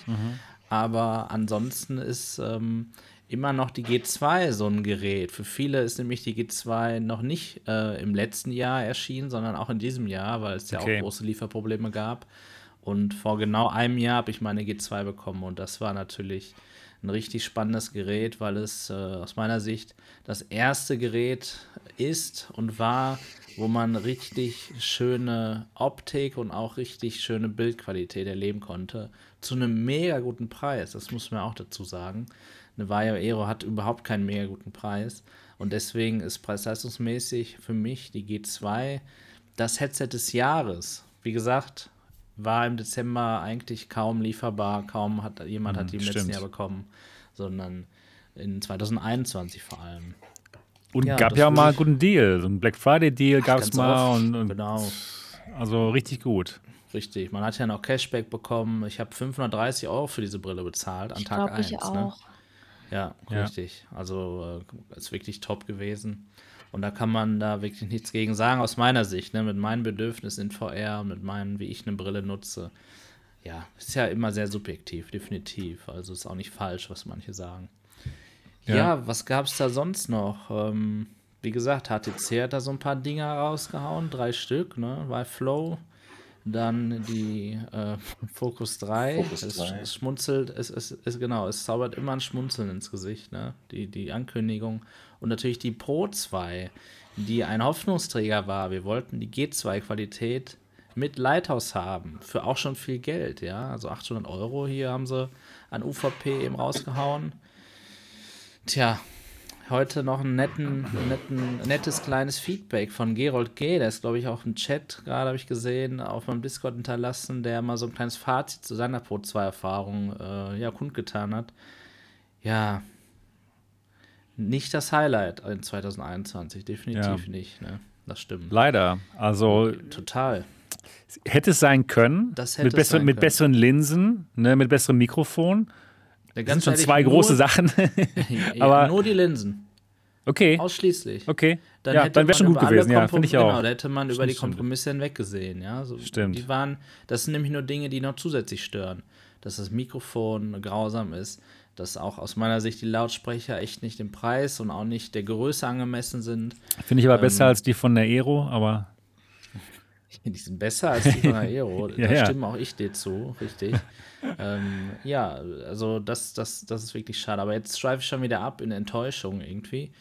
Aber ansonsten ist immer noch die G2 so ein Gerät. Für viele ist nämlich die G2 noch nicht im letzten Jahr erschienen, sondern auch in diesem Jahr, weil es ja auch große Lieferprobleme gab. Und vor genau einem Jahr habe ich meine G2 bekommen und das war natürlich ein richtig spannendes Gerät, weil es aus meiner Sicht das erste Gerät ist und war, wo man richtig schöne Optik und auch richtig schöne Bildqualität erleben konnte. Zu einem mega guten Preis, das muss man auch dazu sagen. Eine Vario Aero hat überhaupt keinen mega guten Preis und deswegen ist preis-leistungsmäßig für mich die G2 das Headset des Jahres. Wie gesagt, war im Dezember eigentlich kaum lieferbar, kaum hat jemand die im letzten Jahr bekommen, sondern in 2021 vor allem. Und gab ja mal einen guten Deal, so einen Black Friday Deal gab es mal und genau. Also richtig gut. Richtig, man hat ja noch Cashback bekommen. Ich habe 530 € für diese Brille bezahlt an Tag 1. Ich auch. Ne? Ja, richtig. Also ist wirklich top gewesen. Und da kann man da wirklich nichts gegen sagen, aus meiner Sicht, ne? Mit meinen Bedürfnissen in VR, mit meinen, wie ich eine Brille nutze. Ja, ist ja immer sehr subjektiv, definitiv. Also ist auch nicht falsch, was manche sagen. Ja, was gab es da sonst noch? Wie gesagt, HTC hat da so ein paar Dinger rausgehauen, 3 Stück, ne? Bei Flow. Dann die Focus 3. Es schmunzelt, es zaubert immer ein Schmunzeln ins Gesicht, ne? Die Ankündigung. Und natürlich die Pro 2, die ein Hoffnungsträger war. Wir wollten die G2-Qualität mit Lighthouse haben, für auch schon viel Geld, ja. Also 800 € hier haben sie an UVP eben rausgehauen. Tja, heute noch ein nettes kleines Feedback von Gerold G. Der ist, glaube ich, auch im Chat, gerade habe ich gesehen, auf meinem Discord hinterlassen, der mal so ein kleines Fazit zu seiner Pro 2-Erfahrung kundgetan hat. Ja, nicht das Highlight in 2021, definitiv nicht, ne? Das stimmt. Leider, also total. Hätte es sein können, mit besseren Linsen, ne, mit besserem Mikrofon. Ja, das sind schon zwei große Sachen. Aber nur die Linsen. Okay. Ausschließlich. Okay. Dann wäre schon gut gewesen, ja, finde ich auch. Genau, da hätte man über die Kompromisse hinweg gesehen, ja. So, stimmt. Das sind nämlich nur Dinge, die noch zusätzlich stören. Dass das Mikrofon grausam ist, dass auch aus meiner Sicht die Lautsprecher echt nicht dem Preis und auch nicht der Größe angemessen sind. Finde ich aber besser als die von der Aero, aber die sind besser als die von der Aero. Da stimme auch ich dir zu, richtig. Also das ist wirklich schade. Aber jetzt schweife ich schon wieder ab in Enttäuschung irgendwie.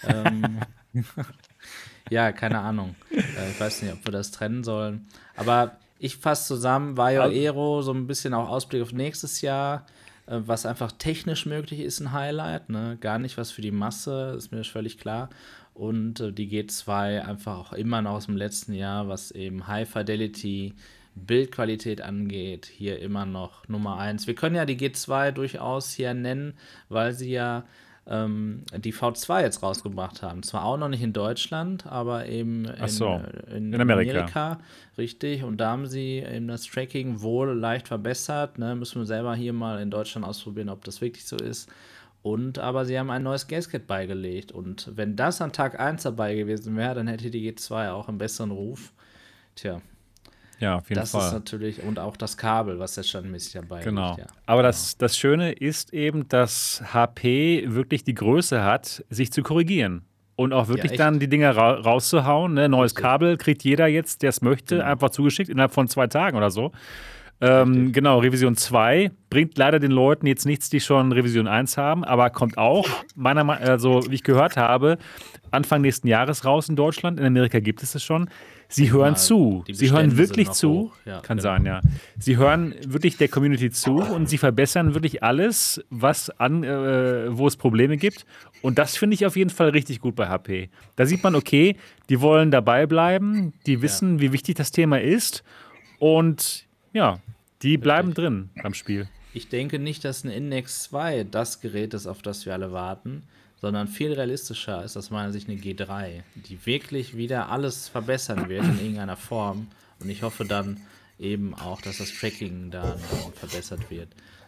Ja, keine Ahnung. Ich weiß nicht, ob wir das trennen sollen. Aber ich fasse zusammen, Vario Aero, so ein bisschen auch Ausblick auf nächstes Jahr, was einfach technisch möglich ist, ein Highlight. Ne? Gar nicht was für die Masse, ist mir völlig klar. Und die G2 einfach auch immer noch aus dem letzten Jahr, was eben High Fidelity, Bildqualität angeht, hier immer noch Nummer 1. Wir können ja die G2 durchaus hier nennen, weil sie ja die V2 jetzt rausgebracht haben. Zwar auch noch nicht in Deutschland, aber eben in Amerika. Richtig. Und da haben sie eben das Tracking wohl leicht verbessert. Ne? Müssen wir selber hier mal in Deutschland ausprobieren, ob das wirklich so ist. Aber sie haben ein neues Gasket beigelegt. Und wenn das an Tag 1 dabei gewesen wäre, dann hätte die G2 auch einen besseren Ruf. Tja. Ja, auf jeden Fall. Das ist natürlich, und auch das Kabel, was jetzt standmäßig dabei ist. Genau. Ja. Aber das Schöne ist eben, dass HP wirklich die Größe hat, sich zu korrigieren. Und auch wirklich dann die Dinger rauszuhauen. Ne? Neues Kabel kriegt jeder jetzt, der es möchte, einfach zugeschickt, innerhalb von 2 Tagen oder so. Genau, Revision 2 bringt leider den Leuten jetzt nichts, die schon Revision 1 haben, aber kommt auch, wie ich gehört habe, Anfang nächsten Jahres raus in Deutschland. In Amerika gibt es schon. Sie hören zu. Sie hören wirklich zu. Kann sein, ja. Sie hören wirklich der Community zu und sie verbessern wirklich alles, wo es Probleme gibt. Und das finde ich auf jeden Fall richtig gut bei HP. Da sieht man, okay, die wollen dabei bleiben, die wissen, wie wichtig das Thema ist und ja, die bleiben drin am Spiel. Ich denke nicht, dass ein Index 2 das Gerät ist, auf das wir alle warten, sondern viel realistischer ist aus meiner Sicht eine G3, die wirklich wieder alles verbessern wird in irgendeiner Form. Und ich hoffe dann eben auch, dass das Tracking dann verbessert wird.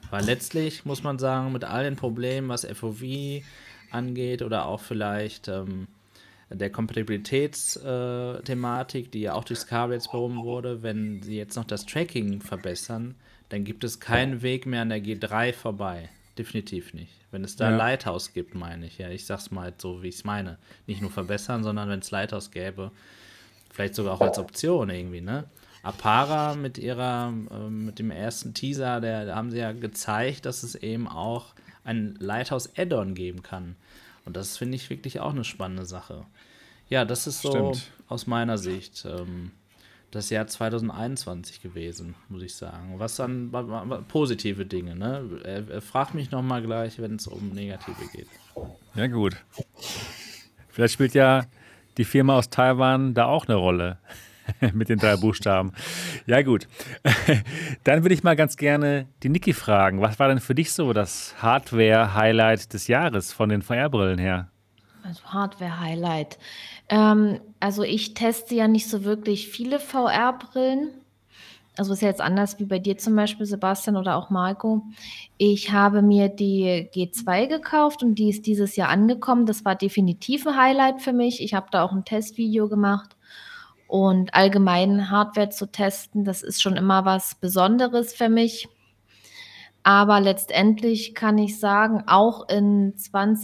Weil letztlich muss man sagen, mit all den Problemen, was FOV angeht oder auch vielleicht der Kompatibilitätsthematik, die ja auch durch Kabel jetzt behoben wurde, wenn sie jetzt noch das Tracking verbessern, dann gibt es keinen Weg mehr an der G3 vorbei. Definitiv nicht. Wenn es da Ja. Lighthouse gibt, meine ich. Ja, ich sag's mal so, wie ich es meine. Nicht nur verbessern, sondern wenn es Lighthouse gäbe, vielleicht sogar auch als Option irgendwie, ne? Apara mit mit dem ersten Teaser, da haben sie ja gezeigt, dass es eben auch ein Lighthouse Add-on geben kann. Und das finde ich wirklich auch eine spannende Sache. Ja, das ist so Stimmt. aus meiner Sicht das Jahr 2021 gewesen, muss ich sagen. Was dann positive Dinge, ne? Frag mich nochmal gleich, wenn es um negative geht. Ja, gut. Vielleicht spielt ja die Firma aus Taiwan da auch eine Rolle mit den 3 Buchstaben. Ja, gut. Dann würde ich mal ganz gerne die Niki fragen. Was war denn für dich so das Hardware-Highlight des Jahres von den VR-Brillen her? Also Hardware-Highlight. Also ich teste ja nicht so wirklich viele VR-Brillen. Also ist ja jetzt anders wie bei dir zum Beispiel, Sebastian oder auch Marco. Ich habe mir die G2 gekauft und die ist dieses Jahr angekommen. Das war definitiv ein Highlight für mich. Ich habe da auch ein Testvideo gemacht. Und allgemein Hardware zu testen, das ist schon immer was Besonderes für mich. Aber letztendlich kann ich sagen, auch in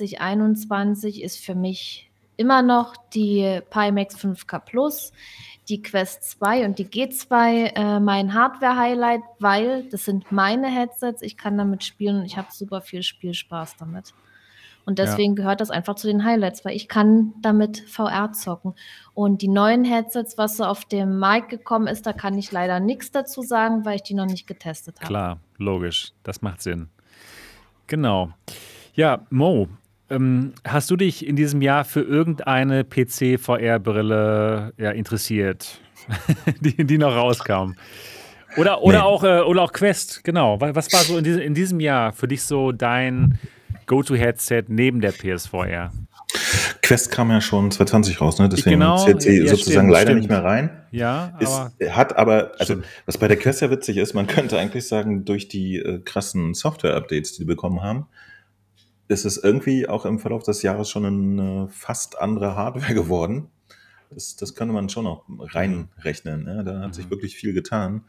2021 ist für mich immer noch die Pimax 5K Plus, die Quest 2 und die G2 mein Hardware-Highlight, weil das sind meine Headsets, ich kann damit spielen und ich habe super viel Spielspaß damit. Und deswegen gehört das einfach zu den Highlights, weil ich kann damit VR zocken. Und die neuen Headsets, was so auf dem Markt gekommen ist, da kann ich leider nichts dazu sagen, weil ich die noch nicht getestet habe. Klar, logisch. Das macht Sinn. Genau. Ja, Mo, hast du dich in diesem Jahr für irgendeine PC-VR-Brille interessiert, die noch rauskam? Oder Nee. auch Quest, genau. Was war so in diesem Jahr für dich so dein Go-To-Headset neben der PSVR? Quest kam ja schon 2020 raus, ne? Deswegen Genau, zählt sie ja, sozusagen stimmt, leider stimmt. nicht mehr rein. Ja, aber Hat aber, also Stimmt. was bei der Quest ja witzig ist, man könnte eigentlich sagen, durch die krassen Software-Updates, die die bekommen haben, ist es irgendwie auch im Verlauf des Jahres schon eine fast andere Hardware geworden. Das könnte man schon noch reinrechnen. Ne? Da hat sich wirklich viel getan,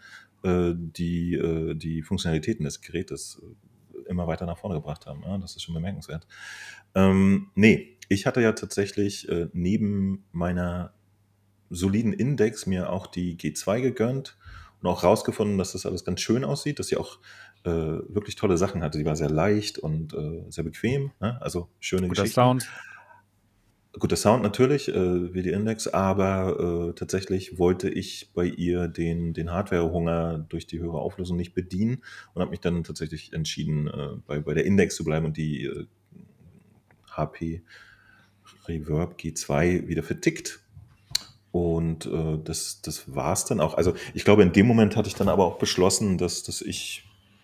die Funktionalitäten des Gerätes immer weiter nach vorne gebracht haben. Ja? Das ist schon bemerkenswert. Nee, ich hatte ja tatsächlich neben meiner soliden Index mir auch die G2 gegönnt und auch rausgefunden, dass das alles ganz schön aussieht, dass sie auch wirklich tolle Sachen hatte. Die war sehr leicht und sehr bequem. Ne? Also schöne guter Geschichten. Sound. Guter Sound natürlich, wie die Index, aber tatsächlich wollte ich bei ihr den Hardware-Hunger durch die höhere Auflösung nicht bedienen und habe mich dann tatsächlich entschieden, bei der Index zu bleiben und die HP Reverb G2 wieder vertickt. Und das war es dann auch. Also ich glaube, in dem Moment hatte ich dann aber auch beschlossen, dass ich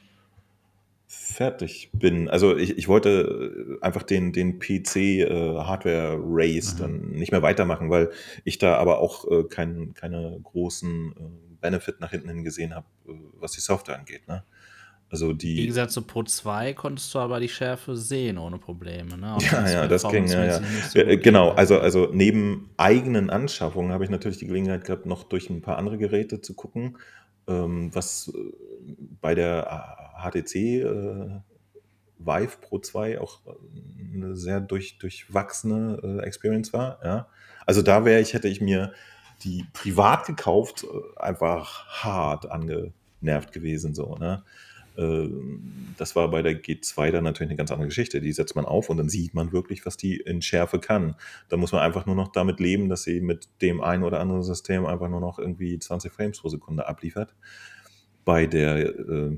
fertig bin. Also ich wollte einfach den PC Hardware Race dann nicht mehr weitermachen, weil ich da aber auch keine großen Benefit nach hinten hin gesehen habe, was die Software angeht. Ne? Also Im Gegensatz zu Pro 2 konntest du aber die Schärfe sehen ohne Probleme. Ne? Auch wenn es Ja, das ging, ja. performancemäßig nicht so gut Genau, ging. also neben eigenen Anschaffungen habe ich natürlich die Gelegenheit gehabt, noch durch ein paar andere Geräte zu gucken, was bei der HTC Vive Pro 2 auch eine sehr durchwachsene Experience war. Ja. Also da hätte ich mir die privat gekauft, einfach hart angenervt gewesen. So, ne? Das war bei der G2 dann natürlich eine ganz andere Geschichte. Die setzt man auf und dann sieht man wirklich, was die in Schärfe kann. Da muss man einfach nur noch damit leben, dass sie mit dem einen oder anderen System einfach nur noch irgendwie 20 Frames pro Sekunde abliefert. Bei der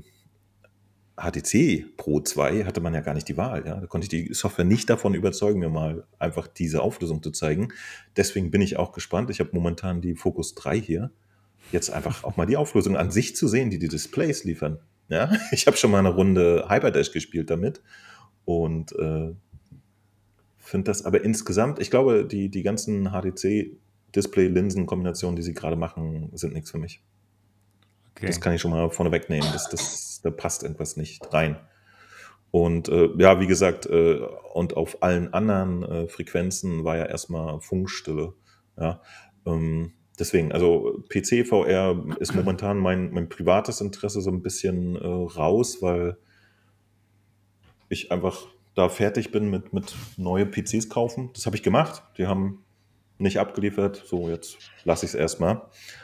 HTC Pro 2 hatte man ja gar nicht die Wahl. Ja? Da konnte ich die Software nicht davon überzeugen, mir mal einfach diese Auflösung zu zeigen. Deswegen bin ich auch gespannt. Ich habe momentan die Focus 3 hier. Jetzt einfach auch mal die Auflösung an sich zu sehen, die Displays liefern. Ja? Ich habe schon mal eine Runde Hyperdash gespielt damit und finde das aber insgesamt, ich glaube, die ganzen HTC Display-Linsen-Kombinationen, die sie gerade machen, sind nichts für mich. Okay. Das kann ich schon mal vorne wegnehmen. Da passt irgendwas nicht rein. Und ja, wie gesagt, und auf allen anderen Frequenzen war ja erstmal Funkstille. Ja, deswegen, also PC-VR ist momentan mein privates Interesse so ein bisschen raus, weil ich einfach da fertig bin mit neue PCs kaufen. Das habe ich gemacht. Die haben nicht abgeliefert. So, jetzt lasse ich es erstmal.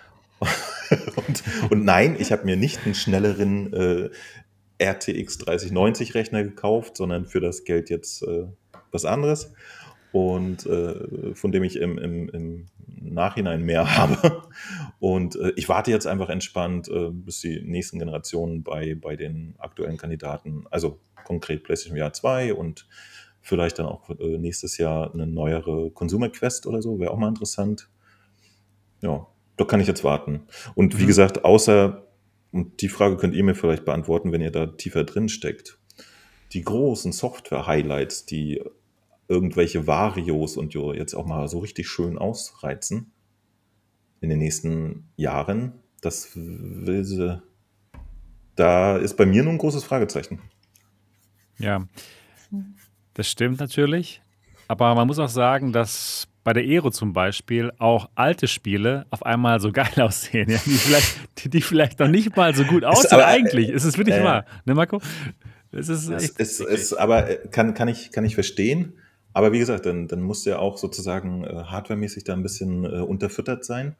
Und nein, ich habe mir nicht einen schnelleren RTX 3090 Rechner gekauft, sondern für das Geld jetzt was anderes. Und von dem ich im Nachhinein mehr habe. Und ich warte jetzt einfach entspannt, bis die nächsten Generationen bei den aktuellen Kandidaten, also konkret PlayStation VR 2 und vielleicht dann auch nächstes Jahr eine neuere Consumer Quest oder so, wäre auch mal interessant. Ja, da kann ich jetzt warten. Und wie gesagt, und die Frage könnt ihr mir vielleicht beantworten, wenn ihr da tiefer drin steckt, die großen Software-Highlights, die irgendwelche Varios und jetzt auch mal so richtig schön ausreizen in den nächsten Jahren, da ist bei mir nur ein großes Fragezeichen. Ja, das stimmt natürlich. Aber man muss auch sagen, dass bei der Aero zum Beispiel auch alte Spiele auf einmal so geil aussehen, ja? die vielleicht noch nicht mal so gut aussehen aber, eigentlich. Es ist wirklich wahr. Ne, Marco? Es ist kann ich verstehen. Aber wie gesagt, dann muss ja auch sozusagen hardwaremäßig da ein bisschen unterfüttert sein.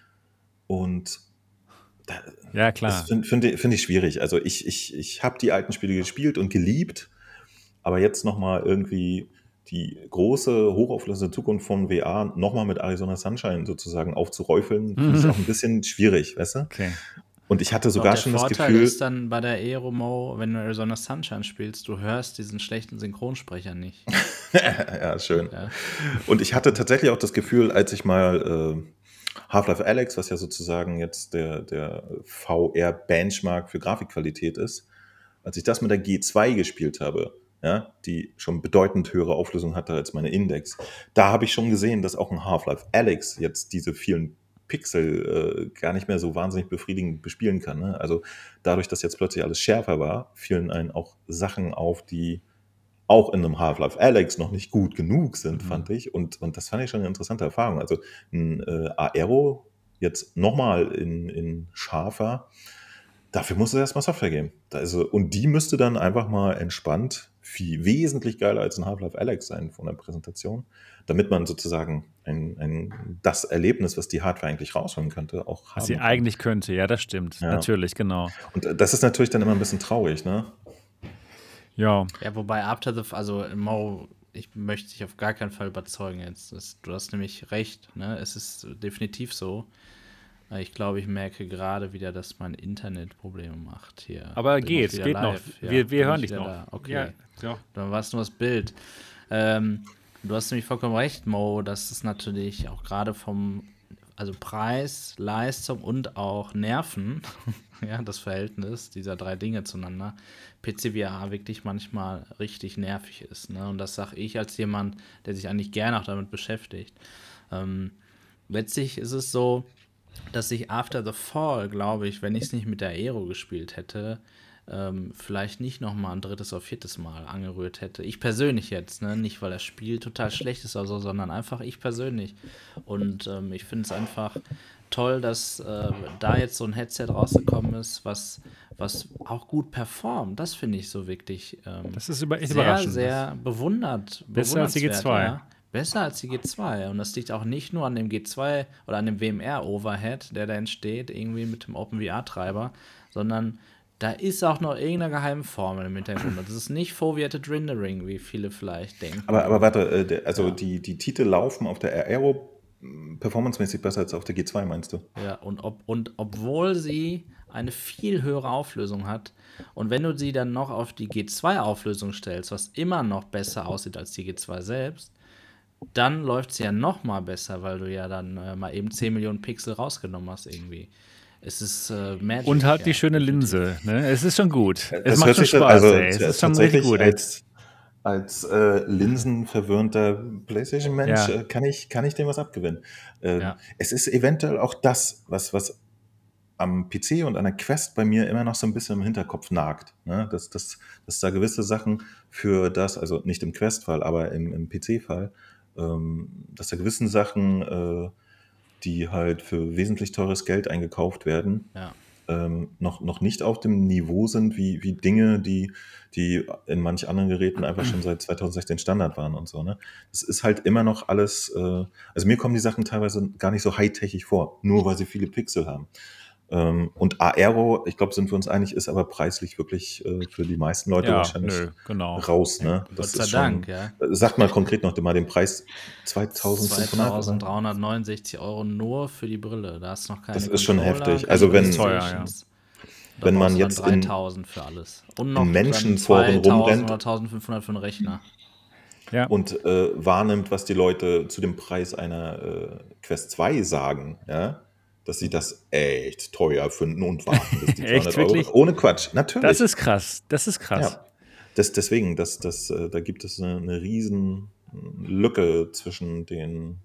Und ja, klar. das finde ich schwierig. Also ich habe die alten Spiele gespielt und geliebt, aber jetzt nochmal irgendwie die große, hochauflösende Zukunft von VR nochmal mit Arizona Sunshine sozusagen aufzuräufeln, finde ich auch ein bisschen schwierig, weißt du? Okay. Und ich hatte sogar schon das Gefühl. Der Vorteil ist dann bei der Aero-Mo, wenn du Arizona Sunshine spielst, du hörst diesen schlechten Synchronsprecher nicht. Ja, schön. Ja. Und ich hatte tatsächlich auch das Gefühl, als ich mal Half-Life Alyx, was ja sozusagen jetzt der VR-Benchmark für Grafikqualität ist, als ich das mit der G2 gespielt habe, ja, die schon bedeutend höhere Auflösung hatte als meine Index, da habe ich schon gesehen, dass auch ein Half-Life Alyx jetzt diese vielen Pixel gar nicht mehr so wahnsinnig befriedigend bespielen kann. Ne? Also dadurch, dass jetzt plötzlich alles schärfer war, fielen einem auch Sachen auf, die auch in einem Half-Life Alyx noch nicht gut genug sind, fand ich. Und das fand ich schon eine interessante Erfahrung. Also ein Aero jetzt nochmal in scharfer, dafür muss es erstmal Software geben. Und die müsste dann einfach mal entspannt, wesentlich geiler als ein Half-Life Alyx sein von der Präsentation, damit man sozusagen das Erlebnis, was die Hardware eigentlich rausholen könnte, auch haben Was sie kann. eigentlich könnte, ja, das stimmt. Ja. Natürlich, genau. Und das ist natürlich dann immer ein bisschen traurig, ne? Ja. Ja, wobei also Mo, ich möchte dich auf gar keinen Fall überzeugen jetzt. Du hast nämlich recht, ne? Es ist definitiv so. Ich glaube, ich merke gerade wieder, dass mein Internet Probleme macht hier. Aber Bin ich geht wieder noch. live? Ja, Wir bin hören ich dich wieder noch. da? Okay. Ja. Dann war es nur das Bild. Du hast nämlich vollkommen recht, Mo, dass es natürlich auch gerade also Preis, Leistung und auch Nerven, ja, das Verhältnis dieser drei Dinge zueinander, PC-VR wirklich manchmal richtig nervig ist. Ne? Und das sage ich als jemand, der sich eigentlich gerne auch damit beschäftigt. Letztlich ist es so, dass ich After the Fall, glaube ich, wenn ich es nicht mit der Aero gespielt hätte, vielleicht nicht nochmal ein drittes oder viertes Mal angerührt hätte. Ich persönlich jetzt, ne? Nicht, weil das Spiel total schlecht ist oder so, sondern einfach ich persönlich. Und ich finde es einfach toll, dass da jetzt so ein Headset rausgekommen ist, was auch gut performt. Das finde ich so wirklich Das ist echt sehr, überraschend. sehr Besser als die G2. Ja. Besser als die G2. Und das liegt auch nicht nur an dem G2 oder an dem WMR-Overhead, der da entsteht, irgendwie mit dem OpenVR-Treiber, sondern da ist auch noch irgendeine Geheimformel im Hintergrund. Das ist nicht Foveated Rendering, wie viele vielleicht denken. Aber warte, die Titel laufen auf der Aero performancemäßig besser als auf der G2, meinst du? Ja, und obwohl sie eine viel höhere Auflösung hat und wenn du sie dann noch auf die G2-Auflösung stellst, was immer noch besser aussieht als die G2 selbst, dann läuft sie ja noch mal besser, weil du ja dann mal eben 10 Millionen Pixel rausgenommen hast irgendwie. Es ist Magic. Und halt die schöne Linse. Ne? Es ist schon gut. Es Das macht schon hört sich Spaß. also Es ist schon richtig gut. Als linsenverwöhnter PlayStation-Mensch kann ich dem was abgewinnen. Ja. Es ist eventuell auch das, was am PC und an der Quest bei mir immer noch so ein bisschen im Hinterkopf nagt. Ne? Dass da gewisse Sachen für das, also nicht im Quest-Fall, aber im PC-Fall, dass da gewissen Sachen, die halt für wesentlich teures Geld eingekauft werden, Ja. noch nicht auf dem Niveau sind wie Dinge, die in manch anderen Geräten einfach schon seit 2016 Standard waren und so. Ne? Das ist halt immer noch alles, also mir kommen die Sachen teilweise gar nicht so high-techig vor, nur weil sie viele Pixel haben. Und Aero, ich glaube, sind wir uns einig, ist aber preislich wirklich für die meisten Leute wahrscheinlich raus. Ne? Gott sei Dank, ja. Sagt mal konkret noch mal den Preis: 2.369 € nur für die Brille. Da ist noch keine. Das ist schon heftig. Also wenn man jetzt 3.000 für alles. Und noch in Menschenforen rumrennt oder 1.500 für einen Rechner. Ja. Und wahrnimmt, was die Leute zu dem Preis einer Quest 2 sagen, ja, dass sie das echt teuer finden und warten, bis die 200 wirklich? €. Ohne Quatsch, natürlich. Das ist krass. Ja. Deswegen, da gibt es eine riesen Lücke zwischen den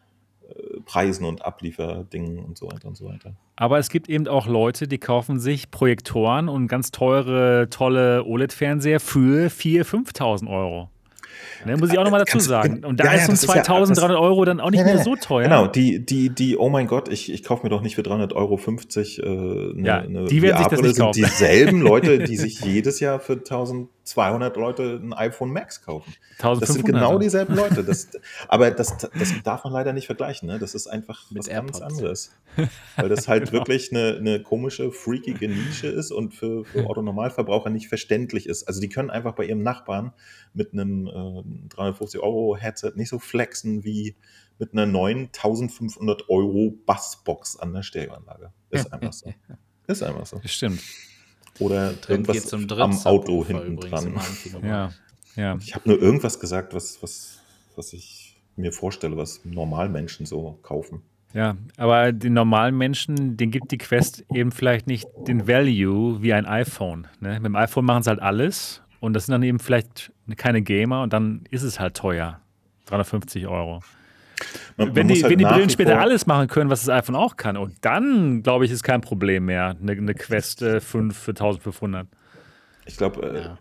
Preisen und Ablieferdingen und so weiter und so weiter. Aber es gibt eben auch Leute, die kaufen sich Projektoren und ganz teure, tolle OLED-Fernseher für 4.000, 5.000 €. Ne, muss ich auch nochmal dazu sagen. Und da ist so ein 2.300 € dann auch nicht mehr so teuer. Genau, die oh mein Gott, ich kaufe mir doch nicht für 300,50 € die werden sich das nicht kaufen. Dieselben Leute, die sich jedes Jahr für 1.200 Leute ein iPhone Max kaufen. 1.500. Das sind genau dieselben Leute. Aber das darf man leider nicht vergleichen. Ne? Das ist einfach was ganz anderes. Weil das halt wirklich eine komische, freakige Nische ist und für Otto-Normalverbraucher nicht verständlich ist. Also die können einfach bei ihrem Nachbarn mit einem 350 € Headset nicht so flexen wie mit einer neuen 1.500 € Bassbox an der Stereoanlage. Ist einfach so. Ist einfach so. Das stimmt. Oder irgendwas am Auto hinten dran. Ja. Ich habe nur irgendwas gesagt, was ich mir vorstelle, was Normalmenschen so kaufen. Ja, aber den normalen Menschen, denen gibt die Quest eben vielleicht nicht den Value wie ein iPhone. Ne? Mit dem iPhone machen sie halt alles und das sind dann eben vielleicht keine Gamer und dann ist es halt teuer. 350 €. Wenn die Brillen später alles machen können, was das iPhone auch kann, und dann, glaube ich, ist kein Problem mehr, eine Quest 5 für 1.500. Ich glaube,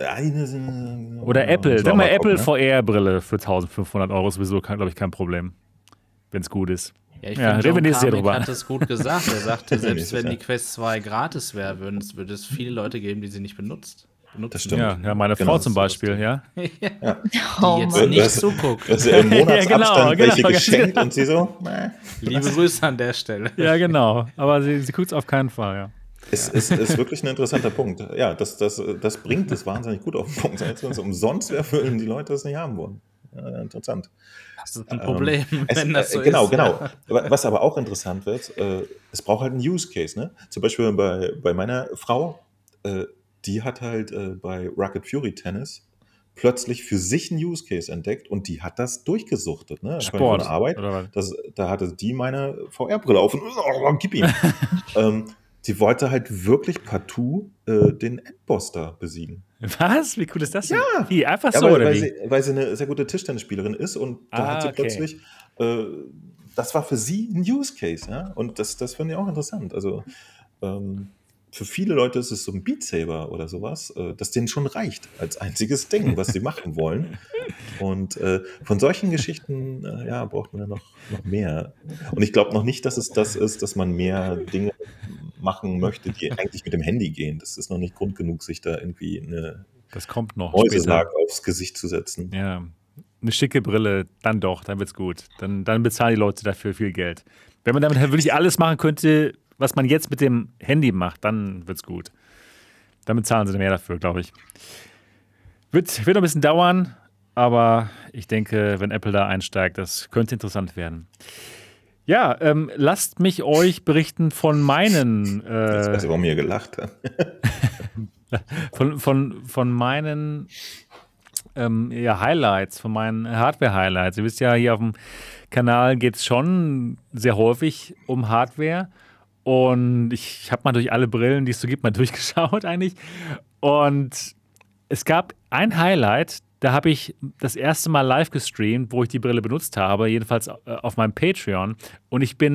oder Apple. Sag mal, Apple VR-Brille für 1.500 € ist sowieso, glaube ich, kein Problem, wenn es gut ist. Ja, ich finde, John Carmack hat es gut gesagt. Er sagte, selbst wenn die Quest 2 gratis wäre, würde es viele Leute geben, die sie nicht benutzen. Das stimmt. Ja, meine Frau zum Beispiel, ja. Die jetzt nicht zuguckt. Dass er im Monatsabstand welche geschenkt und sie so, liebe Grüße an der Stelle. Ja, genau. Aber sie guckt es auf keinen Fall, ja. Es ist wirklich ein interessanter Punkt. Ja, das bringt es wahnsinnig gut auf den Punkt. Als wenn es umsonst wäre, würden die Leute das nicht haben wollen. Ja, interessant. Das ist ein Problem, wenn das so genau, ist. Genau. Was aber auch interessant wird, es braucht halt einen Use Case. Ne? Zum Beispiel bei meiner Frau, die hat halt bei Rocket Fury Tennis plötzlich für sich einen Use Case entdeckt und die hat das durchgesuchtet. Ne? Sport. Von Arbeit. Da hatte die meine VR-Brille auf und gib ihm. Sie wollte halt wirklich partout den Endboss da besiegen. Was? Wie cool ist das denn? Ja. Wie? Einfach so, oder wie? Weil sie eine sehr gute Tischtennisspielerin ist und da hat sie plötzlich, das war für sie ein Use Case. Ja? Und das finde ich auch interessant. Also für viele Leute ist es so ein Beat Saber oder sowas, das denen schon reicht als einziges Ding, was sie machen wollen. Und von solchen Geschichten braucht man ja noch mehr. Und ich glaube noch nicht, dass es das ist, dass man mehr Dinge machen möchte, die eigentlich mit dem Handy gehen. Das ist noch nicht Grund genug, sich da irgendwie das kommt noch Mäuselag aufs Gesicht zu setzen. Ja, eine schicke Brille, dann wird's gut. Dann bezahlen die Leute dafür viel Geld. Wenn man damit halt wirklich alles machen könnte, was man jetzt mit dem Handy macht, dann wird's gut. Dann bezahlen sie mehr dafür, glaube ich. Wird noch ein bisschen dauern, aber ich denke, wenn Apple da einsteigt, das könnte interessant werden. Ja, lasst mich euch berichten von meinen Jetzt weiß ich, warum ihr gelacht habt. von meinen Highlights, von meinen Hardware-Highlights. Ihr wisst ja, hier auf dem Kanal geht es schon sehr häufig um Hardware. Und ich habe mal durch alle Brillen, die es so gibt, mal durchgeschaut eigentlich. Und es gab ein Highlight, da habe ich das erste Mal live gestreamt, wo ich die Brille benutzt habe, jedenfalls auf meinem Patreon. Und ich bin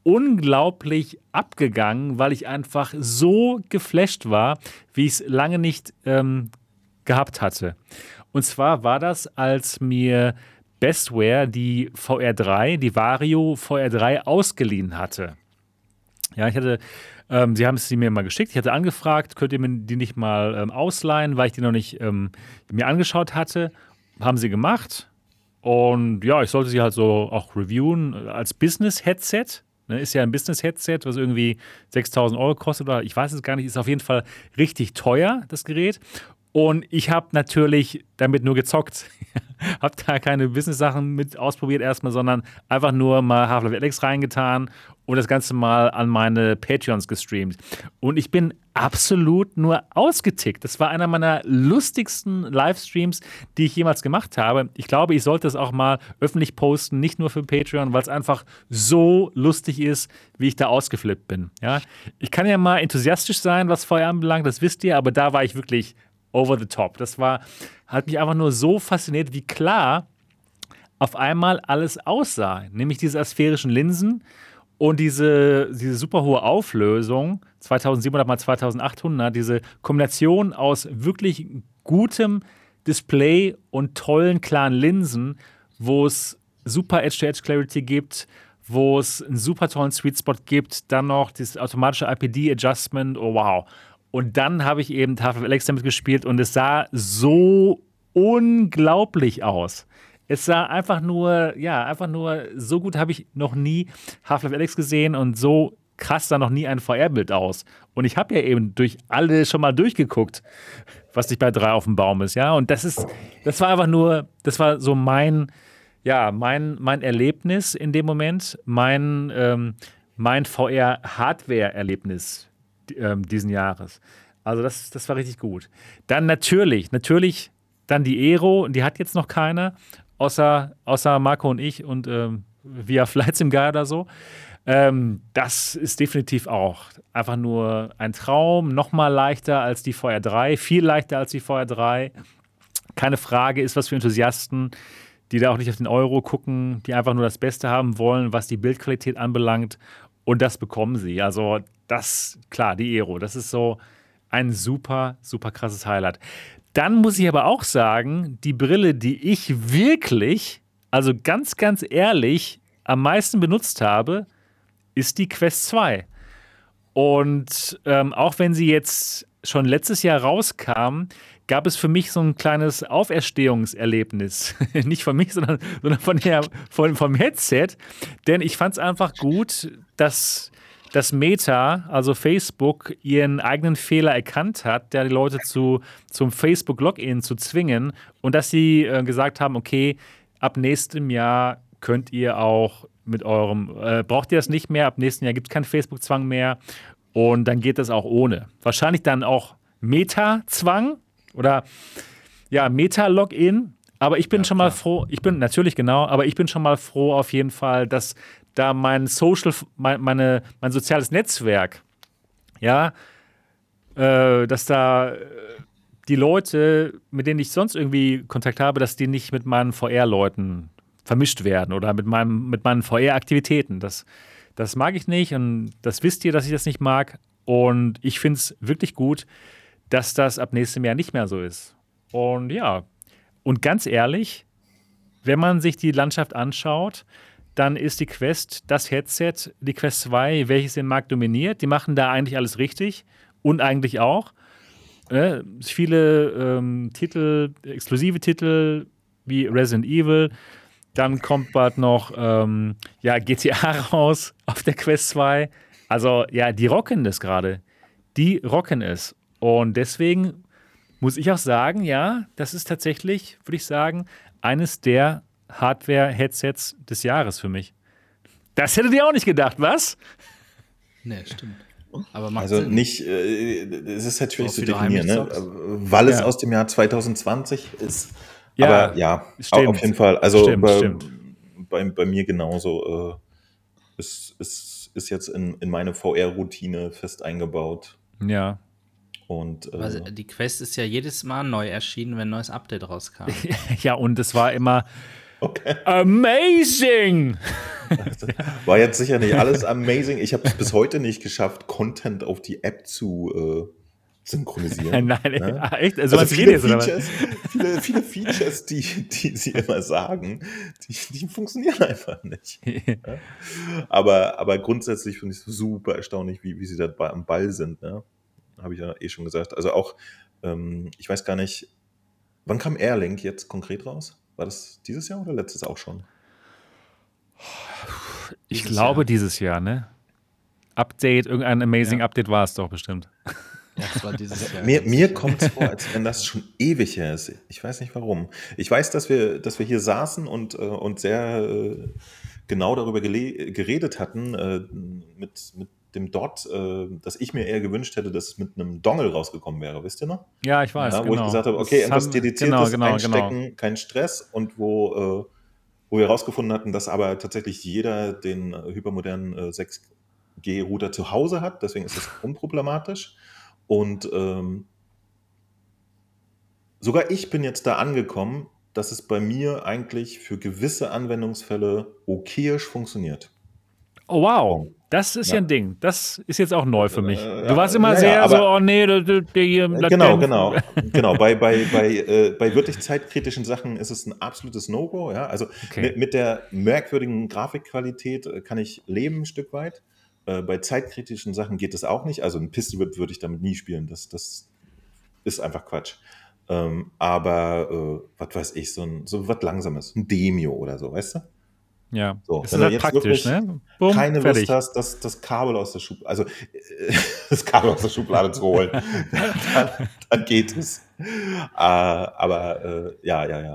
unglaublich abgegangen, weil ich einfach so geflasht war, wie ich es lange nicht gehabt hatte. Und zwar war das, als mir Bestware die VR3, die Vario VR3 ausgeliehen hatte. Ja, sie haben sie mir mal geschickt, ich hatte angefragt, könnt ihr mir die nicht mal ausleihen, weil ich die noch nicht mir angeschaut hatte. Haben sie gemacht. Und ja, ich sollte sie halt so auch reviewen als Business-Headset. Ne, ist ja ein Business-Headset, was irgendwie 6.000 € kostet oder ich weiß es gar nicht, ist auf jeden Fall richtig teuer, das Gerät. Und ich habe natürlich damit nur gezockt. Habe da keine Business-Sachen mit ausprobiert erstmal, sondern einfach nur mal Half-Life Alyx reingetan und das Ganze mal an meine Patreons gestreamt. Und ich bin absolut nur ausgetickt. Das war einer meiner lustigsten Livestreams, die ich jemals gemacht habe. Ich glaube, ich sollte es auch mal öffentlich posten, nicht nur für Patreon, weil es einfach so lustig ist, wie ich da ausgeflippt bin. Ja? Ich kann ja mal enthusiastisch sein, was VR anbelangt, das wisst ihr, aber da war ich wirklich over the top. Hat mich einfach nur so fasziniert, wie klar auf einmal alles aussah. Nämlich diese asphärischen Linsen und diese super hohe Auflösung, 2700 x 2800, diese Kombination aus wirklich gutem Display und tollen, klaren Linsen, wo es super Edge-to-Edge-Clarity gibt, wo es einen super tollen Sweet Spot gibt, dann noch dieses automatische IPD-Adjustment, oh wow. Und dann habe ich eben Half-Life Alyx damit gespielt und es sah so unglaublich aus. Es sah einfach nur so gut habe ich noch nie Half-Life Alyx gesehen und so krass sah noch nie ein VR-Bild aus. Und ich habe ja eben durch alle schon mal durchgeguckt, was nicht bei 3 auf dem Baum ist, ja. Und das war so mein Erlebnis in dem Moment, mein VR-Hardware-Erlebnis diesen Jahres. Also das war richtig gut. Dann natürlich dann die Aero, die hat jetzt noch keiner, außer Marco und ich und via Flight Sim Guy oder so. Das ist definitiv auch einfach nur ein Traum, nochmal leichter als die VR3, viel leichter als die VR3. Keine Frage, ist was für Enthusiasten, die da auch nicht auf den Euro gucken, die einfach nur das Beste haben wollen, was die Bildqualität anbelangt. Und das bekommen sie. Also die Aero, das ist so ein super, super krasses Highlight. Dann muss ich aber auch sagen, die Brille, die ich wirklich, also ganz, ganz ehrlich, am meisten benutzt habe, ist die Quest 2. Und auch wenn sie jetzt schon letztes Jahr rauskam, gab es für mich so ein kleines Auferstehungserlebnis. Nicht von mich, sondern vom Headset. Denn ich fand es einfach gut, dass das Meta, also Facebook, ihren eigenen Fehler erkannt hat, der die Leute zum Facebook-Login zu zwingen und dass sie gesagt haben, okay, ab nächstem Jahr könnt ihr auch mit braucht ihr das nicht mehr, ab nächstem Jahr gibt es keinen Facebook-Zwang mehr und dann geht das auch ohne. Wahrscheinlich dann auch Meta-Zwang oder Meta-Login, aber ich bin schon mal froh, aber ich bin schon mal froh auf jeden Fall, dass da mein soziales Netzwerk, dass da die Leute, mit denen ich sonst irgendwie Kontakt habe, dass die nicht mit meinen VR-Leuten vermischt werden oder mit meinen VR-Aktivitäten. Das mag ich nicht und das wisst ihr, dass ich das nicht mag. Und ich finde es wirklich gut, dass das ab nächstem Jahr nicht mehr so ist. Und und ganz ehrlich, wenn man sich die Landschaft anschaut, dann ist die Quest das Headset, die Quest 2, welches den Markt dominiert. Die machen da eigentlich alles richtig und eigentlich auch. Viele exklusive Titel wie Resident Evil. Dann kommt bald noch GTA raus auf der Quest 2. Also die rocken das gerade. Die rocken es. Und deswegen muss ich auch sagen, das ist tatsächlich, würde ich sagen, eines der Hardware-Headsets des Jahres für mich. Das hättet ihr auch nicht gedacht, was? Nee, stimmt. Aber macht also Sinn. Nicht, es ist natürlich zu definieren, ne? Weil es aus dem Jahr 2020 ist. Aber stimmt. Auf jeden Fall. Also stimmt. Bei mir genauso. Ist jetzt in meine VR-Routine fest eingebaut. Ja. Und, also die Quest ist ja jedes Mal neu erschienen, wenn ein neues Update rauskam. Ja, und es war immer amazing! War jetzt sicher nicht alles amazing. Ich habe es bis heute nicht geschafft, Content auf die App zu synchronisieren. Nein, ne? echt? Also als viele Videos, oder was? Features, viele Features, die sie immer sagen, die funktionieren einfach nicht. Ja? Aber grundsätzlich finde ich es super erstaunlich, wie sie da am Ball sind. Ne? Habe ich ja schon gesagt. Also auch, ich weiß gar nicht, wann kam Airlink jetzt konkret raus? War das dieses Jahr oder letztes auch schon? Ich Dieses glaube Jahr. dieses Jahr, ne? Update, irgendein amazing Ja. Update war es doch bestimmt. Ja, das war dieses Jahr. Mir kommt es vor, als wenn das schon ewig her ist. Ich weiß nicht warum. Ich weiß, dass wir hier saßen und sehr genau darüber geredet hatten, mit dem Dot, dass ich mir eher gewünscht hätte, dass es mit einem Dongle rausgekommen wäre. Wisst ihr noch? Ja, ich weiß, Ja, wo genau. ich gesagt habe, Das okay, etwas haben- Dediziertes genau. einstecken, kein Stress. Und wo wir herausgefunden hatten, dass aber tatsächlich jeder den hypermodernen 6G-Router zu Hause hat. Deswegen ist das unproblematisch. Und sogar ich bin jetzt da angekommen, dass es bei mir eigentlich für gewisse Anwendungsfälle okayisch funktioniert. Oh, wow. Das ist ja Ja. ein Ding. Das ist jetzt auch neu für mich. ja, Du warst immer ja, sehr aber- so, oh nee, der hier Genau. latent. Bei wirklich zeitkritischen Sachen ist es ein absolutes No-Go. Ja? Also Okay. mit der merkwürdigen Grafikqualität kann ich leben ein Stück weit. Bei zeitkritischen Sachen geht es auch nicht. Also ein Pistol Whip würde ich damit nie spielen. Das ist einfach Quatsch. Aber was weiß ich, so was Langsames, ein Demio oder so, weißt du? Ja. So, Es wenn ist du halt jetzt praktisch, wirklich ne? Bumm, keine fertig. Lust hast, das Kabel aus der Schublade, also das Kabel aus der Schublade zu holen, dann geht es. Aber ja.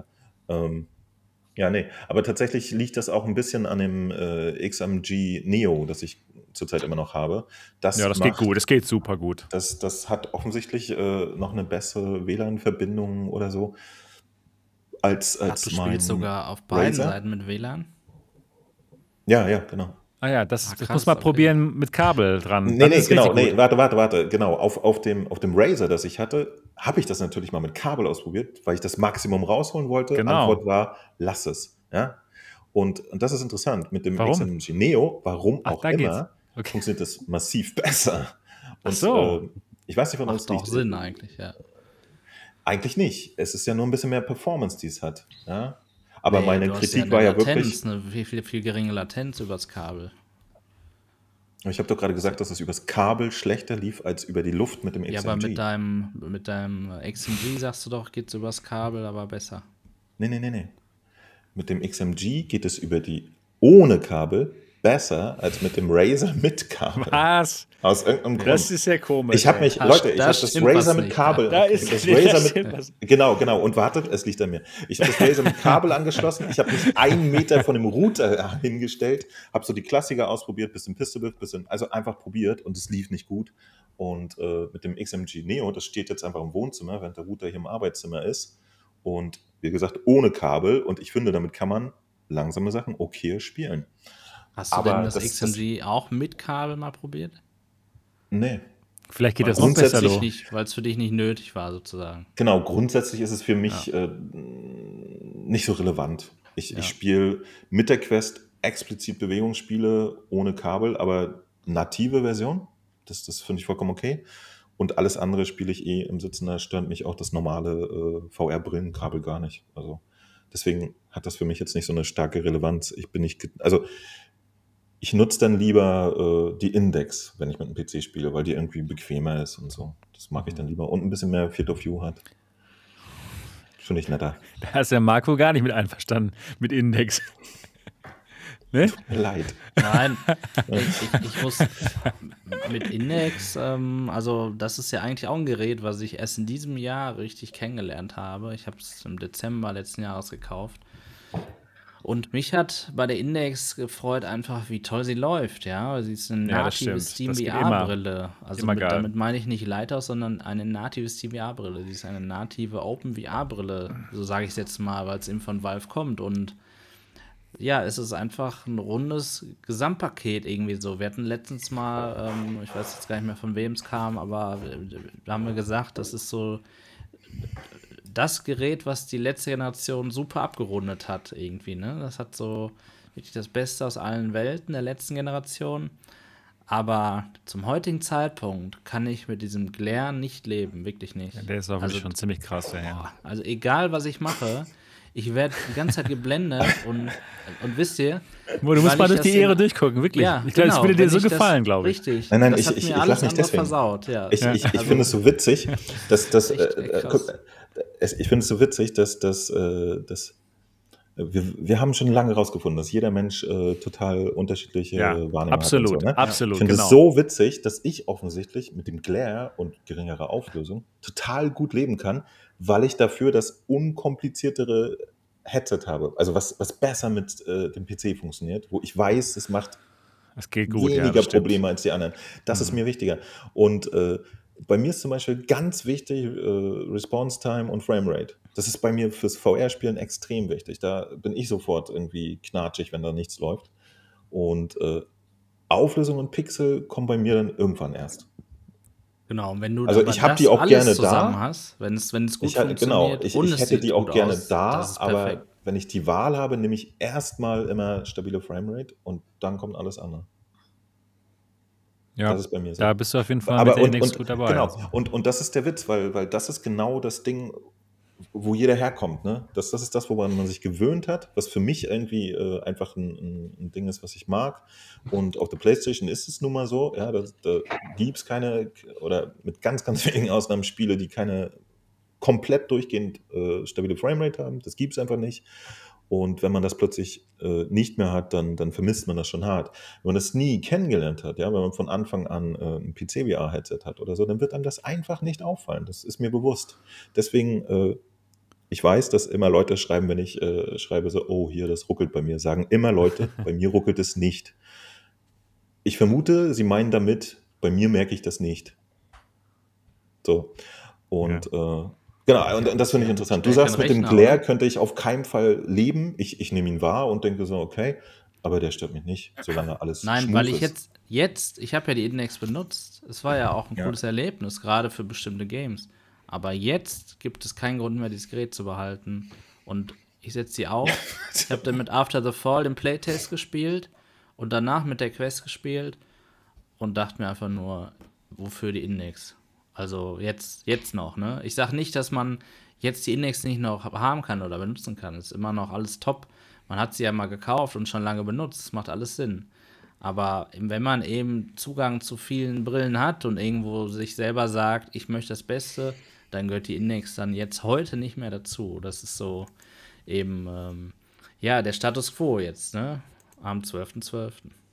Ja, nee. Aber tatsächlich liegt das auch ein bisschen an dem XMG Neo, das ich zurzeit immer noch habe. Ja, das geht gut. Das geht super gut. Das hat offensichtlich noch eine bessere WLAN-Verbindung oder so als Ach, du mein spielst sogar auf beiden Razer. Seiten mit WLAN? Ja, genau. Ah ja, das krass, muss man okay. probieren mit Kabel dran. Nee, Dann ist es genau, richtig gut. warte. Genau, auf dem Razer, das ich hatte, habe ich das natürlich mal mit Kabel ausprobiert, weil ich das Maximum rausholen wollte. Genau. Antwort war, lass es. Ja? Und das ist interessant. Mit dem Warum? XMG Neo, warum Ach, auch da immer, geht's. Okay. funktioniert das massiv besser. Ach so. Ich weiß nicht, woran das Macht auch liegt. Sinn eigentlich, ja. Eigentlich nicht. Es ist ja nur ein bisschen mehr Performance, die es hat. Ja? Aber Nee, meine du hast Kritik eine war ja Latenz, wirklich. eine viel geringe Latenz übers Kabel. Ich habe doch gerade gesagt, dass es übers Kabel schlechter lief als über die Luft mit dem XMG. Ja, aber mit deinem XMG sagst du doch, geht's übers Kabel, aber besser. Nee. Mit dem XMG geht es über die ohne Kabel besser als mit dem Razer mit Kabel. Was? Aus irgendeinem Grund. Das ist ja komisch. Ich habe ey. mich, Da- Leute, ich da habe das stimmt Razer was mit nicht, Kabel. ja. Da ist das da Razer stimmt mit, was. genau. Und wartet, es liegt an mir. Ich habe das Razer mit Kabel angeschlossen. Ich habe mich 1 Meter von dem Router hingestellt, habe so die Klassiker ausprobiert, bisschen Pistol Whip, also einfach probiert und es lief nicht gut. Und mit dem XMG Neo, das steht jetzt einfach im Wohnzimmer, während der Router hier im Arbeitszimmer ist. Und wie gesagt, ohne Kabel. Und ich finde, damit kann man langsame Sachen okay spielen. Hast du Aber denn das das- XMG auch mit Kabel mal probiert? Nee. Vielleicht geht das noch besser, Grundsätzlich du. Weil es für dich nicht nötig war, sozusagen. Genau, grundsätzlich ist es für mich nicht so relevant. Ich spiele mit der Quest explizit Bewegungsspiele ohne Kabel, aber native Version, das finde ich vollkommen okay. Und alles andere spiele ich im Sitzen, da stört mich auch das normale VR-Brillenkabel gar nicht. Also deswegen hat das für mich jetzt nicht so eine starke Relevanz. Ich nutze dann lieber die Index, wenn ich mit einem PC spiele, weil die irgendwie bequemer ist und so. Das mag ich dann lieber. Und ein bisschen mehr Field of View hat. Finde ich netter. Da ist der Marco gar nicht mit einverstanden, mit Index. Ne? Mir leid. Nein, ich muss mit Index, also das ist ja eigentlich auch ein Gerät, was ich erst in diesem Jahr richtig kennengelernt habe. Ich habe es im Dezember letzten Jahres gekauft. Und mich hat bei der Index gefreut einfach, wie toll sie läuft, ja. Sie ist eine Ja, das native stimmt. Steam Das geht VR-Brille. Also immer geil. damit meine ich nicht Lighthouse, sondern eine native Steam VR-Brille. Sie ist eine native Open VR-Brille, so sage ich es jetzt mal, weil es eben von Valve kommt. Und ja, es ist einfach ein rundes Gesamtpaket irgendwie so. Wir hatten letztens mal, ich weiß jetzt gar nicht mehr, von wem es kam, aber da haben wir gesagt, das ist so das Gerät, was die letzte Generation super abgerundet hat irgendwie, ne? Das hat so wirklich das Beste aus allen Welten der letzten Generation. Aber zum heutigen Zeitpunkt kann ich mit diesem Glare nicht leben, wirklich nicht. Ja, der ist auch wirklich schon ziemlich krass, ja. Also egal, was ich mache, ich werde die ganze Zeit geblendet und wisst ihr... Du musst mal durch die Ehre durchgucken, wirklich. Ja, ich glaube, es würde dir so gefallen, glaube ich. Richtig. Nein, das hat ich mir alles lach nicht andere deswegen. versaut. Ja. Ich finde es so witzig, dass wir haben schon lange herausgefunden, dass jeder Mensch total unterschiedliche Wahrnehmungen absolut, hat. Und so, ne? Absolut, ich finde genau. es so witzig, dass ich offensichtlich mit dem Glare und geringerer Auflösung total gut leben kann, weil ich dafür das unkompliziertere Headset habe. Also was besser mit dem PC funktioniert, wo ich weiß, es macht geht gut, weniger Probleme als die anderen. Das ist mir wichtiger. Und bei mir ist zum Beispiel ganz wichtig Response Time und Framerate. Das ist bei mir fürs VR-Spielen extrem wichtig. Da bin ich sofort irgendwie knatschig, wenn da nichts läuft. Und Auflösung und Pixel kommen bei mir dann irgendwann erst. Genau, und wenn du also ich habe die auch gerne da. Hast, wenn es gut funktioniert, genau, ich hätte die auch gerne aus, da, aber wenn ich die Wahl habe, nehme ich erstmal immer stabile Framerate und dann kommt alles andere. Ja, das ist bei mir so. Da bist du auf jeden Fall mit und, gut dabei. Genau, und das ist der Witz, weil das ist genau das Ding, wo jeder herkommt. Ne? Das ist das, woran man sich gewöhnt hat, was für mich irgendwie einfach ein Ding ist, was ich mag. Und auf der PlayStation ist es nun mal so, ja, da gibt es keine, oder mit ganz, ganz wenigen Ausnahmen Spiele, die keine komplett durchgehend stabile Framerate haben. Das gibt es einfach nicht. Und wenn man das plötzlich nicht mehr hat, dann vermisst man das schon hart. Wenn man das nie kennengelernt hat, ja, wenn man von Anfang an ein PC-VR-Headset hat oder so, dann wird einem das einfach nicht auffallen. Das ist mir bewusst. Deswegen, ich weiß, dass immer Leute schreiben, wenn ich schreibe so, oh, hier, das ruckelt bei mir. Sagen immer Leute, bei mir ruckelt es nicht. Ich vermute, sie meinen damit, bei mir merke ich das nicht. So. Und genau, und das finde ich interessant. Du sagst, mit dem Glare könnte ich auf keinen Fall leben. Ich nehme ihn wahr und denke so, okay, aber der stört mich nicht, solange alles Nein, weil ich ich habe ja die Index benutzt. Es war ja auch ein cooles Erlebnis, gerade für bestimmte Games. Aber jetzt gibt es keinen Grund mehr, dieses Gerät zu behalten. Und ich setze sie auf. Ich habe dann mit After the Fall den Playtest gespielt und danach mit der Quest gespielt und dachte mir einfach nur, wofür die Index? Also jetzt noch, ne? Ich sage nicht, dass man jetzt die Index nicht noch haben kann oder benutzen kann. Es ist immer noch alles top. Man hat sie ja mal gekauft und schon lange benutzt. Das macht alles Sinn. Aber wenn man eben Zugang zu vielen Brillen hat und irgendwo sich selber sagt, ich möchte das Beste, dann gehört die Index dann jetzt heute nicht mehr dazu. Das ist so eben, der Status Quo jetzt, ne? Am 12.12.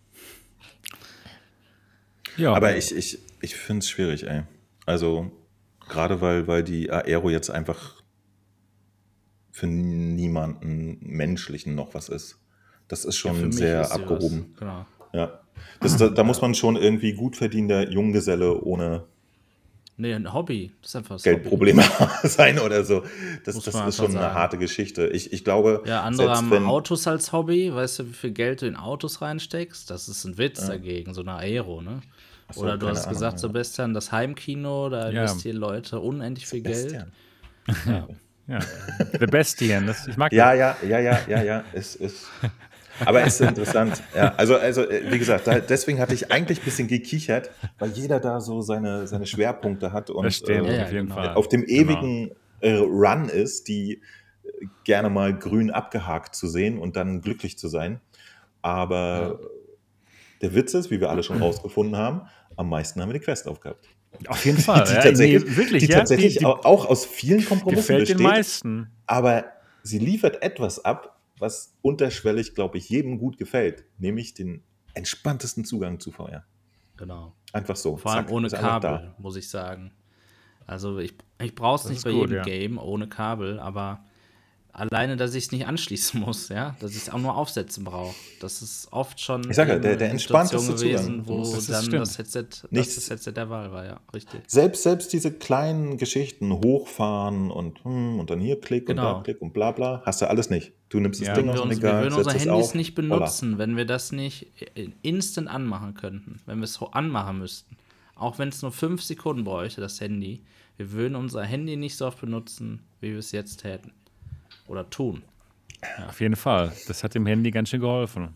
Ja. Aber ich finde es schwierig, ey. Also, gerade weil die Aero jetzt einfach für niemanden Menschlichen noch was ist. Das ist schon sehr abgehoben. Genau. Ja. Da muss man schon irgendwie gut verdienter Junggeselle ohne ein Hobby. Das ist einfach das Geldprobleme sein oder so. Das ist schon eine harte Geschichte. Ich glaube, ja, andere haben Autos als Hobby. Weißt du, wie viel Geld du in Autos reinsteckst? Das ist ein Witz dagegen, so eine Aero, ne? So, oder du hast gesagt, Sebastian, das Heimkino, da investieren Leute unendlich viel Geld. Ja. Sebastian, ich mag das. Ja. Aber es ist interessant. Ja, also wie gesagt, deswegen hatte ich eigentlich ein bisschen gekichert, weil jeder da so seine Schwerpunkte hat und auf jeden Fall. auf dem ewigen Run ist, die gerne mal grün abgehakt zu sehen und dann glücklich zu sein. Aber der Witz ist, wie wir alle schon rausgefunden haben, am meisten haben wir die Quest aufgehabt. Auf jeden Fall. Die tatsächlich auch aus vielen Kompromissen besteht. Den meisten. Aber sie liefert etwas ab, was unterschwellig, glaube ich, jedem gut gefällt. Nämlich den entspanntesten Zugang zu VR. Genau. Einfach so. Vor allem ohne Kabel, muss ich sagen. Also ich brauche es nicht bei jedem Game ohne Kabel, aber alleine, dass ich es nicht anschließen muss, ja, dass ich es auch nur aufsetzen brauche. Das ist oft schon ich sage, der entspannteste gewesen, Zugang, wo dann das Headset der Wahl war, ja, richtig. Selbst diese kleinen Geschichten, hochfahren und dann hier Klick und da Klick und bla bla, hast du alles nicht. Du nimmst das Ding aus dem Regal, wir würden unsere Handys nicht benutzen, wenn wir das nicht instant anmachen könnten, wenn wir es so anmachen müssten. Auch wenn es nur 5 Sekunden bräuchte, das Handy. Wir würden unser Handy nicht so oft benutzen, wie wir es jetzt täten. Oder tun. Ja, auf jeden Fall. Das hat dem Handy ganz schön geholfen.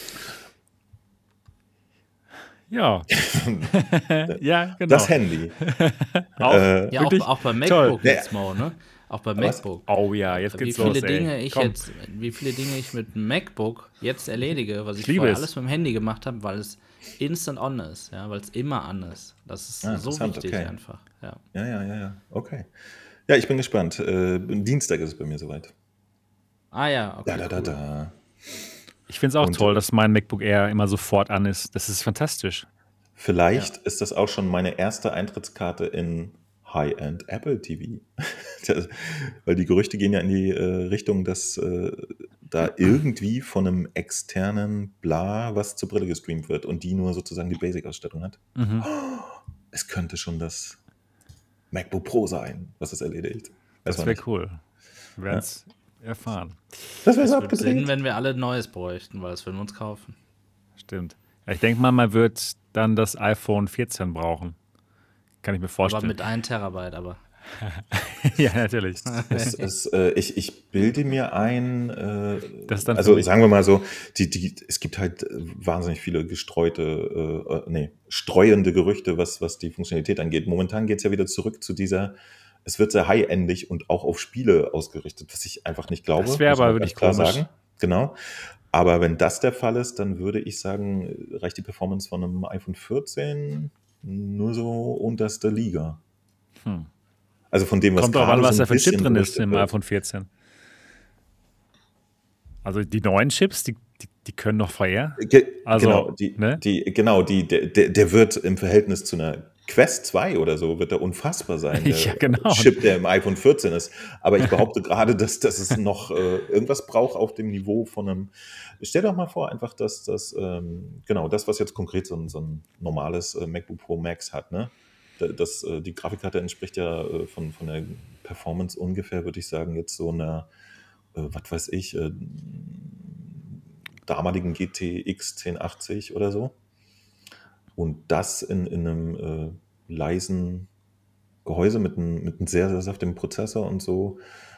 Ja. Ja, genau. Das Handy. Auch, Ja, wirklich auch bei toll. MacBook jetzt, Mo, ne? Auch bei Was? MacBook. Oh ja, jetzt Wie geht's viele los, Dinge ey. ich Komm. jetzt, wie viele Dinge ich mit dem MacBook jetzt erledige, was ich liebe vorher es. alles mit dem Handy gemacht habe, weil es instant on ist, ja, weil es immer an ist. Das ist Ah, so interessant, wichtig okay. einfach. Ja. Ja. Okay. Ja, ich bin gespannt. Dienstag ist es bei mir soweit. Ah ja, okay. Cool. Da. Ich finde es auch Und, toll, dass mein MacBook Air immer sofort an ist. Das ist fantastisch. Vielleicht ist das auch schon meine erste Eintrittskarte in High-End Apple TV. Weil die Gerüchte gehen ja in die Richtung, dass da irgendwie von einem externen Bla was zur Brille gestreamt wird und die nur sozusagen die Basic-Ausstattung hat. Es könnte schon das MacBook Pro sein, was es erledigt. Das Weiß man wäre nicht. cool. Wir werden es erfahren. Das wäre so Es würde Sinn, abgedreht. wenn wir alle Neues bräuchten, weil das würden wir uns kaufen. Stimmt. Ja, ich denke mal, man wird dann das iPhone 14 brauchen. Kann ich mir Aber vorstellen. mit 1 Terabyte, aber. Ja, natürlich. Ich bilde mir ein, Das ist dann für also mich. sagen wir mal so, es gibt halt wahnsinnig viele streuende Gerüchte, was die Funktionalität angeht. Momentan geht es ja wieder zurück zu dieser, es wird sehr high-endig und auch auf Spiele ausgerichtet, was ich einfach nicht glaube. Das wäre muss man aber ganz wirklich klar komisch. sagen. Genau. Aber wenn das der Fall ist, dann würde ich sagen, reicht die Performance von einem iPhone 14 nur so unterste Liga. Also von dem, was Kommt drauf gerade an, was so da ein für ein Chip bisschen drin ist gerüchtet im wird. iPhone 14. Also die neuen Chips, die können noch VR. Also, Genau, der wird im Verhältnis zu einer Quest 2 oder so, wird der unfassbar sein, der Ja, genau. Chip, der im iPhone 14 ist. Aber ich behaupte gerade, dass es noch irgendwas braucht auf dem Niveau von einem. Stell doch mal vor, einfach, dass das, das, was jetzt konkret so ein normales MacBook Pro Max hat, ne? Die Grafikkarte entspricht ja von der Performance ungefähr, würde ich sagen, jetzt so einer, was weiß ich, damaligen GTX 1080 oder so. Und das in einem leisen Gehäuse mit einem sehr, sehr saftigen Prozessor und so.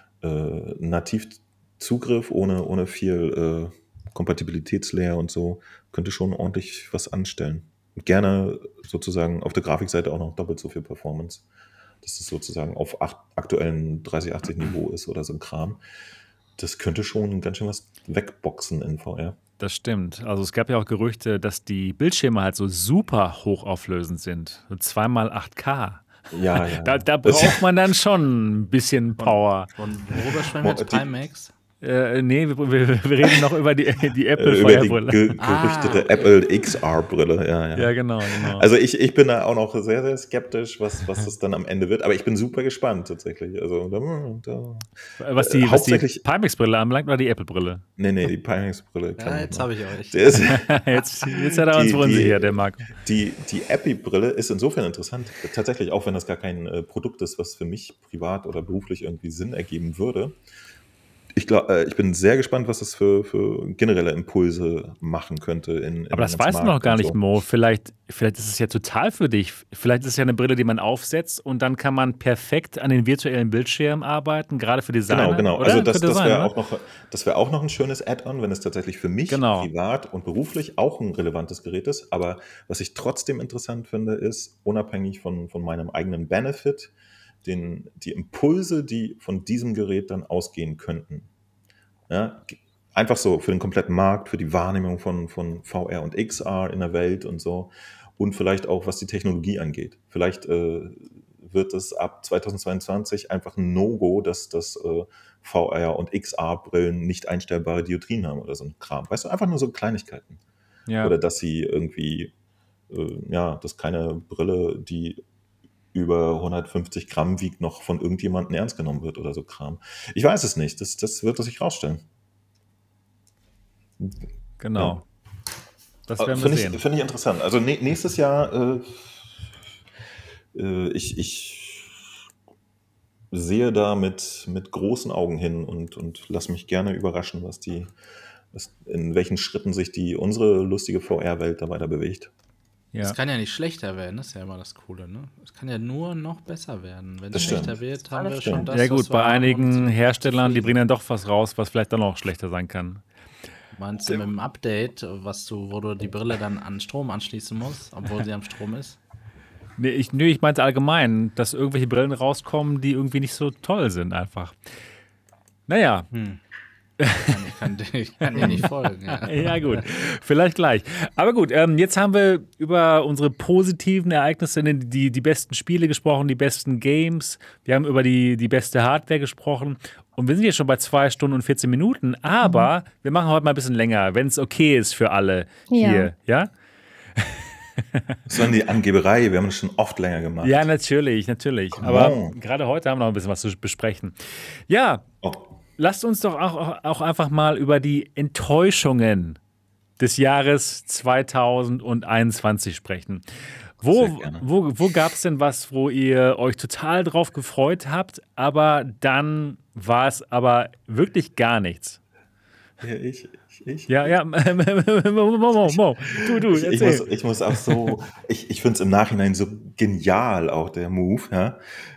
Nativzugriff ohne viel Kompatibilitätslayer und so. Könnte schon ordentlich was anstellen. Und gerne sozusagen auf der Grafikseite auch noch doppelt so viel Performance. Dass es sozusagen auf aktuellen 3080 Niveau ist oder so ein Kram. Das könnte schon ganz schön was wegboxen in VR. Das stimmt. Also es gab ja auch Gerüchte, dass die Bildschirme halt so super hochauflösend sind. So 2x8K. Ja. Da braucht man dann schon ein bisschen Power. Und worüber sprechen wir jetzt? Pimax? Nee, wir reden noch über die Apple Über die VR-Brille. gerüchtete Apple XR-Brille, ja. Ja, genau. Also ich bin da auch noch sehr, sehr skeptisch, was das dann am Ende wird. Aber ich bin super gespannt tatsächlich. Also Was die hauptsächlich Pimax-Brille anbelangt oder die Apple-Brille? Nee, die Pimax-Brille. Ja, jetzt habe ich euch. Jetzt hat er uns verunsichert, der Marco. Die Epi-Brille ist insofern interessant, tatsächlich, auch wenn das gar kein Produkt ist, was für mich privat oder beruflich irgendwie Sinn ergeben würde. Ich bin sehr gespannt, was das für generelle Impulse machen könnte. Aber das weißt du noch gar nicht, Mo. Vielleicht ist es ja total für dich. Vielleicht ist es ja eine Brille, die man aufsetzt und dann kann man perfekt an den virtuellen Bildschirmen arbeiten, gerade für Designer. Genau. Oder? Also das wäre oder? auch noch ein schönes Add-on, wenn es tatsächlich für mich privat und beruflich auch ein relevantes Gerät ist. Aber was ich trotzdem interessant finde, ist, unabhängig von meinem eigenen Benefit, die Impulse, die von diesem Gerät dann ausgehen könnten. Ja, einfach so für den kompletten Markt, für die Wahrnehmung von VR und XR in der Welt und so. Und vielleicht auch, was die Technologie angeht. Vielleicht wird es ab 2022 einfach ein No-Go, dass VR- und XR-Brillen nicht einstellbare Dioptrien haben oder so ein Kram. Weißt du, einfach nur so Kleinigkeiten. Ja. Oder dass sie irgendwie, dass keine Brille, die über 150 Gramm wiegt, noch von irgendjemandem ernst genommen wird oder so Kram. Ich weiß es nicht. Das wird sich rausstellen. Genau. Ja. Das werden wir sehen. Finde ich interessant. Also nächstes Jahr ich sehe da mit großen Augen hin und lass mich gerne überraschen, in welchen Schritten sich unsere lustige VR-Welt da weiter bewegt. Ja. Es kann ja nicht schlechter werden, das ist ja immer das Coole, ne? Es kann ja nur noch besser werden. Wenn es Das stimmt. schlechter wird, haben wir Alles schon stimmt. das, Ja gut, was wir bei haben und einigen sind Herstellern, die zufrieden. bringen dann doch was raus, was vielleicht dann noch schlechter sein kann. Meinst du mit dem Update, wo du die Brille dann an Strom anschließen musst, obwohl sie am Strom ist? Nee, ich meinte allgemein, dass irgendwelche Brillen rauskommen, die irgendwie nicht so toll sind einfach. Naja, Ich kann dir nicht folgen. Ja. ja gut, vielleicht gleich. Aber gut, jetzt haben wir über unsere positiven Ereignisse, die besten Spiele gesprochen, die besten Games. Wir haben über die beste Hardware gesprochen. Und wir sind jetzt schon bei 2 Stunden und 14 Minuten. Aber wir machen heute mal ein bisschen länger, wenn es okay ist für alle hier. Ja? Das war die Angeberei, wir haben das schon oft länger gemacht. Ja, natürlich. Aber gerade heute haben wir noch ein bisschen was zu besprechen. Ja, lasst uns doch auch einfach mal über die Enttäuschungen des Jahres 2021 sprechen. Wo gab es denn was, wo ihr euch total drauf gefreut habt, aber dann war es aber wirklich gar nichts? Ja, ich. Ja, Mo, du, erzähl. Ich muss auch so, ich finde es im Nachhinein so genial, auch der Move, ja.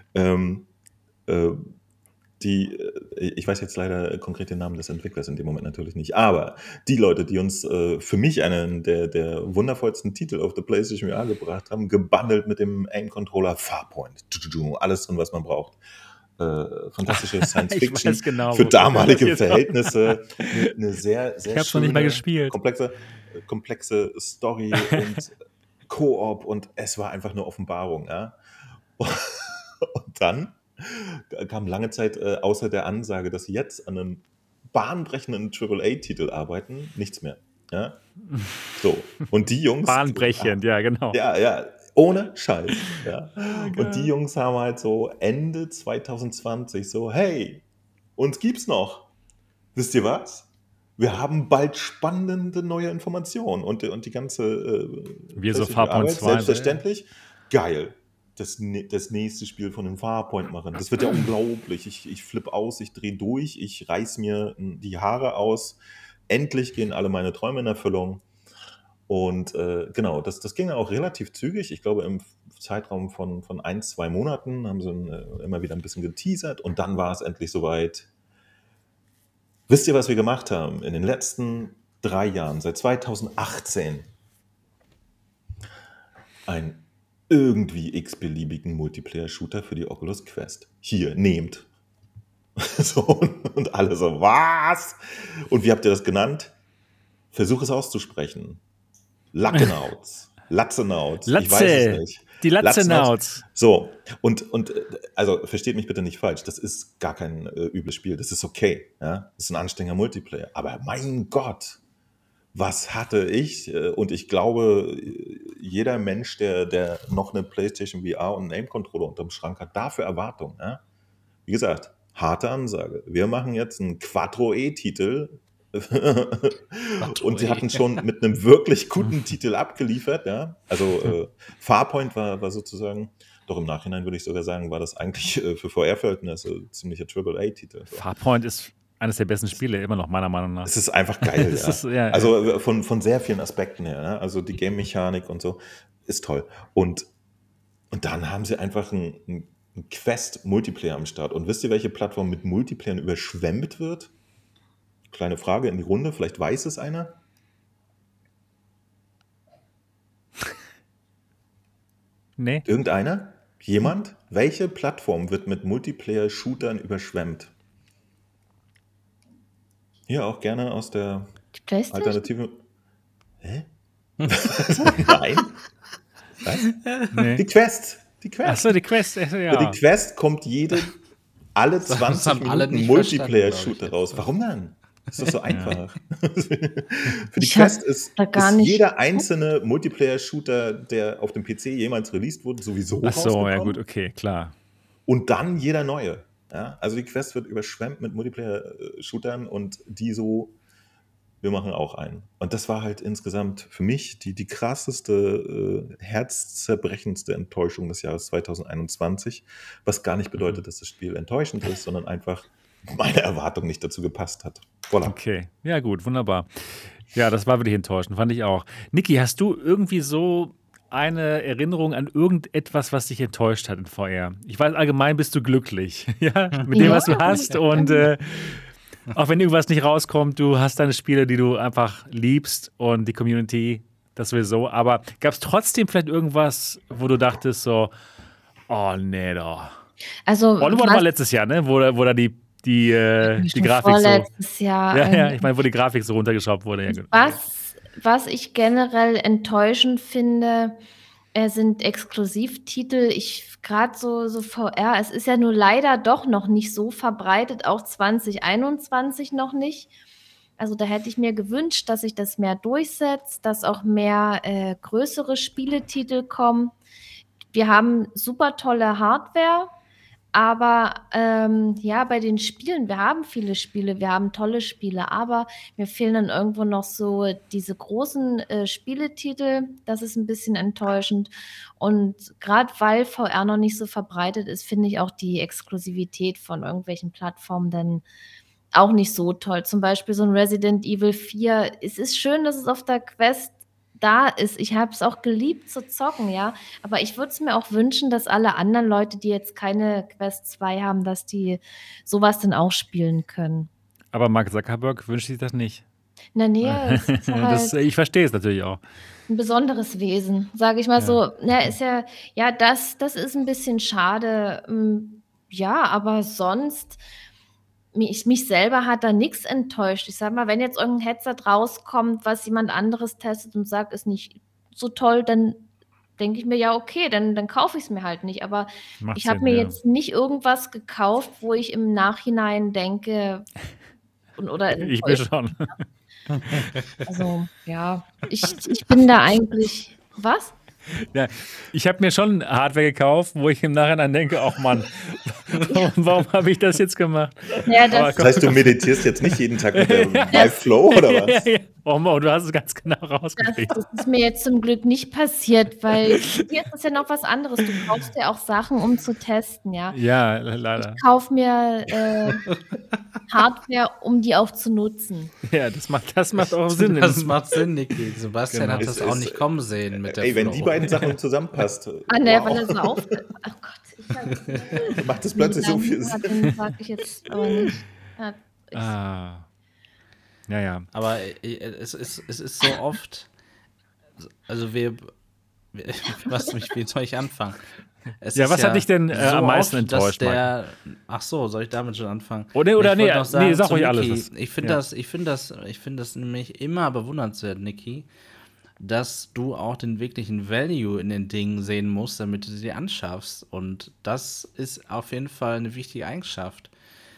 Ich weiß jetzt leider konkret den Namen des Entwicklers in dem Moment natürlich nicht, aber die Leute, die uns für mich einen der wundervollsten Titel auf der PlayStation VR gebracht haben, gebundelt mit dem Aim-Controller Farpoint. Alles drin, was man braucht. Fantastische Science-Fiction genau, für damalige Verhältnisse. Eine sehr, sehr ich hab's noch nicht mal gespielt. komplexe Story und Koop und es war einfach eine Offenbarung. Ja? Und dann kam lange Zeit außer der Ansage, dass sie jetzt an einem bahnbrechenden AAA-Titel arbeiten, nichts mehr. Ja? So. Und die Jungs. Bahnbrechend, ja, genau. Ja, ohne Scheiß. Ja. Und die Jungs haben halt so Ende 2020 so, hey, uns gibt's noch. Wisst ihr was? Wir haben bald spannende neue Informationen und die ganze wir so Farpoint 2. Selbstverständlich. Geil. Das nächste Spiel von dem Farpoint machen. Das wird ja unglaublich. Ich flippe aus, ich drehe durch, ich reiß mir die Haare aus. Endlich gehen alle meine Träume in Erfüllung. Und genau, das ging auch relativ zügig. Ich glaube, im Zeitraum von 1-2 Monaten haben sie immer wieder ein bisschen geteasert und dann war es endlich soweit. Wisst ihr, was wir gemacht haben? In den letzten 3 Jahren, seit 2018, ein irgendwie x-beliebigen Multiplayer-Shooter für die Oculus Quest. Hier, nehmt. So, und alle so, was? Und wie habt ihr das genannt? Versuch es auszusprechen. Latzenauts. Ich weiß es nicht. Die Latzenauts. So, und also versteht mich bitte nicht falsch, das ist gar kein übles Spiel, das ist okay. Ja? Das ist ein anstrengender Multiplayer. Aber mein Gott, was hatte ich? Und ich glaube, jeder Mensch, der noch eine PlayStation VR und einen Aim-Controller unterm Schrank hat, dafür Erwartungen. Ja? Wie gesagt, harte Ansage. Wir machen jetzt einen Quattro-E-Titel. Und sie hatten schon mit einem wirklich guten Titel abgeliefert. Ja? Also Farpoint war sozusagen, doch im Nachhinein würde ich sogar sagen, war das eigentlich für VR-Verhältnisse ziemlicher AAA-Titel. So. Farpoint ist eines der besten Spiele, immer noch meiner Meinung nach. Es ist einfach geil, ja. Ist, ja. Also von sehr vielen Aspekten her. Ne? Also die Game-Mechanik und so ist toll. Und dann haben sie einfach einen Quest-Multiplayer am Start. Und wisst ihr, welche Plattform mit Multiplayern überschwemmt wird? Kleine Frage in die Runde, vielleicht weiß es einer. Nee. Irgendeiner? Jemand? Welche Plattform wird mit Multiplayer-Shootern überschwemmt? Hier auch gerne aus der Alternative. Hä? Nein? Was? Nee. Die Quest. Achso, die Quest. Ja. Für die Quest kommt alle 20 haben alle Minuten nicht Multiplayer-Shooter raus. Warum dann? Das ist doch so einfach. Für die Quest ist jeder einzelne Multiplayer-Shooter, der auf dem PC jemals released wurde, sowieso rausgekommen. Ja gut, okay, klar. Und dann jeder neue. Ja? Also die Quest wird überschwemmt mit Multiplayer-Shootern und die so, wir machen auch einen. Und das war halt insgesamt für mich die krasseste, herzzerbrechendste Enttäuschung des Jahres 2021, was gar nicht bedeutet, dass das Spiel enttäuschend ist, sondern einfach meine Erwartung nicht dazu gepasst hat. Voilà. Okay, ja gut, wunderbar. Ja, das war wirklich enttäuschend, fand ich auch. Niki, hast du irgendwie so eine Erinnerung an irgendetwas, was dich enttäuscht hat in VR? Ich weiß, allgemein bist du glücklich, ja, mit dem, was du hast. Und auch wenn irgendwas nicht rauskommt, du hast deine Spiele, die du einfach liebst und die Community, das sowieso. Aber gab es trotzdem vielleicht irgendwas, wo du dachtest so, oh nee, doch. Also, Onward war letztes Jahr, ne? Wo da die Grafik so. Vorletztes Jahr. Ja, ich meine, wo die Grafik so runtergeschraubt wurde. Ja. Was ich generell enttäuschend finde, sind Exklusivtitel. Gerade so VR, es ist ja nur leider doch noch nicht so verbreitet, auch 2021 noch nicht. Also da hätte ich mir gewünscht, dass sich das mehr durchsetzt, dass auch mehr größere Spieletitel kommen. Wir haben super tolle Hardware, aber bei den Spielen, wir haben viele Spiele, wir haben tolle Spiele, aber mir fehlen dann irgendwo noch so diese großen Spieletitel. Das ist ein bisschen enttäuschend. Und gerade weil VR noch nicht so verbreitet ist, finde ich auch die Exklusivität von irgendwelchen Plattformen dann auch nicht so toll. Zum Beispiel so ein Resident Evil 4. Es ist schön, dass es auf der Quest da ist. Ich habe es auch geliebt zu zocken, ja. Aber ich würde es mir auch wünschen, dass alle anderen Leute, die jetzt keine Quest 2 haben, dass die sowas dann auch spielen können. Aber Mark Zuckerberg wünscht sich das nicht. Na nee, es ist halt ich verstehe es natürlich auch. ein besonderes Wesen, sage ich mal so. Ja, ist ja, das ist ein bisschen schade. Ja, aber sonst mich selber hat da nichts enttäuscht. Ich sag mal, wenn jetzt irgendein Headset rauskommt, was jemand anderes testet und sagt, ist nicht so toll, dann denke ich mir, ja, okay, dann kaufe ich es mir halt nicht. Aber Macht ich habe Sinn, mir ja. jetzt nicht irgendwas gekauft, wo ich im Nachhinein denke, oder Ich bin schon. also, ja, ich bin da eigentlich, was? Ja, ich habe mir schon Hardware gekauft, wo ich im Nachhinein denke, ach Mann, warum habe ich das jetzt gemacht? Ja, Das heißt, du meditierst jetzt nicht jeden Tag mit dem Live Flow oder was? Ja. Oh Mann, du hast es ganz genau rausgekriegt. Das ist mir jetzt zum Glück nicht passiert, weil hier ist das ja noch was anderes. Du kaufst ja auch Sachen, um zu testen, ja. Ja, leider. Ich kaufe mir Hardware, um die auch zu nutzen. Ja, das macht auch Sinn. Das macht Sinn, Niki. Sebastian Genau. hat das auch nicht kommen sehen mit der Ey, wenn Flow. die beiden Sachen zusammenpasst. Ne, wow. weil er so aufhört. Ach Gott, Macht das plötzlich so viel Sinn. Sinn. Sag ich jetzt aber nicht. Ja, Ja. Aber es ist so oft, also wie soll ich anfangen? Ja, was hat dich denn am meisten enttäuscht, Mike? Ach so, soll ich damit schon anfangen? Nee, sag ruhig alles. Ich finde das nämlich immer bewundernswert, Niki, dass du auch den wirklichen Value in den Dingen sehen musst, damit du sie anschaffst. Und das ist auf jeden Fall eine wichtige Eigenschaft.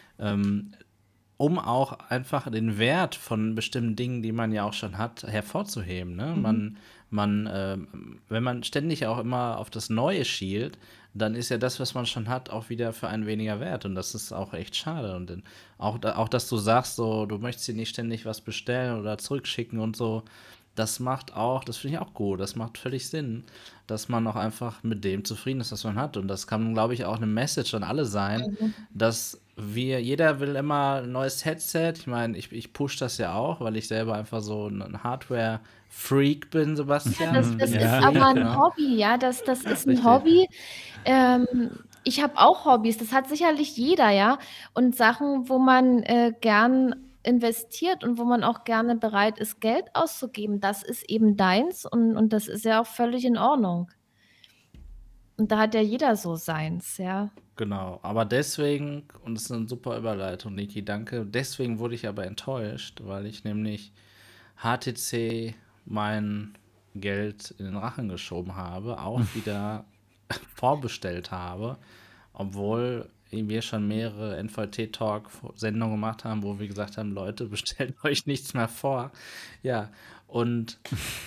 Um auch einfach den Wert von bestimmten Dingen, die man ja auch schon hat, hervorzuheben. Ne? Wenn man ständig auch immer auf das Neue schielt, dann ist ja das, was man schon hat, auch wieder für einen weniger wert. Und das ist auch echt schade. Und dann auch, dass du sagst, so, du möchtest dir nicht ständig was bestellen oder zurückschicken und so, das finde ich auch gut. Das macht völlig Sinn, dass man auch einfach mit dem zufrieden ist, was man hat. Und das kann, glaube ich, auch eine Message an alle sein, dass jeder will immer ein neues Headset. Ich meine, ich push das ja auch, weil ich selber einfach so ein Hardware-Freak bin, Sebastian. das ist aber ein Hobby, ja, das ist ein Richtig. Hobby. Ich habe auch Hobbys, das hat sicherlich jeder, ja. Und Sachen, wo man gern investiert und wo man auch gerne bereit ist, Geld auszugeben, das ist eben deins und das ist ja auch völlig in Ordnung. Und da hat ja jeder so seins, ja. Genau, aber deswegen, und das ist eine super Überleitung, Niki, danke, deswegen wurde ich aber enttäuscht, weil ich nämlich HTC mein Geld in den Rachen geschoben habe, auch wieder vorbestellt habe, obwohl wir schon mehrere NVT-Talk-Sendungen gemacht haben, wo wir gesagt haben, Leute, bestellt euch nichts mehr vor. Ja, und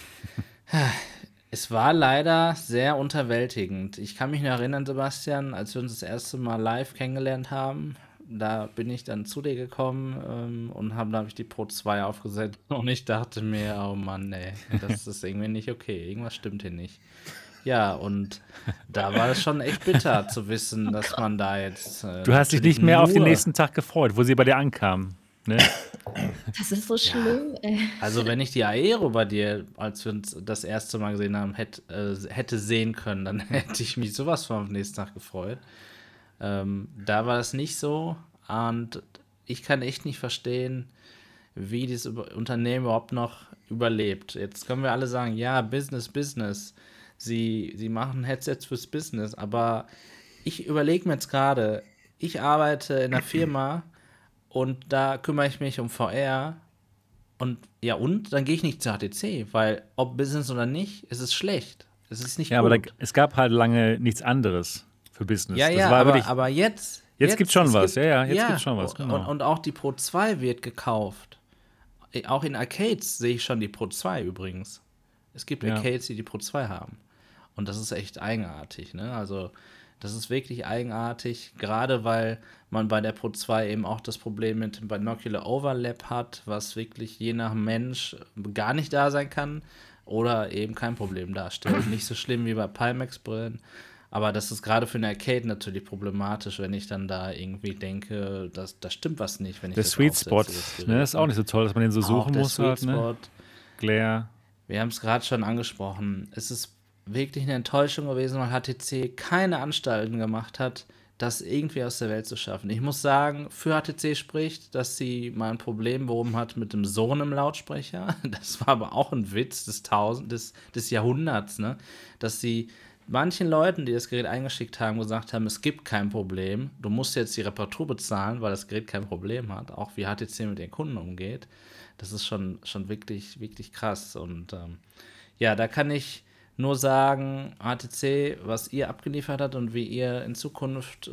es war leider sehr unterwältigend. Ich kann mich noch erinnern, Sebastian, als wir uns das erste Mal live kennengelernt haben, da bin ich dann zu dir gekommen und da habe ich die Pro 2 aufgesetzt und ich dachte mir, oh Mann, ey, das ist irgendwie nicht okay, irgendwas stimmt hier nicht. Ja, und da war es schon echt bitter zu wissen, dass man da jetzt... Du hast dich nicht mehr auf den nächsten Tag gefreut, wo sie bei dir ankamen. Ne? Das ist so schlimm, ey. Also wenn ich die Aero bei dir, als wir uns das erste Mal gesehen haben, hätte sehen können, dann hätte ich mich sowas von am nächsten Tag gefreut. Da war das nicht so und ich kann echt nicht verstehen, wie dieses Unternehmen überhaupt noch überlebt. Jetzt können wir alle sagen, ja, Business. Sie machen Headsets fürs Business, aber ich überlege mir jetzt gerade, ich arbeite in einer Firma und da kümmere ich mich um VR und dann gehe ich nicht zur HTC, weil ob Business oder nicht, es ist schlecht. Es ist nicht Ja, gut. aber es gab halt lange nichts anderes für Business. Ja, Das ja, war wirklich, aber jetzt gibt's schon es was. gibt- Jetzt gibt's schon was, genau. Und auch die Pro 2 wird gekauft. Auch in Arcades sehe ich schon die Pro 2 übrigens. Es gibt Ja. Arcades, die Pro 2 haben. Und das ist echt eigenartig, ne? Also, das ist wirklich eigenartig, gerade weil man bei der Pro 2 eben auch das Problem mit dem Binocular Overlap hat, was wirklich je nach Mensch gar nicht da sein kann oder eben kein Problem darstellt. Nicht so schlimm wie bei Pimax-Brillen. Aber das ist gerade für eine Arcade natürlich problematisch, wenn ich dann da irgendwie denke, da stimmt was nicht, wenn ich der das Sweet Spot, aufsetze, das Gerät, ne, ist auch nicht so toll, dass man den so Auch suchen der muss Sweet halt, ne? Spot. Glare. Wir haben es gerade schon angesprochen. Es ist wirklich eine Enttäuschung gewesen, weil HTC keine Anstalten gemacht hat, das irgendwie aus der Welt zu schaffen. Ich muss sagen, für HTC spricht, dass sie mal ein Problem behoben hat mit dem so einem Lautsprecher. Das war aber auch ein Witz des Jahrhunderts, ne? Dass sie manchen Leuten, die das Gerät eingeschickt haben, gesagt haben, es gibt kein Problem. Du musst jetzt die Reparatur bezahlen, weil das Gerät kein Problem hat. Auch wie HTC mit den Kunden umgeht. Das ist schon wirklich, wirklich krass. Und ja, da kann ich nur sagen, HTC, was ihr abgeliefert habt und wie ihr in Zukunft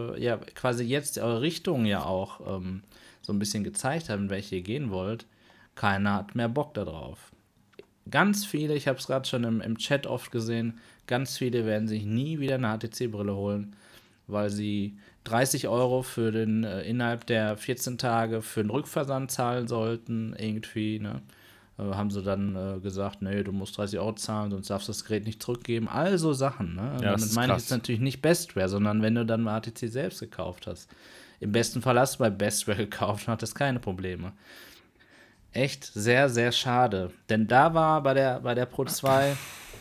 quasi jetzt eure Richtung ja auch so ein bisschen gezeigt habt, in welche ihr gehen wollt, keiner hat mehr Bock darauf. Ganz viele, ich habe es gerade schon im Chat oft gesehen, ganz viele werden sich nie wieder eine HTC-Brille holen, weil sie 30 € für den innerhalb der 14 Tage für den Rückversand zahlen sollten, irgendwie, ne? Haben sie dann gesagt, nee, du musst 30 € zahlen, sonst darfst du das Gerät nicht zurückgeben. Also Sachen, ne? Ja, das Damit ist meine ich krass. jetzt natürlich nicht Bestware, sondern wenn du dann mal HTC selbst gekauft hast. Im besten Fall hast du bei Bestware gekauft und hattest keine Probleme. Echt sehr, sehr schade. Denn da war bei der Pro 2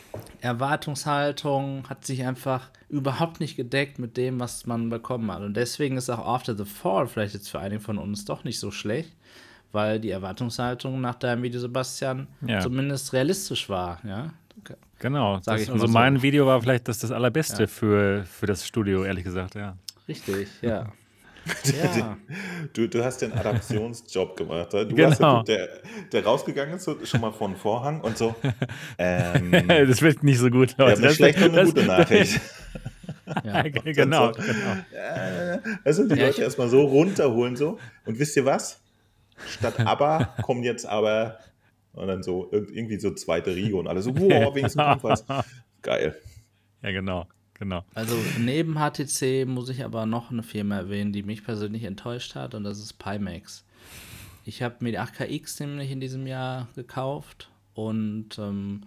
Erwartungshaltung hat sich einfach überhaupt nicht gedeckt mit dem, was man bekommen hat. Und deswegen ist auch After the Fall vielleicht jetzt für einige von uns doch nicht so schlecht, weil die Erwartungshaltung nach deinem Video, Sebastian, Ja. zumindest realistisch war. Ja? Genau. Sag ich mal Also so. mein Video war vielleicht das allerbeste für das Studio, ehrlich gesagt, ja. Richtig, ja. Ja, Du hast den Adaptionsjob gemacht. Du Genau. warst der Typ, der rausgegangen ist, so, schon mal vor den Vorhang und so. Das wird nicht so gut, Ja, Leute. eine schlechte und eine gute Nachricht. ja. Genau. Also die Ja, Leute ich- erstmal so runterholen so. Und wisst ihr was? Statt aber kommen jetzt aber und dann so irgendwie so zweite Riege und alle so, wow, wenigstens kommt was. Geil. Ja, genau. Also neben HTC muss ich aber noch eine Firma erwähnen, die mich persönlich enttäuscht hat, und das ist Pimax. Ich habe mir die 8KX nämlich in diesem Jahr gekauft und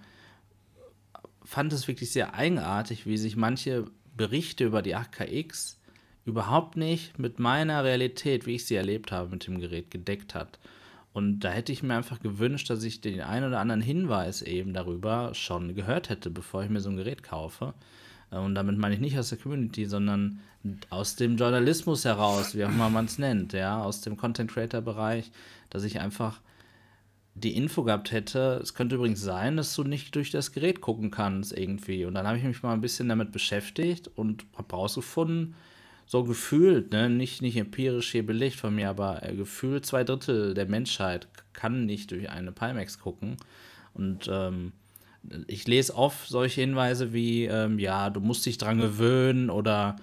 fand es wirklich sehr eigenartig, wie sich manche Berichte über die 8KX überhaupt nicht mit meiner Realität, wie ich sie erlebt habe, mit dem Gerät gedeckt hat. Und da hätte ich mir einfach gewünscht, dass ich den einen oder anderen Hinweis eben darüber schon gehört hätte, bevor ich mir so ein Gerät kaufe. Und damit meine ich nicht aus der Community, sondern aus dem Journalismus heraus, wie auch immer man es nennt, ja, aus dem Content-Creator-Bereich, dass ich einfach die Info gehabt hätte, es könnte übrigens sein, dass du nicht durch das Gerät gucken kannst irgendwie. Und dann habe ich mich mal ein bisschen damit beschäftigt und habe rausgefunden, so gefühlt, ne, nicht empirisch hier belegt von mir, aber gefühlt 2/3 der Menschheit kann nicht durch eine Pimax gucken. Und ich lese oft solche Hinweise wie, ja, du musst dich dran gewöhnen oder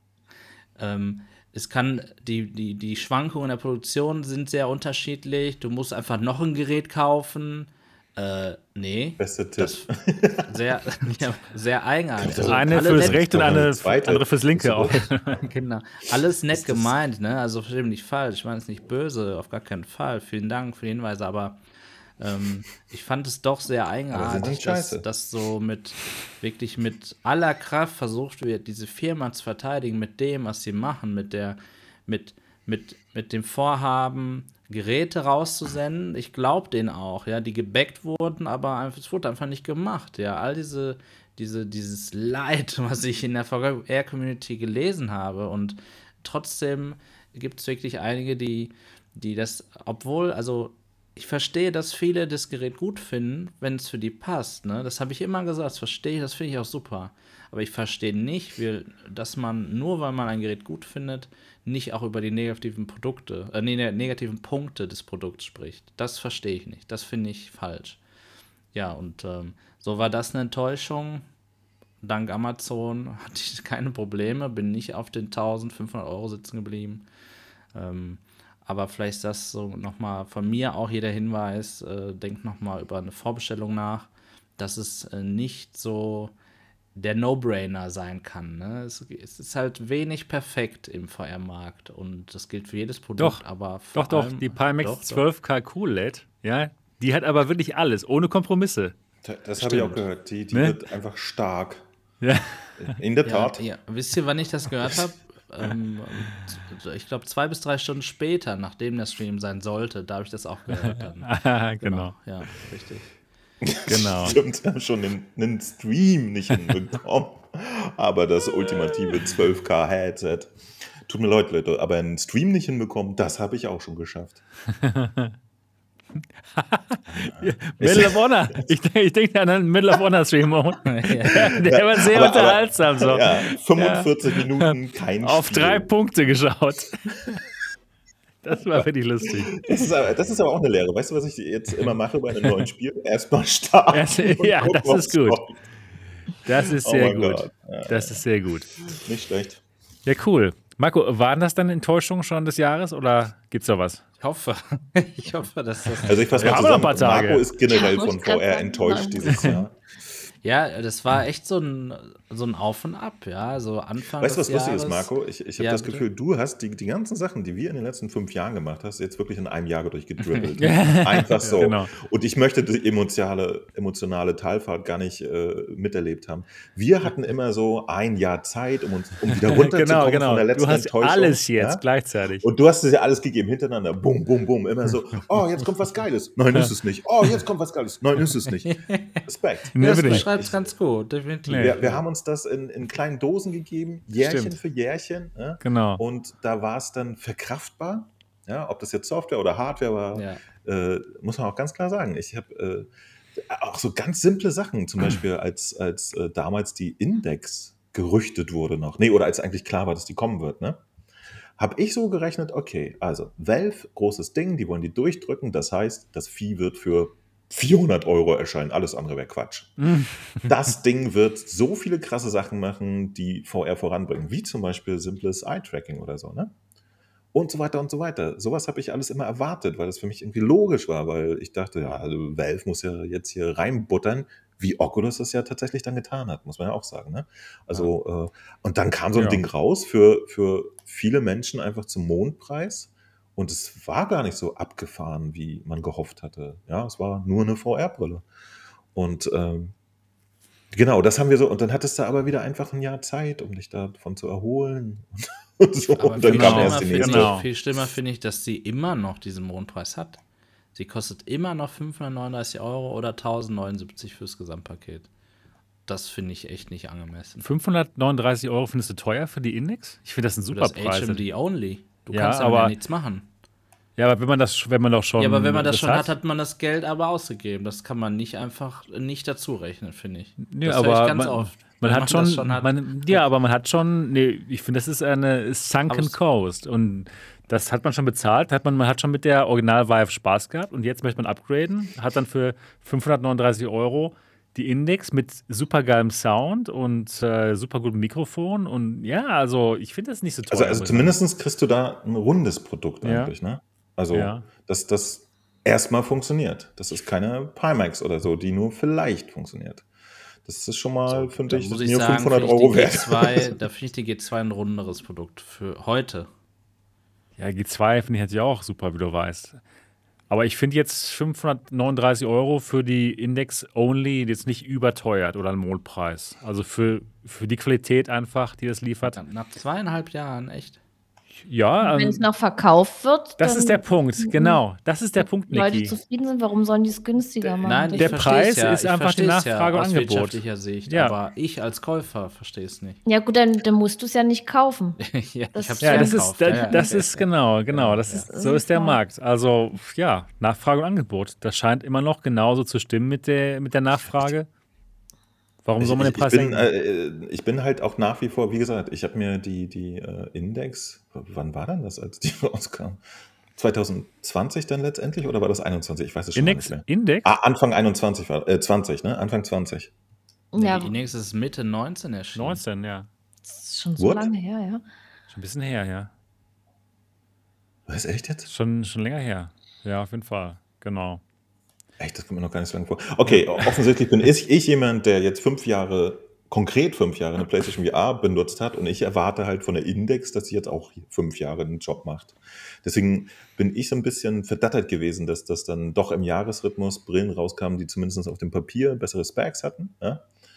es kann, die Schwankungen der Produktion sind sehr unterschiedlich, du musst einfach noch ein Gerät kaufen. Nee. Bester Tipp. Sehr, ja, sehr eigenartig. Also Eine alle fürs nett- rechte und Noch eine eine zweite. andere fürs linke auch. Genau. Alles nett Ist das- gemeint, ne? Also verstehe mich nicht falsch. Ich meine es nicht böse, auf gar keinen Fall. Vielen Dank für die Hinweise, aber ich fand es doch sehr Aber sie eigenartig, sind scheiße. dass so wirklich mit aller Kraft versucht wird, diese Firma zu verteidigen mit dem, was sie machen, mit dem Vorhaben, Geräte rauszusenden. Ich glaube denen auch, ja, die gebackt wurden, aber es wurde einfach nicht gemacht. Ja, all dieses Leid, was ich in der VR-Community gelesen habe, und trotzdem gibt es wirklich einige, die das, also ich verstehe, dass viele das Gerät gut finden, wenn es für die passt, ne? Das habe ich immer gesagt, das verstehe ich, das finde ich auch super. Aber ich verstehe nicht, dass man, nur weil man ein Gerät gut findet, nicht auch über die negativen negativen Punkte des Produkts spricht. Das verstehe ich nicht. Das finde ich falsch. Ja, und so war das eine Enttäuschung. Dank Amazon hatte ich keine Probleme, bin nicht auf den 1.500 € sitzen geblieben. Aber vielleicht ist das so nochmal von mir auch hier der Hinweis, denkt nochmal über eine Vorbestellung nach, dass es nicht so der No-Brainer sein kann. Ne? Es ist halt wenig perfekt im VR-Markt und das gilt für jedes Produkt. Aber Doch, die Pimax 12K QLED, ja, die hat aber wirklich alles, ohne Kompromisse. Das habe ich auch gehört, die Ne? wird einfach stark. Ja. In der Tat. Ja. Wisst ihr, wann ich das gehört habe? Ich glaube 2 bis 3 Stunden später, nachdem der Stream sein sollte, da habe ich das auch gehört. Dann. Genau. Ja, richtig. Genau. Stimmt, haben schon einen Stream nicht hinbekommen. Aber das ultimative 12K-Headset. Tut mir leid, Leute, aber einen Stream nicht hinbekommen, das habe ich auch schon geschafft. Medal of Honor. Ich denke an einen Medal of Honor Stream. Der war sehr unterhaltsam. So. Ja, 45 Minuten, kein Auf Spiel. 3 Punkte geschaut. Das war wirklich lustig. Das ist aber auch eine Lehre. Weißt du, was ich jetzt immer mache bei einem neuen Spiel? Erstmal starten. Ja, das ist gut. Kommt. Das ist Oh sehr mein gut. Gott. Ja, Das ist sehr gut. Nicht schlecht. Ja, cool. Marco, waren das dann Enttäuschungen schon des Jahres oder gibt's da was? Ich hoffe, dass das. Also ich fasse Wir mal haben noch ein zusammen, paar Tage. Marco ist generell Ja, von muss grad VR sagen, enttäuscht dieses Jahr. Ja, das war echt so ein Auf und Ab, ja. So Anfang Weißt du, was des lustig ist, Jahres. Marco? Ich habe Ja, das bitte? Gefühl, du hast die ganzen Sachen, die wir in den letzten 5 Jahren gemacht hast, jetzt wirklich in einem Jahr durchgedribbelt. Einfach so. Genau. Und ich möchte die emotionale Talfahrt gar nicht miterlebt haben. Wir hatten immer so ein Jahr Zeit, um wieder runterzukommen Genau. von der letzten Du hast Enttäuschung. alles jetzt Ja? gleichzeitig. Und du hast es ja alles gegeben, hintereinander. Bum, bum, bum. Immer so, oh, jetzt kommt was Geiles. Nein, ist es nicht. Oh, jetzt kommt was Geiles. Nein, ist es nicht. Respekt. Nee, Das bitte nicht. beschreibt es ganz gut, definitiv. Nee. Wir haben uns das in kleinen Dosen gegeben, Jährchen Stimmt. für Jährchen. Ja? Genau. Und da war es dann verkraftbar. Ja? Ob das jetzt Software oder Hardware war, Ja. muss man auch ganz klar sagen. Ich habe auch so ganz simple Sachen, zum Beispiel als damals die Index gerüchtet wurde noch. Nee, oder als eigentlich klar war, dass die kommen wird, ne? Habe ich so gerechnet, okay, also Valve, großes Ding, die wollen die durchdrücken, das heißt, das Vieh wird für 400 € erscheinen, alles andere wäre Quatsch. Das Ding wird so viele krasse Sachen machen, die VR voranbringen, wie zum Beispiel simples Eye-Tracking oder so, ne? Und so weiter und so weiter. Sowas habe ich alles immer erwartet, weil das für mich irgendwie logisch war, weil ich dachte, ja, also Valve muss ja jetzt hier reinbuttern, wie Oculus das ja tatsächlich dann getan hat, muss man ja auch sagen, ne? Also, und dann kam so ein Ja. Ding raus für viele Menschen einfach zum Mondpreis. Und es war gar nicht so abgefahren, wie man gehofft hatte. Ja, es war nur eine VR-Brille. Und genau, das haben wir so. Und dann hattest du aber wieder einfach ein Jahr Zeit, um dich davon zu erholen. Und so. Aber Und dann viel kam schlimmer erst die finde nächste. Genau. ich, viel schlimmer finde ich, dass sie immer noch diesen Mondpreis hat. Sie kostet immer noch 539 € oder 1079 fürs Gesamtpaket. Das finde ich echt nicht angemessen. 539 € findest du teuer für die Index? Ich finde das ein Für super das Preis. HMD only. Du Ja, kannst damit aber- ja nichts machen. Ja, aber wenn man doch schon. Ja, aber wenn man das schon hat, hat, hat man das Geld aber ausgegeben. Das kann man nicht einfach nicht dazu rechnen, finde ich. Ja, das höre aber ich ganz man, oft. man Wenn hat das schon, hat. aber man hat schon, nee, ich finde, das ist eine sunken Aber es- cost und das hat man schon bezahlt, man hat schon mit der Original Vive Spaß gehabt und jetzt möchte man upgraden, hat dann für 539 € die Index mit supergeilem Sound und super gutem Mikrofon und ja, also ich finde das nicht so teuer. Also muss ich zumindest kriegst du da ein rundes Produkt Ja. eigentlich, ne? Also, Ja. dass das erstmal funktioniert. Das ist keine Pimax oder so, die nur vielleicht funktioniert. Das ist schon mal, finde Da ich, muss mir ich sagen, 500 finde € ich wert. da finde ich die G2 ein runderes Produkt für heute. Ja, G2 finde ich natürlich auch super, wie du weißt. Aber ich finde jetzt 539 € für die Index Only jetzt nicht überteuert oder ein Mondpreis. Also für die Qualität einfach, die das liefert. Nach 2,5 Jahren, echt. Ja, Wenn es noch verkauft wird, das dann ist der Punkt, genau. Das ist der Punkt, Leute Niki. zufrieden sind, warum sollen die es günstiger machen? Nein, Das- Der ich versteh's Preis ist ich einfach die versteh's Nachfrage und aus Angebot. wirtschaftlicher Sicht, Ja. aber ich als Käufer verstehe es nicht. ja gut, dann musst du es ja nicht kaufen. Ja, Das- ich hab's Ja, das verkauft. ist, das ist genau, das ist, so ist der Ja. Markt. Also, ja, Nachfrage und Angebot. Das scheint immer noch genauso zu stimmen mit der Nachfrage. Warum soll man den Preis senken? Ich bin halt auch nach wie vor, wie gesagt, ich habe mir die Index, wann war denn das, als die rauskam? 2020 dann letztendlich oder war das 21? Ich weiß es schon Index? nicht mehr. Index? Anfang 21 war, 20, ne? Anfang 20. Nee, Ja, die Index ist Mitte 19 erschienen. 19, ja. das ist schon so What? lange her, ja. Schon ein bisschen her, ja. Was, echt jetzt? Schon länger her. Ja, auf jeden Fall. Genau. Echt, das kommt mir noch gar nicht so lange vor. Okay, offensichtlich bin ich jemand, der jetzt konkret 5 Jahre eine PlayStation VR benutzt hat und ich erwarte halt von der Index, dass sie jetzt auch 5 Jahre einen Job macht. Deswegen bin ich so ein bisschen verdattert gewesen, dass das dann doch im Jahresrhythmus Brillen rauskamen, die zumindest auf dem Papier bessere Specs hatten. Ja?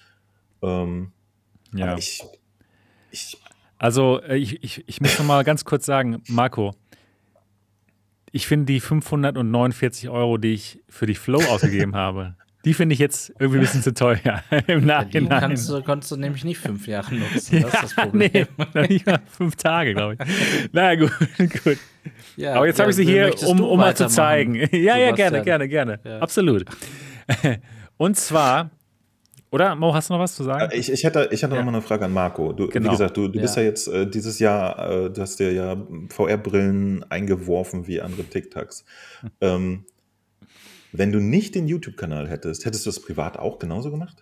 Ja. Aber ich Also, ich muss noch mal ganz kurz sagen, Marco, ich finde die 549 €, die ich für die Flow ausgegeben habe, die finde ich jetzt irgendwie ein bisschen zu teuer im Die Nachhinein. konntest du nämlich nicht 5 Jahre nutzen. Das ist das Problem. Nee, noch nicht mal 5 Tage, glaube ich. Na gut, gut. Ja, Aber jetzt habe ich sie hier, möchtest um du mal zu weitermachen, zeigen. Ja, Sebastian? gerne. Ja. Absolut. Und zwar, oder Mo, hast du noch was zu sagen? Ich hätte noch mal eine Frage an Marco. Wie Genau. gesagt, du bist Ja. ja jetzt dieses Jahr, du hast dir ja VR-Brillen eingeworfen wie andere TikToks. Wenn du nicht den YouTube-Kanal hättest du das privat auch genauso gemacht?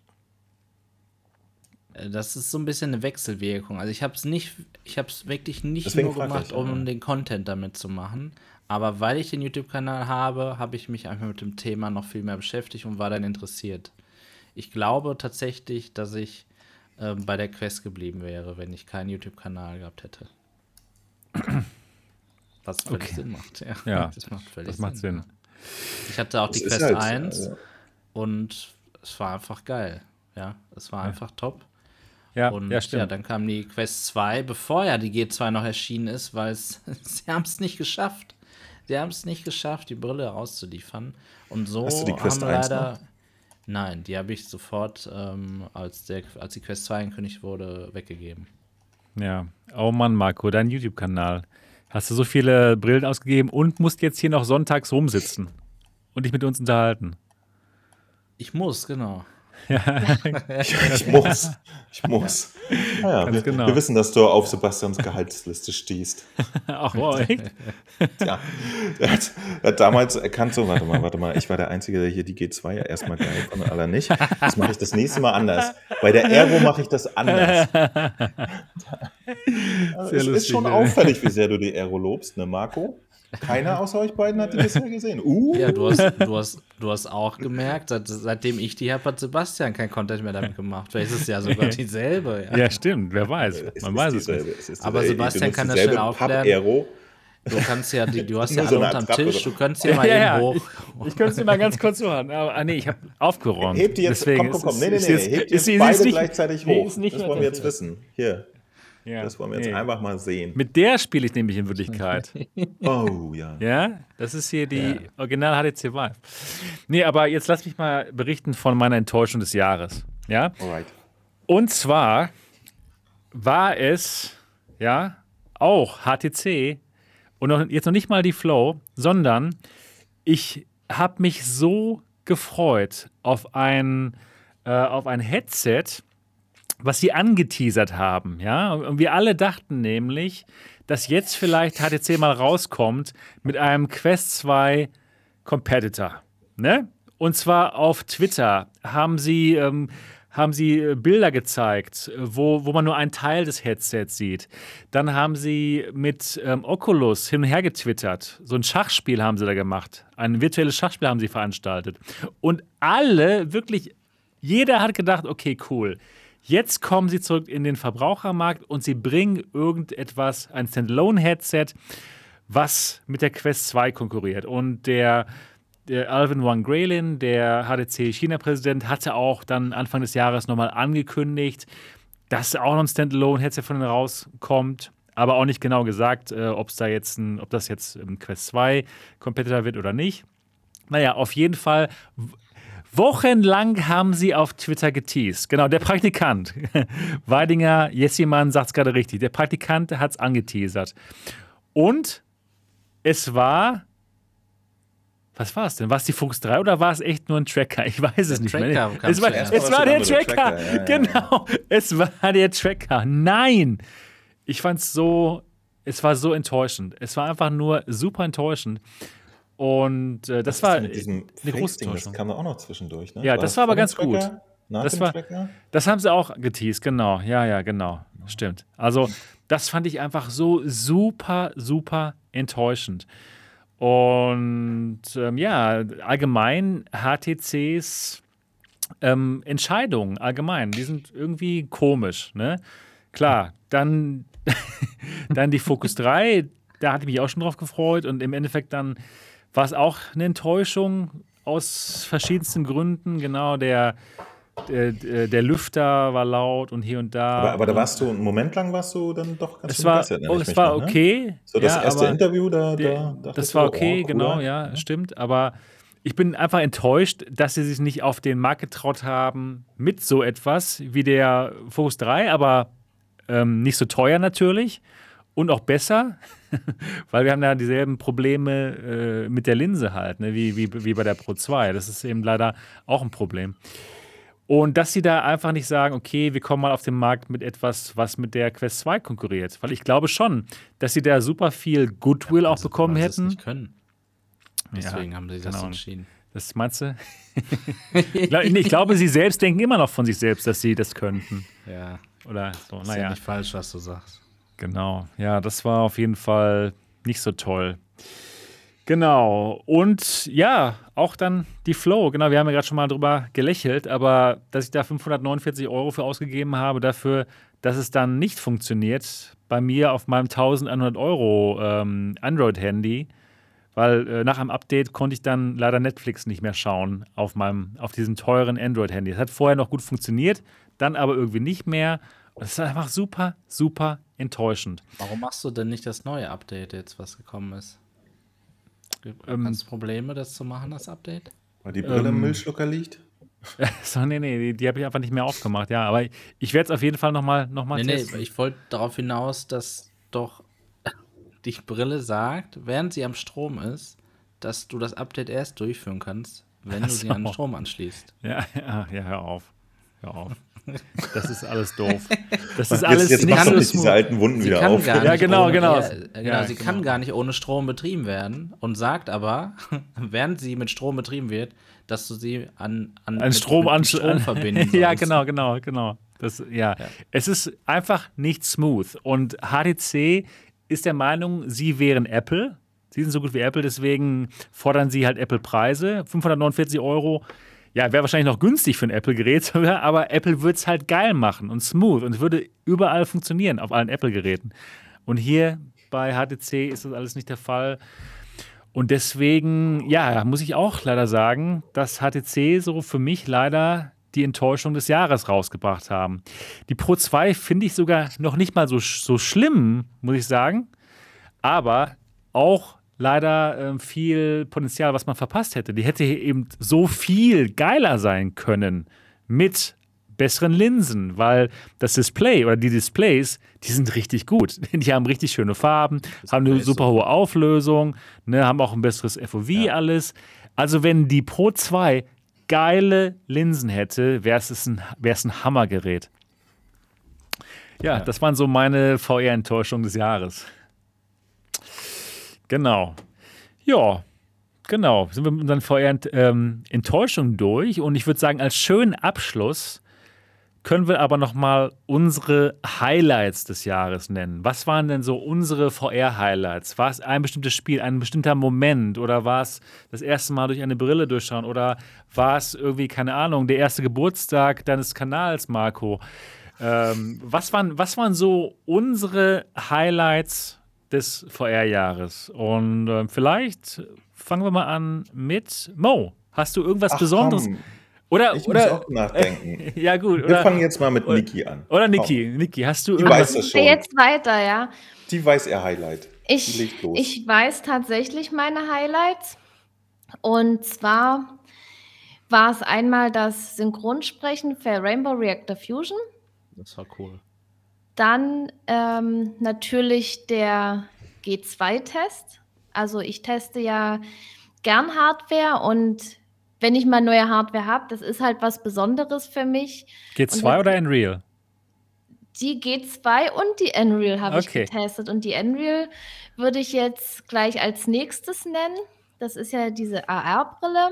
Das ist so ein bisschen eine Wechselwirkung. Also ich habe es wirklich nicht Deswegen nur frag gemacht, ich, ja. um den Content damit zu machen. Aber weil ich den YouTube-Kanal habe ich mich einfach mit dem Thema noch viel mehr beschäftigt und war dann interessiert. Ich glaube tatsächlich, dass ich bei der Quest geblieben wäre, wenn ich keinen YouTube-Kanal gehabt hätte. Was völlig Okay. Sinn macht. Ja, das macht völlig Das macht Sinn. Ich hatte auch die Das ist Quest halt, 1 also, und es war einfach geil. Ja, es war einfach top. Ja, Und ja, stimmt. dann kam die Quest 2, bevor ja die G2 noch erschienen ist, weil sie haben es nicht geschafft. Sie haben es nicht geschafft, die Brille rauszuliefern. Und so Hast du die Quest haben wir 1 leider. noch? Nein, die habe ich sofort, als die Quest 2 angekündigt wurde, weggegeben. Ja. Oh Mann, Marco, dein YouTube-Kanal. Hast du so viele Brillen ausgegeben und musst jetzt hier noch sonntags rumsitzen und dich mit uns unterhalten. Ich muss, genau. Ich muss. Naja, Ganz genau. wir wissen, dass du auf Sebastians Gehaltsliste stehst. Ach, wow, echt? Ja, er hat damals erkannt, so, warte mal, ich war der Einzige, der hier die G2 erstmal geil fand und alle nicht. Das mache ich das nächste Mal anders. Bei der Aero mache ich das anders. Also, es ist lustig, schon ne? auffällig, wie sehr du die Aero lobst, ne, Marco? Keiner außer euch beiden hat die bisher gesehen. Ja, du hast auch gemerkt, seitdem ich die habe, hat Sebastian kein Content mehr damit gemacht. Vielleicht ist es ja sogar dieselbe. Ja. Ja, stimmt, wer weiß. Es Man ist weiß es dieselbe, nicht. es ist Aber dieselbe. Sebastian Du kann nutzt das schnell dieselbe aufklären. Papp-Aero. Du hast ja Nur alle so eine unterm Attrappe Tisch, so. du könntest sie mal eben hoch. Ich könnte sie mal ganz kurz hören. Aber, nee, ich habe aufgeräumt. Hebt die jetzt, Deswegen komm. ist- Nee, ist jetzt- hebt die ist jetzt sie beide nicht- gleichzeitig nee, hoch. ist nicht Das mehr wollen wir drin. jetzt wissen. Hier, Ja, das wollen wir jetzt nee. einfach mal sehen. Mit der spiele ich nämlich in Wirklichkeit. Oh, ja. Ja, das ist hier die Original HTC Vive. Nee, aber jetzt lass mich mal berichten von meiner Enttäuschung des Jahres. Ja? Alright. Und zwar war es ja auch HTC und jetzt noch nicht mal die Flow, sondern ich habe mich so gefreut auf ein Headset, was sie angeteasert haben, ja. Und wir alle dachten nämlich, dass jetzt vielleicht HTC mal rauskommt mit einem Quest 2 Competitor, ne? Und zwar auf Twitter haben sie Bilder gezeigt, wo man nur einen Teil des Headsets sieht. Dann haben sie mit Oculus hin und her getwittert. So ein Schachspiel haben sie da gemacht. Ein virtuelles Schachspiel haben sie veranstaltet. Und alle, wirklich, jeder hat gedacht, okay, cool. Jetzt kommen sie zurück in den Verbrauchermarkt und sie bringen irgendetwas, ein Standalone-Headset, was mit der Quest 2 konkurriert. Und der Alvin Wang Graylin, der HTC-China-Präsident, hatte auch dann Anfang des Jahres nochmal angekündigt, dass auch noch ein Standalone-Headset von ihnen rauskommt. aber auch nicht genau gesagt, ob das jetzt ein Quest 2 Competitor wird oder nicht. Naja, auf jeden Fall. Wochenlang haben sie auf Twitter geteased. Genau, der Praktikant. Weidinger, Jessimann sagt es gerade richtig. Der Praktikant hat es angeteasert. Und es war. Was war es denn? War es die Fuchs 3 oder war es echt nur ein Tracker? Ich weiß es nicht mehr. Es war der Tracker. Ja, genau, es war der Tracker. Nein! Ich fand es war so enttäuschend. Es war einfach nur super enttäuschend. Und das war eine große Enttäuschung. Das kam da auch noch zwischendurch, ne? Ja, das war aber ganz gut. Tracker? Das haben sie auch geteased, genau. Ja, genau. Stimmt. Also, das fand ich einfach so super, super enttäuschend. Und allgemein HTCs Entscheidungen allgemein, die sind irgendwie komisch, ne? Klar, dann die Focus 3, da hatte ich mich auch schon drauf gefreut und im Endeffekt dann war es auch eine Enttäuschung aus verschiedensten Gründen. Genau, der Lüfter war laut und hier und da. Aber da warst du, einen Moment lang warst du dann doch ganz schön begeistert. Es war okay. Ne? So das erste Interview, das war okay, genau, ja, stimmt. Aber ich bin einfach enttäuscht, dass sie sich nicht auf den Markt getraut haben mit so etwas wie der Focus 3, aber nicht so teuer natürlich und auch besser, weil wir haben ja dieselben Probleme mit der Linse halt, ne, wie bei der Pro 2. Das ist eben leider auch ein Problem. Und dass sie da einfach nicht sagen, okay, wir kommen mal auf den Markt mit etwas, was mit der Quest 2 konkurriert. Weil ich glaube schon, dass sie da super viel Goodwill auch bekommen hätten. Sie es nicht können. Deswegen haben sie das entschieden. Das meinst du? Ich glaube, sie selbst denken immer noch von sich selbst, dass sie das könnten. Ja. Oder so. Ist ja nicht falsch, was du sagst. Genau. Ja, das war auf jeden Fall nicht so toll. Genau. Und ja, auch dann die Flow. Genau, wir haben ja gerade schon mal drüber gelächelt, aber dass ich da 549 € für ausgegeben habe dafür, dass es dann nicht funktioniert bei mir auf meinem 1100 € Android-Handy, weil nach einem Update konnte ich dann leider Netflix nicht mehr schauen auf diesem teuren Android-Handy. Es hat vorher noch gut funktioniert, dann aber irgendwie nicht mehr. Und das ist einfach super, super enttäuschend. Warum machst du denn nicht das neue Update jetzt, was gekommen ist? Hast du Probleme, das zu machen, das Update? Weil die Brille im Müllschlucker liegt? So, nee, die habe ich einfach nicht mehr aufgemacht. Ja, aber ich werde es auf jeden Fall noch mal testen. Nee, ich wollte darauf hinaus, dass doch die Brille sagt, während sie am Strom ist, dass du das Update erst durchführen kannst, wenn du sie an den Strom anschließt. Ja, hör auf. Das ist alles doof. Das ist alles jetzt nicht so nicht diese alten Wunden wieder auf. Ja, genau. Sie kann gar nicht ohne Strom betrieben werden und sagt aber, während sie mit Strom betrieben wird, dass du sie an Strom verbinden sollst. Ja, genau. Es ist einfach nicht smooth. Und HTC ist der Meinung, sie wären Apple. Sie sind so gut wie Apple, deswegen fordern sie halt Apple-Preise. 549 €. Ja, wäre wahrscheinlich noch günstig für ein Apple-Gerät, aber Apple würde es halt geil machen und smooth und es würde überall funktionieren auf allen Apple-Geräten. Und hier bei HTC ist das alles nicht der Fall. Und deswegen, ja, muss ich auch leider sagen, dass HTC so für mich leider die Enttäuschung des Jahres rausgebracht haben. Die Pro 2 finde ich sogar noch nicht mal so schlimm, muss ich sagen, aber auch leider viel Potenzial, was man verpasst hätte. Die hätte eben so viel geiler sein können mit besseren Linsen, weil das Display oder die Displays, die sind richtig gut. Die haben richtig schöne Farben, haben eine super hohe Auflösung, ne, haben auch ein besseres FOV, alles. Also wenn die Pro 2 geile Linsen hätte, wäre es ein Hammergerät. Ja, das waren so meine VR-Enttäuschungen des Jahres. Genau. Ja, genau. Sind wir mit unseren VR-Enttäuschungen durch. Und ich würde sagen, als schönen Abschluss können wir aber nochmal unsere Highlights des Jahres nennen. Was waren denn so unsere VR-Highlights? War es ein bestimmtes Spiel, ein bestimmter Moment? Oder war es das erste Mal durch eine Brille durchschauen? Oder war es irgendwie, keine Ahnung, der erste Geburtstag deines Kanals, Marco? Was waren so unsere Highlights des VR-Jahres? Und vielleicht fangen wir mal an mit Mo. Hast du irgendwas Besonderes? Ich muss auch nachdenken. Ja, gut. Wir fangen jetzt mal mit Niki an. Oder Niki. Niki, hast du Die irgendwas? weiß das schon. Jetzt weiter, ja. Die weiß ihr Highlight. Die Ich, legt los. ich weiß tatsächlich meine Highlights. Und zwar war es einmal das Synchronsprechen für Rainbow Reactor Fusion. Das war cool. Dann natürlich der G2-Test. Also ich teste ja gern Hardware und wenn ich mal neue Hardware habe, das ist halt was Besonderes für mich. G2 oder Unreal? Die G2 und die Unreal habe Okay. ich getestet. Und die Unreal würde ich jetzt gleich als nächstes nennen. Das ist ja diese AR-Brille.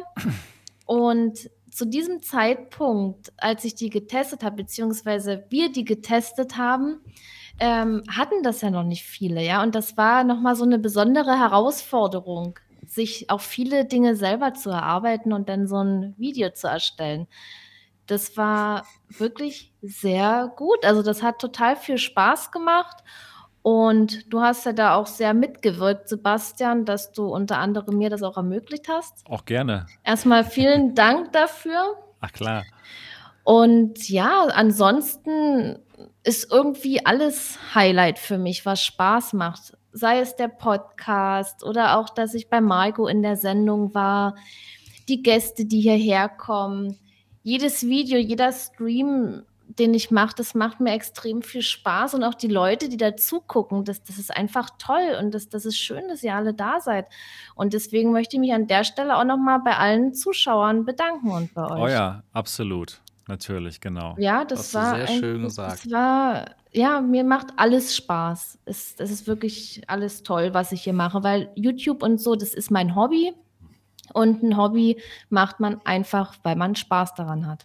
Und zu diesem Zeitpunkt, als ich die getestet habe, beziehungsweise wir die getestet haben, hatten das ja noch nicht viele, ja. Und das war nochmal so eine besondere Herausforderung, sich auch viele Dinge selber zu erarbeiten und dann so ein Video zu erstellen. Das war wirklich sehr gut. Also das hat total viel Spaß gemacht. Und du hast ja da auch sehr mitgewirkt, Sebastian, dass du unter anderem mir das auch ermöglicht hast. Auch gerne. Erstmal vielen Dank dafür. Ach klar. Und ja, ansonsten ist irgendwie alles Highlight für mich, was Spaß macht. Sei es der Podcast oder auch, dass ich bei Marco in der Sendung war, die Gäste, die hierher kommen. Jedes Video, jeder Stream, den ich mache, das macht mir extrem viel Spaß. Und auch die Leute, die da zugucken, das ist einfach toll. Und das ist schön, dass ihr alle da seid. Und deswegen möchte ich mich an der Stelle auch nochmal bei allen Zuschauern bedanken und bei euch. Oh ja, absolut. Natürlich, genau. Ja, Hast das du war sehr schön gesagt. Das war, ja, mir macht alles Spaß. Es ist wirklich alles toll, was ich hier mache, weil YouTube und so, das ist mein Hobby. Und ein Hobby macht man einfach, weil man Spaß daran hat.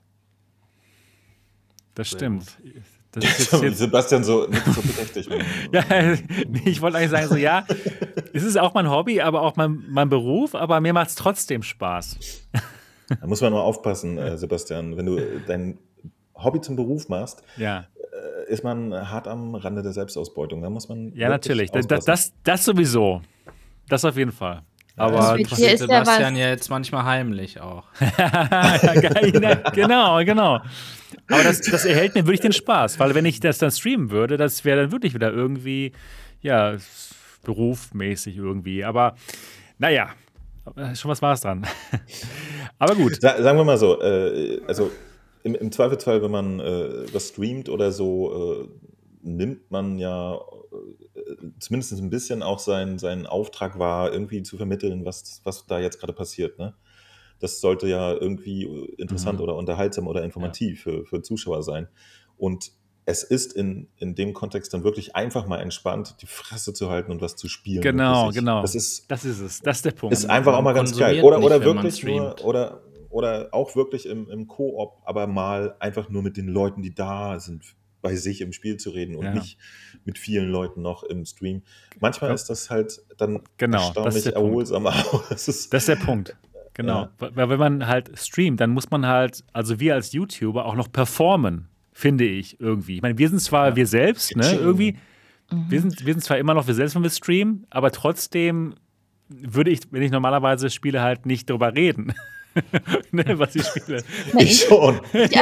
Das Sehr stimmt. Das ist jetzt Sebastian so nicht so bedächtig. ja, nee, ich wollte eigentlich sagen, so ja, es ist auch mein Hobby, aber auch mein Beruf, aber mir macht es trotzdem Spaß. Da muss man nur aufpassen, Sebastian. Wenn du dein Hobby zum Beruf machst, Ja, ist man hart am Rande der Selbstausbeutung. Da muss man ja, wirklich natürlich. aufpassen. Das sowieso. Das auf jeden Fall. Aber Also Das mit dir passiert ist ja Sebastian was- ja jetzt manchmal heimlich auch. ja, geil, genau. Aber das erhält mir wirklich den Spaß, weil wenn ich das dann streamen würde, das wäre dann wirklich wieder irgendwie, ja, berufmäßig irgendwie. Aber naja, schon was war es dran. Aber gut. Sagen wir mal so, also im Zweifelsfall, wenn man was streamt oder so, nimmt man ja zumindest ein bisschen auch seinen Auftrag wahr, irgendwie zu vermitteln, was da jetzt gerade passiert. Ne? Das sollte ja irgendwie interessant oder unterhaltsam oder informativ für Zuschauer sein. Und es ist in dem Kontext dann wirklich einfach mal entspannt, die Fresse zu halten und was zu spielen. Genau, Wirklich. genau. Das ist es. Das ist der Punkt. einfach auch mal ganz geil. konsumiert Oder nicht, wenn man wirklich nur, streamt. oder auch wirklich im Koop, aber mal einfach nur mit den Leuten, die da sind, bei sich im Spiel zu reden und Ja. nicht mit vielen Leuten noch im Stream. Manchmal ist das halt dann Genau, das ist erstaunlich der Punkt. erholsam. Aber es ist, Das ist der Punkt. Genau. Ja. Weil wenn man halt streamt, dann muss man halt, also wir als YouTuber auch noch performen, finde ich irgendwie. Ich meine, wir sind zwar wir selbst, ne, irgendwie, wir sind zwar immer noch wir selbst, wenn wir streamen, aber trotzdem würde ich, wenn ich normalerweise spiele, halt nicht drüber reden. Ne, was ich spiele. ich schon. Ich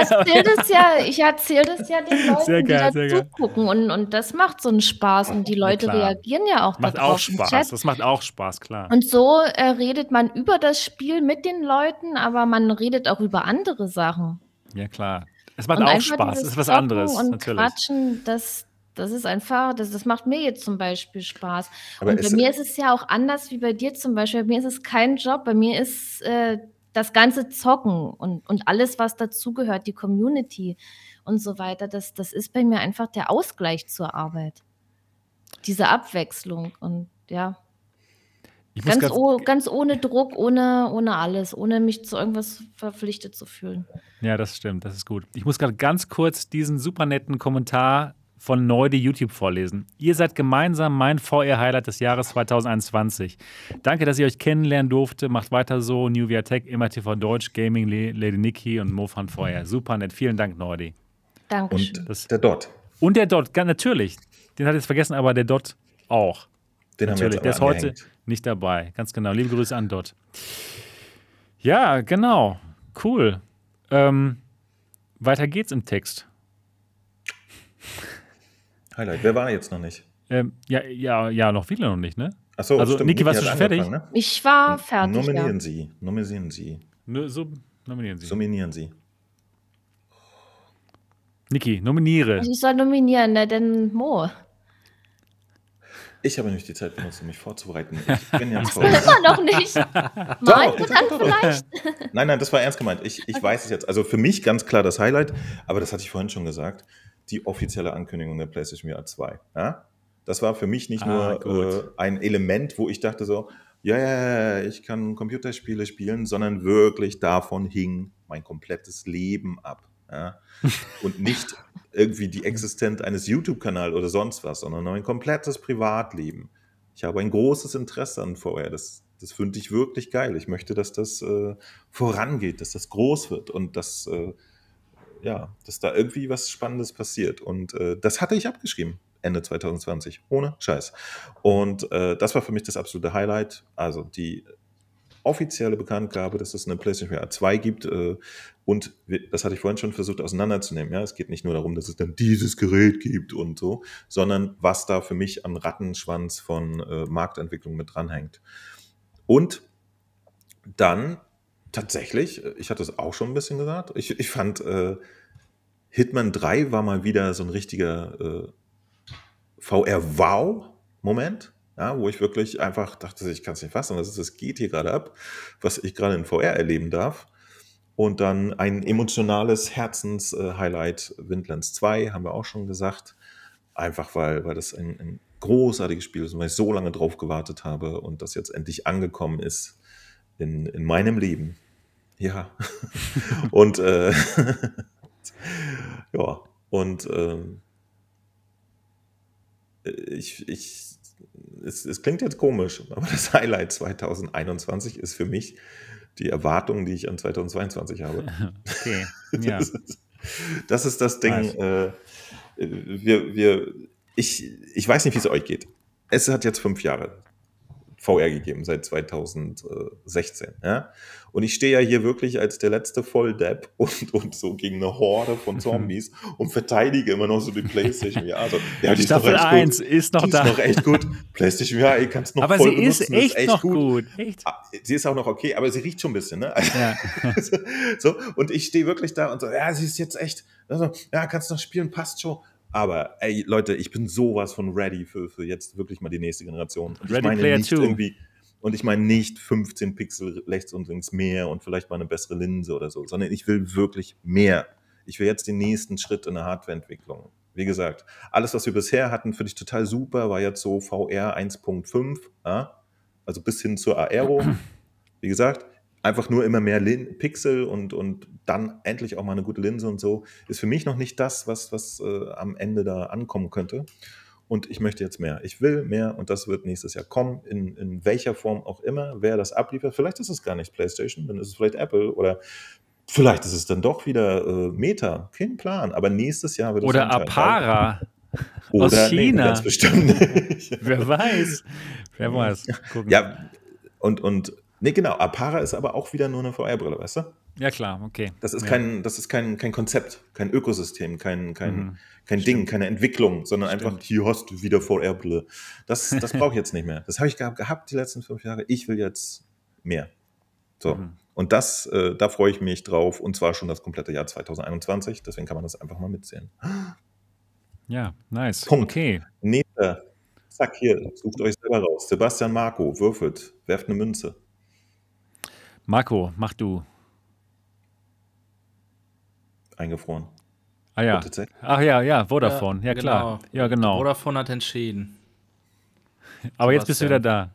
erzähle das ja den Leuten, Sehr geil, die sehr da geil. zugucken. Und das macht so einen Spaß. Und die Leute klar. reagieren ja auch Macht darauf auch im Spaß. Chat. Das macht auch Spaß, klar. Und so redet man über das Spiel mit den Leuten, aber man redet auch über andere Sachen. Ja, klar. Es macht Und auch einfach Spaß. dieses Das ist was Zocken anderes, und natürlich. Quatschen, das ist einfach, das macht mir jetzt zum Beispiel Spaß. Aber Und bei mir ist es ja auch anders wie bei dir zum Beispiel. Bei mir ist es kein Job, bei mir ist das ganze Zocken und alles, was dazugehört, die Community und so weiter, das ist bei mir einfach der Ausgleich zur Arbeit. Diese Abwechslung und ja, Ich muss ganz ohne Druck, ohne alles, ohne mich zu irgendwas verpflichtet zu fühlen. Ja, das stimmt, das ist gut. Ich muss gerade ganz kurz diesen super netten Kommentar von Neudi YouTube vorlesen. Ihr seid gemeinsam mein VR-Highlight des Jahres 2021. Danke, dass ich euch kennenlernen durfte. Macht weiter so. New Via Tech, immer TV Deutsch, Gaming, Lady Niki und Mofan VR. Super nett. Vielen Dank, Neudi. Dankeschön. Und der Dot, Und der Dot, natürlich. Den hat ich jetzt vergessen, aber der Dot auch. den haben wir Natürlich, jetzt der ist aber heute angehängt. nicht dabei. Ganz genau. Liebe Grüße an Dot. Ja, genau. Cool. Weiter geht's im Text. Highlight. Wer war jetzt noch nicht? Ja, noch viele noch nicht, ne? Achso, Also, stimmt. Niki, warst du hat schon fertig? angefangen, ne? Ich war fertig, Nominieren ja. Sie. Nominieren Sie. Nominieren Sie. Nominieren Sie. Niki, nominiere. Also ich soll nominieren, ne, denn Mo. Ich habe nämlich die Zeit benutzt, um mich vorzubereiten. Ich bin jetzt voll. Immer noch nicht. Mal gut an vielleicht. Nein, das war ernst gemeint. Ich weiß es jetzt. Also für mich ganz klar das Highlight, aber das hatte ich vorhin schon gesagt, die offizielle Ankündigung der PlayStation VR 2. Ja? Das war für mich nicht nur ein Element, wo ich dachte so, ja, ich kann Computerspiele spielen, sondern wirklich davon hing mein komplettes Leben ab. Ja? Und nicht irgendwie die Existenz eines YouTube-Kanals oder sonst was, sondern mein komplettes Privatleben. Ich habe ein großes Interesse an VR. Das finde ich wirklich geil. Ich möchte, dass das vorangeht, dass das groß wird und dass da irgendwie was Spannendes passiert. Und das hatte ich abgeschrieben, Ende 2020, ohne Scheiß. Und das war für mich das absolute Highlight. Also die offizielle Bekanntgabe, dass es eine PlayStation VR 2 gibt. Und das hatte ich vorhin schon versucht auseinanderzunehmen. Ja? Es geht nicht nur darum, dass es dann dieses Gerät gibt und so, sondern was da für mich an Rattenschwanz von Marktentwicklung mit dranhängt. Und dann tatsächlich, ich hatte es auch schon ein bisschen gesagt, ich fand Hitman 3 war mal wieder so ein richtiger VR-Wow-Moment. Ja, wo ich wirklich einfach dachte, ich kann es nicht fassen, das geht hier gerade ab, was ich gerade in VR erleben darf. Und dann ein emotionales Herzens-Highlight, Windlands 2, haben wir auch schon gesagt. Einfach, weil das ein großartiges Spiel ist und weil ich so lange drauf gewartet habe und das jetzt endlich angekommen ist in meinem Leben. Ja. Und ja, und es klingt jetzt komisch, aber das Highlight 2021 ist für mich die Erwartung, die ich an 2022 habe. Okay, ja. Das ist das Ding. Nice. Ich weiß nicht, wie es euch geht. Es hat jetzt 5 Jahre VR gegeben, seit 2016. Ja? Und ich stehe ja hier wirklich als der letzte Volldepp und so gegen eine Horde von Zombies und verteidige immer noch so die PlayStation VR. Also, ja, die Staffel ist 1 ist noch da. Die ist noch echt gut. PlayStation VR, kannst noch aber voll sie benutzen. ist echt noch gut. Echt? Sie ist auch noch okay, aber sie riecht schon ein bisschen. Ne? Ja. So, und ich stehe wirklich da und so, ja, sie ist jetzt echt, also, ja, kannst noch spielen, passt schon. Aber ey, Leute, ich bin sowas von ready für jetzt wirklich mal die nächste Generation. Und Ready Player 2. Und ich meine nicht 15 Pixel rechts und links mehr und vielleicht mal eine bessere Linse oder so, sondern ich will wirklich mehr. Ich will jetzt den nächsten Schritt in der Hardwareentwicklung. Wie gesagt, alles, was wir bisher hatten, finde ich total super, war jetzt so VR 1.5, ja? Also bis hin zur Aero. Wie gesagt, einfach nur immer mehr Pixel und dann endlich auch mal eine gute Linse und so, ist für mich noch nicht das, was am Ende da ankommen könnte. Und ich möchte jetzt mehr. Ich will mehr und das wird nächstes Jahr kommen, in welcher Form auch immer, wer das abliefert. Vielleicht ist es gar nicht PlayStation, dann ist es vielleicht Apple oder vielleicht ist es dann doch wieder Meta. Kein Plan, aber nächstes Jahr wird es oder Apara aus China. Nee, ganz bestimmt nicht. Wer weiß. Gucken. Ja, und nee, genau, Apara ist aber auch wieder nur eine VR-Brille, weißt du? Ja, klar, okay. Das ist kein Konzept, kein Ökosystem, kein Ding, keine Entwicklung, sondern einfach, hier hast du wieder VR-Brille. Das brauche ich jetzt nicht mehr. Das habe ich gehabt die letzten 5 Jahre. Ich will jetzt mehr. So. Und da freue ich mich drauf. Und zwar schon das komplette Jahr 2021. Deswegen kann man das einfach mal mitzählen. Ja, nice. Punkt. Okay. Nächster. Zack, hier. Sucht euch selber raus. Sebastian Marco, würfelt. Werft eine Münze. Marco, mach du. Eingefroren. Ah ja. Ach ja, Vodafone. Ja, klar. Genau. Ja, genau. Vodafone hat entschieden. Aber jetzt bist du wieder da.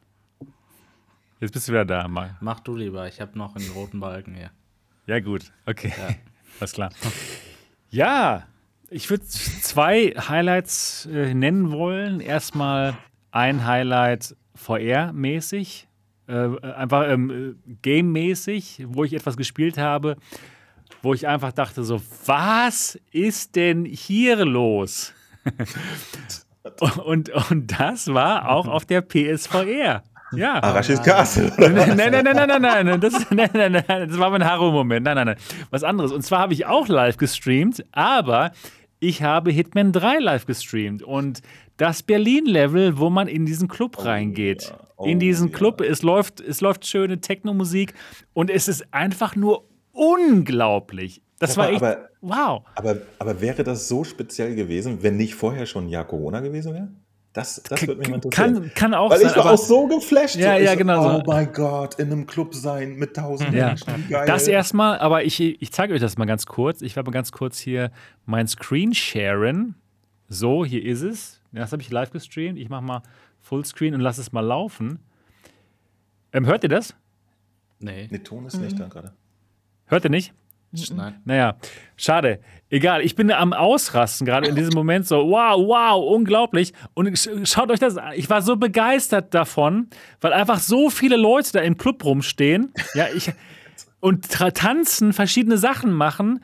Mal. Mach du lieber, ich habe noch einen roten Balken hier. Ja, gut. Okay. Ja. Alles klar. Ja, ich würde 2 Highlights nennen wollen. Erstmal ein Highlight VR-mäßig. Einfach game-mäßig, wo ich etwas gespielt habe, wo ich einfach dachte so, was ist denn hier los? und das war auch auf der PSVR. Ja. Arashis Castle. Nein. Das war mein Haru-Moment. Nein. Was anderes. Und zwar habe ich auch live gestreamt, aber ich habe Hitman 3 live gestreamt. Und das Berlin-Level, wo man in diesen Club reingeht. In diesen Club, es läuft schöne Techno-Musik und es ist einfach nur unglaublich. Das war echt, wow. Aber wäre das so speziell gewesen, wenn nicht vorher schon ein Jahr Corona gewesen wäre? Das würde mich mal interessieren. Kann auch Weil sein. ich war auch so geflasht. Ja, genau. Oh mein Gott, in einem Club sein mit 1000 Menschen, wie geil. Das erstmal, aber ich zeige euch das mal ganz kurz. Ich werde mal ganz kurz hier mein Screen sharen. So, hier ist es. Das habe ich live gestreamt. Ich mache mal Fullscreen und lasse es mal laufen. Hört ihr das? Nee. Nee, Ton ist nicht da gerade. Hört ihr nicht? Nein. Naja, schade. Egal, ich bin am Ausrasten gerade in diesem Moment so, wow, unglaublich. Und schaut euch das an. Ich war so begeistert davon, weil einfach so viele Leute da im Club rumstehen. Ja, und tanzen, verschiedene Sachen machen.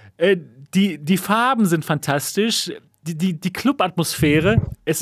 Die Farben sind fantastisch. Die Club-Atmosphäre. Es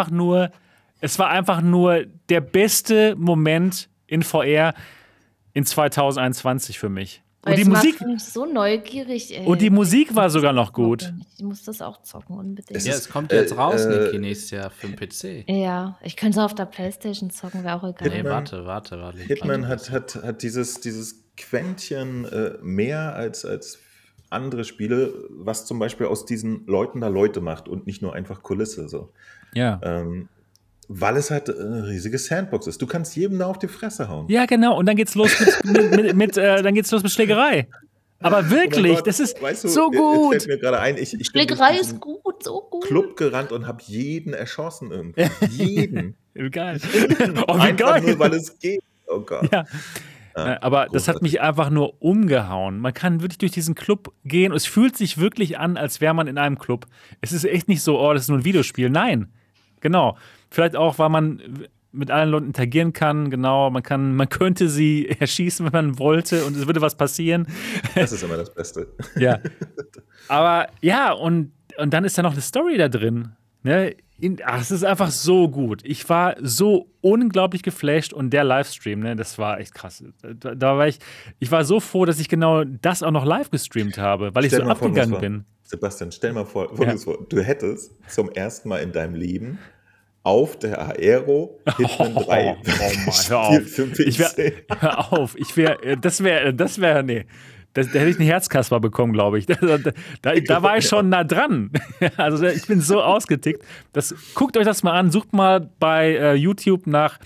war einfach nur der beste Moment in VR in 2021 für mich. Und die Musik macht mich so neugierig, ey. Und die Musik war sogar noch gut. Ich muss das auch zocken, unbedingt. Es kommt jetzt raus, Niki, nächstes Jahr für den PC. Ja, ich könnte es auf der Playstation zocken, wäre auch egal. Nee, warte. Hitman hat dieses Quäntchen mehr als andere Spiele, was zum Beispiel aus diesen Leuten da Leute macht und nicht nur einfach Kulisse. So. Ja. Weil es halt eine riesige Sandbox ist. Du kannst jedem da auf die Fresse hauen. Ja, genau. Und dann geht's los mit Schlägerei. Aber wirklich, oh Gott, das ist weißt du, so gut. Fällt mir gerade ein, ich Schlägerei bin ist gut, so gut. Club gerannt und habe jeden erschossen irgendwie. Jeden. Geil. Oh, wie geil. Nur, weil es geht. Oh Gott. Ja. Aber das hat mich einfach nur umgehauen. Man kann wirklich durch diesen Club gehen und es fühlt sich wirklich an, als wäre man in einem Club. Es ist echt nicht so, das ist nur ein Videospiel. Nein. Genau. Vielleicht auch, weil man mit allen Leuten interagieren kann. Genau. Man könnte sie erschießen, wenn man wollte und es würde was passieren. Das ist immer das Beste. Ja. Aber ja, und dann ist da noch eine Story da drin. Ne? Es ist einfach so gut. Ich war so unglaublich geflasht und der Livestream, ne, das war echt krass. Da war ich war so froh, dass ich genau das auch noch live gestreamt habe, weil ich so abgegangen bin. Sebastian, stell mal vor, du hättest zum ersten Mal in deinem Leben auf der Aero Hitman 3 hör auf. Das wäre, nee. Da hätte ich einen Herzkasper bekommen, glaube ich. Da war ich schon nah dran. Also ich bin so ausgetickt. Guckt euch das mal an. Sucht mal bei YouTube nach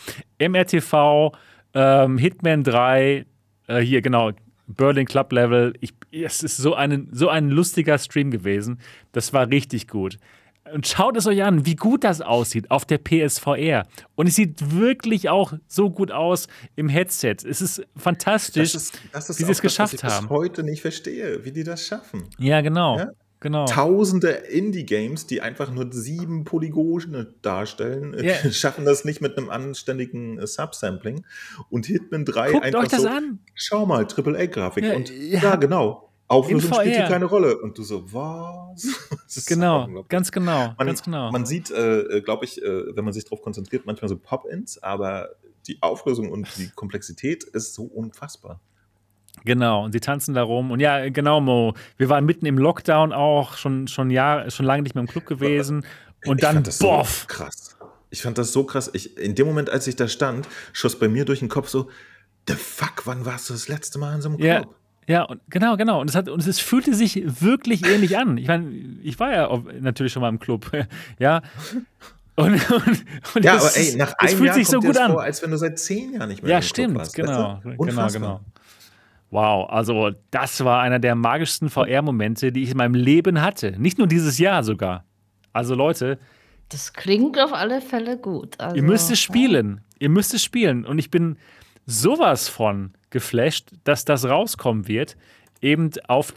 MRTV Hitman 3. Hier, genau. Berlin Club Level. Es ist so ein lustiger Stream gewesen. Das war richtig gut. Und schaut es euch an, wie gut das aussieht auf der PSVR. Und es sieht wirklich auch so gut aus im Headset. Es ist fantastisch, wie sie es geschafft haben. Was ich bis heute nicht verstehe, wie die das schaffen. Ja, genau. Ja? Genau. Tausende Indie-Games, die einfach nur 7 Polygone darstellen, schaffen das nicht mit einem anständigen Subsampling. Und Hitman 3 Guckt einfach euch das so, an. Schau mal, AAA-Grafik. Ja, und ja, genau. Auflösung spielt hier keine Rolle. Und du so, was? Genau, ganz genau. Man sieht, glaube ich, wenn man sich darauf konzentriert, manchmal so Pop-Ins, aber die Auflösung und die Komplexität ist so unfassbar. Genau, und sie tanzen da rum. Und ja, genau, Mo, wir waren mitten im Lockdown auch, schon lange nicht mehr im Club gewesen. Und dann, boff! So krass. Ich fand das so krass. In dem Moment, als ich da stand, schoss bei mir durch den Kopf so, the fuck, wann warst du das letzte Mal in so einem Club? Ja, und genau. Und es fühlte sich wirklich ähnlich an. Ich meine, ich war ja natürlich schon mal im Club. Ja. Und ja, aber ey, nach einem fühlt Jahr sich kommt so gut an. Vor, als wenn du seit 10 Jahren nicht mehr im Club warst. Ja, stimmt, Unfassbar. genau. Wow, also das war einer der magischsten VR-Momente, die ich in meinem Leben hatte. Nicht nur dieses Jahr sogar. Also Leute. Das klingt auf alle Fälle gut. Also, ihr müsst es spielen. Ihr müsst es spielen. Und ich bin sowas von geflasht, dass das rauskommen wird. Eben auf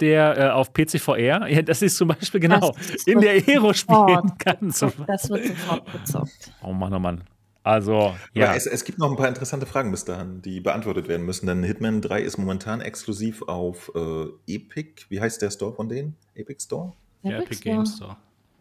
PCVR. Ja, das ist zum Beispiel genau in der Aero spielen kann. Das wird sofort gezockt. Oh Mann. Also, ja. Aber es gibt noch ein paar interessante Fragen bis dahin, die beantwortet werden müssen. Denn Hitman 3 ist momentan exklusiv auf Epic. Wie heißt der Store von denen? Epic Store? Ja, Epic Games Store.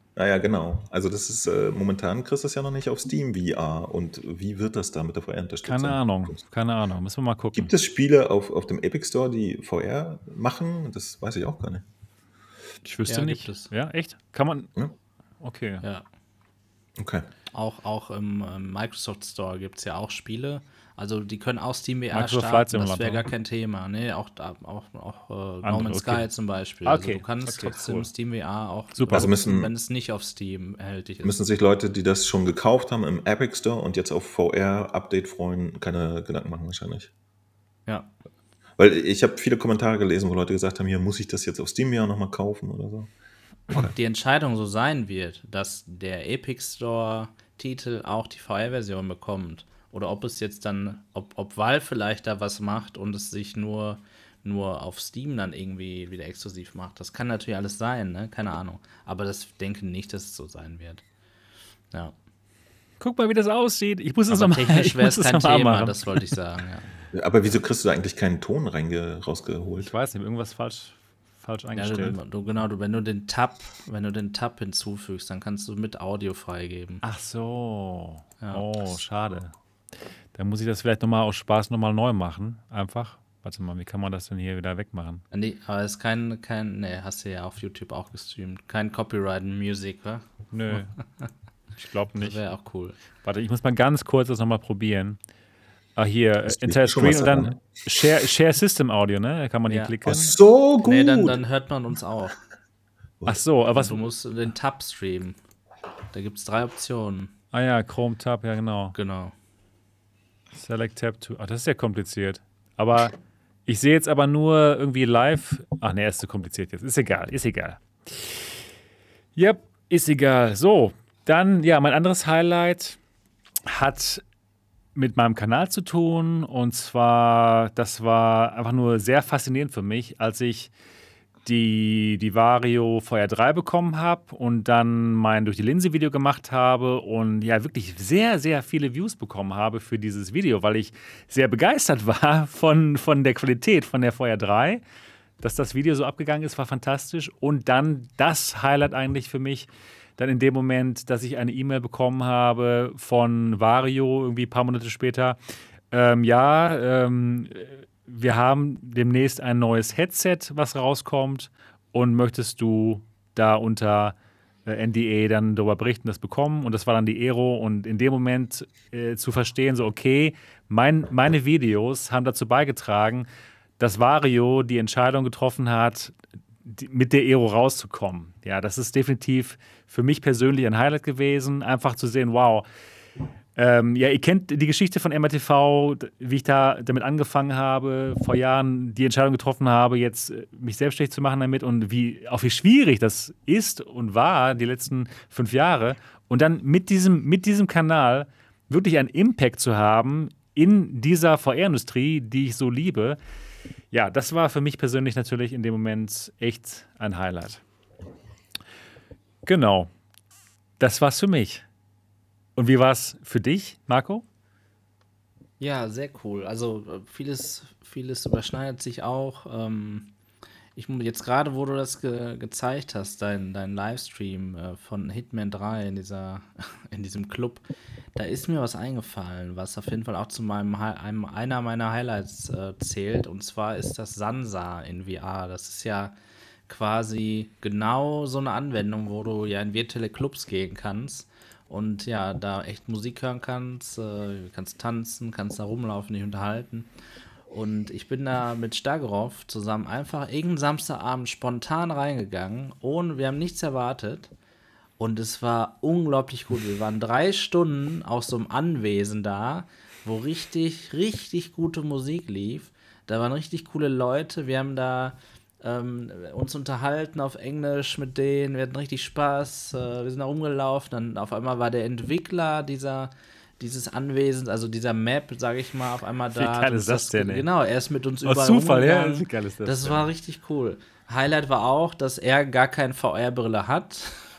Naja, genau. Also das ist, momentan kriegst du es ja noch nicht auf Steam VR. Und wie wird das da mit der VR-Unterstützung? Keine Ahnung. Müssen wir mal gucken. Gibt es Spiele auf dem Epic Store, die VR machen? Das weiß ich auch gar nicht. Ich wüsste Ja, nicht. gibt es. Ja, echt? Kann man? Ja. Okay. Ja. Okay. Auch im Microsoft Store gibt es ja auch Spiele. Also die können auch Steam VR Microsoft Flight starten, das wäre Simulator. gar kein Thema. Nee, auch No Andere, Man's okay. Sky zum Beispiel. Okay, Also du kannst okay, trotzdem cool. Steam VR auch Super. Also müssen- wenn es nicht auf Steam erhältlich ist. Müssen sich Leute, die das schon gekauft haben im Epic Store und jetzt auf VR-Update freuen, keine Gedanken machen wahrscheinlich. Ja. Weil ich habe viele Kommentare gelesen, wo Leute gesagt haben, hier muss ich das jetzt auf Steam VR nochmal kaufen oder so. Ob die Entscheidung so sein wird, dass der Epic Store-Titel auch die VR-Version bekommt, oder ob es jetzt dann, ob Valve vielleicht da was macht und es sich nur auf Steam dann irgendwie wieder exklusiv macht. Das kann natürlich alles sein, ne? Keine Ahnung. Aber das denke nicht, dass es so sein wird. Ja. Guck mal, wie das aussieht. Ich muss es Aber nochmal technisch wäre es kein Thema, machen. das wollte ich sagen, ja. Aber wieso kriegst du da eigentlich keinen Ton rausgeholt? Ich weiß nicht, irgendwas falsch eingestellt. Wenn du den Tab hinzufügst, dann kannst du mit Audio freigeben. Ach so. Ja. Oh, schade. Dann muss ich das vielleicht nochmal aus Spaß nochmal neu machen. Einfach. Warte mal, wie kann man das denn hier wieder wegmachen? Nee, aber es ist hast du ja auf YouTube auch gestreamt. Kein Copyright Music, wa? Nö. Ich glaube Das nicht. wäre auch cool. Warte, ich muss mal ganz kurz das nochmal probieren. Ah, hier, Das Entire schon was Screen und dann Share System Audio, ne? Da kann man hier Ja. klicken. Ach so, gut. Nee, dann hört man uns auch. Ach so, aber was? Du musst den Tab streamen. Da gibt es 3 Optionen. Ah ja, Chrome Tab, ja genau. Genau. Select Tab to. Ach, das ist ja kompliziert. Aber ich sehe jetzt aber nur irgendwie live. Ach ne, ist zu kompliziert jetzt. Ist egal. Yep, ist egal. So, dann, ja, mein anderes Highlight hat mit meinem Kanal zu tun. Und zwar, das war einfach nur sehr faszinierend für mich, als ich die Vario VR 3 bekommen habe und dann mein Durch die Linse Video gemacht habe und ja wirklich sehr, sehr viele Views bekommen habe für dieses Video, weil ich sehr begeistert war von der Qualität von der VR 3. Dass das Video so abgegangen ist, war fantastisch. Und dann das Highlight eigentlich für mich, dann in dem Moment, dass ich eine E-Mail bekommen habe von Vario, irgendwie ein paar Monate später. Wir haben demnächst ein neues Headset, was rauskommt. Und möchtest du da unter NDA dann darüber berichten, das bekommen? Und das war dann die Aero. Und in dem Moment zu verstehen, so okay, meine Videos haben dazu beigetragen, dass Vario die Entscheidung getroffen hat, mit der Aero rauszukommen. Ja, das ist definitiv für mich persönlich ein Highlight gewesen, einfach zu sehen, wow. Ja, ihr kennt die Geschichte von MRTV, wie ich da damit angefangen habe, vor Jahren die Entscheidung getroffen habe, jetzt mich selbstständig zu machen damit und wie schwierig das ist und war die letzten 5 Jahre. Und dann mit diesem Kanal wirklich einen Impact zu haben in dieser VR-Industrie, die ich so liebe. Ja, das war für mich persönlich natürlich in dem Moment echt ein Highlight. Genau. Das war's für mich. Und wie war's für dich, Marco? Ja, sehr cool. Also vieles überschneidet sich auch. Jetzt gerade, wo du das gezeigt hast, dein Livestream von Hitman 3 in diesem Club, da ist mir was eingefallen, was auf jeden Fall auch zu einer meiner Highlights zählt. Und zwar ist das Sansa in VR. Das ist ja quasi genau so eine Anwendung, wo du ja in virtuelle Clubs gehen kannst und ja, da echt Musik hören kannst, kannst tanzen, kannst da rumlaufen, dich unterhalten. Und ich bin da mit Stagroff zusammen einfach irgendeinen Samstagabend spontan reingegangen, wir haben nichts erwartet. Und es war unglaublich gut. Wir waren 3 Stunden aus so einem Anwesen da, wo richtig, richtig gute Musik lief. Da waren richtig coole Leute. Wir haben da uns unterhalten auf Englisch mit denen. Wir hatten richtig Spaß. Wir sind da rumgelaufen. Dann auf einmal war der Entwickler dieses Anwesens, also dieser Map, sage ich mal, auf einmal da. Wie geil ist das denn, ey? Genau, er ist mit uns überall Aus Zufall, ja? rumgegangen. Wie geil ist das Das denn? war richtig cool. Highlight war auch, dass er gar keine VR-Brille hat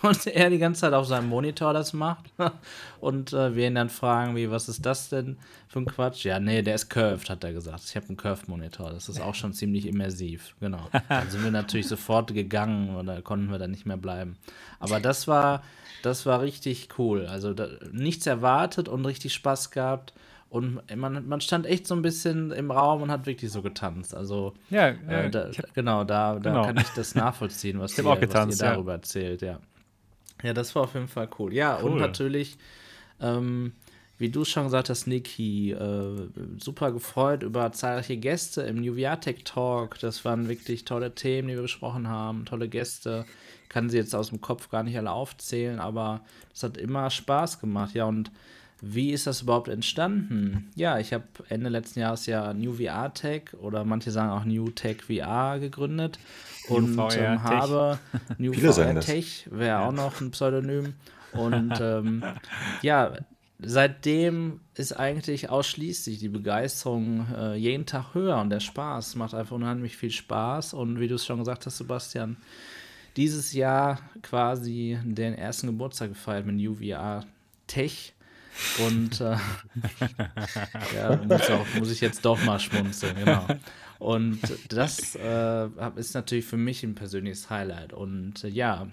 und er die ganze Zeit auf seinem Monitor das macht und wir ihn dann fragen, was ist das denn für ein Quatsch? Ja, nee, der ist curved, hat er gesagt. Ich habe einen Curved-Monitor, das ist auch schon ziemlich immersiv, genau. Dann sind wir natürlich sofort gegangen und da konnten wir dann nicht mehr bleiben. Aber das war richtig cool, also nichts erwartet und richtig Spaß gehabt. Und man stand echt so ein bisschen im Raum und hat wirklich so getanzt. Also, Ja, da kann ich das nachvollziehen, was ihr darüber erzählt, ja. Ja, das war auf jeden Fall cool. Ja, cool. Und natürlich, wie du schon gesagt hast, Niki, super gefreut über zahlreiche Gäste im New VR Tech Talk. Das waren wirklich tolle Themen, die wir besprochen haben, tolle Gäste. Kann sie jetzt aus dem Kopf gar nicht alle aufzählen, aber es hat immer Spaß gemacht. Ja, und wie ist das überhaupt entstanden? Ja, ich habe Ende letzten Jahres ja New VR Tech oder manche sagen auch New Tech VR gegründet und habe New VR Tech, wäre auch noch ein Pseudonym. Und ja, seitdem ist eigentlich ausschließlich die Begeisterung jeden Tag höher und der Spaß macht einfach unheimlich viel Spaß. Und wie du es schon gesagt hast, Sebastian, dieses Jahr quasi den ersten Geburtstag gefeiert mit New VR Tech. Und ja, muss ich jetzt doch mal schmunzeln, genau. Und das ist natürlich für mich ein persönliches Highlight. Und ja,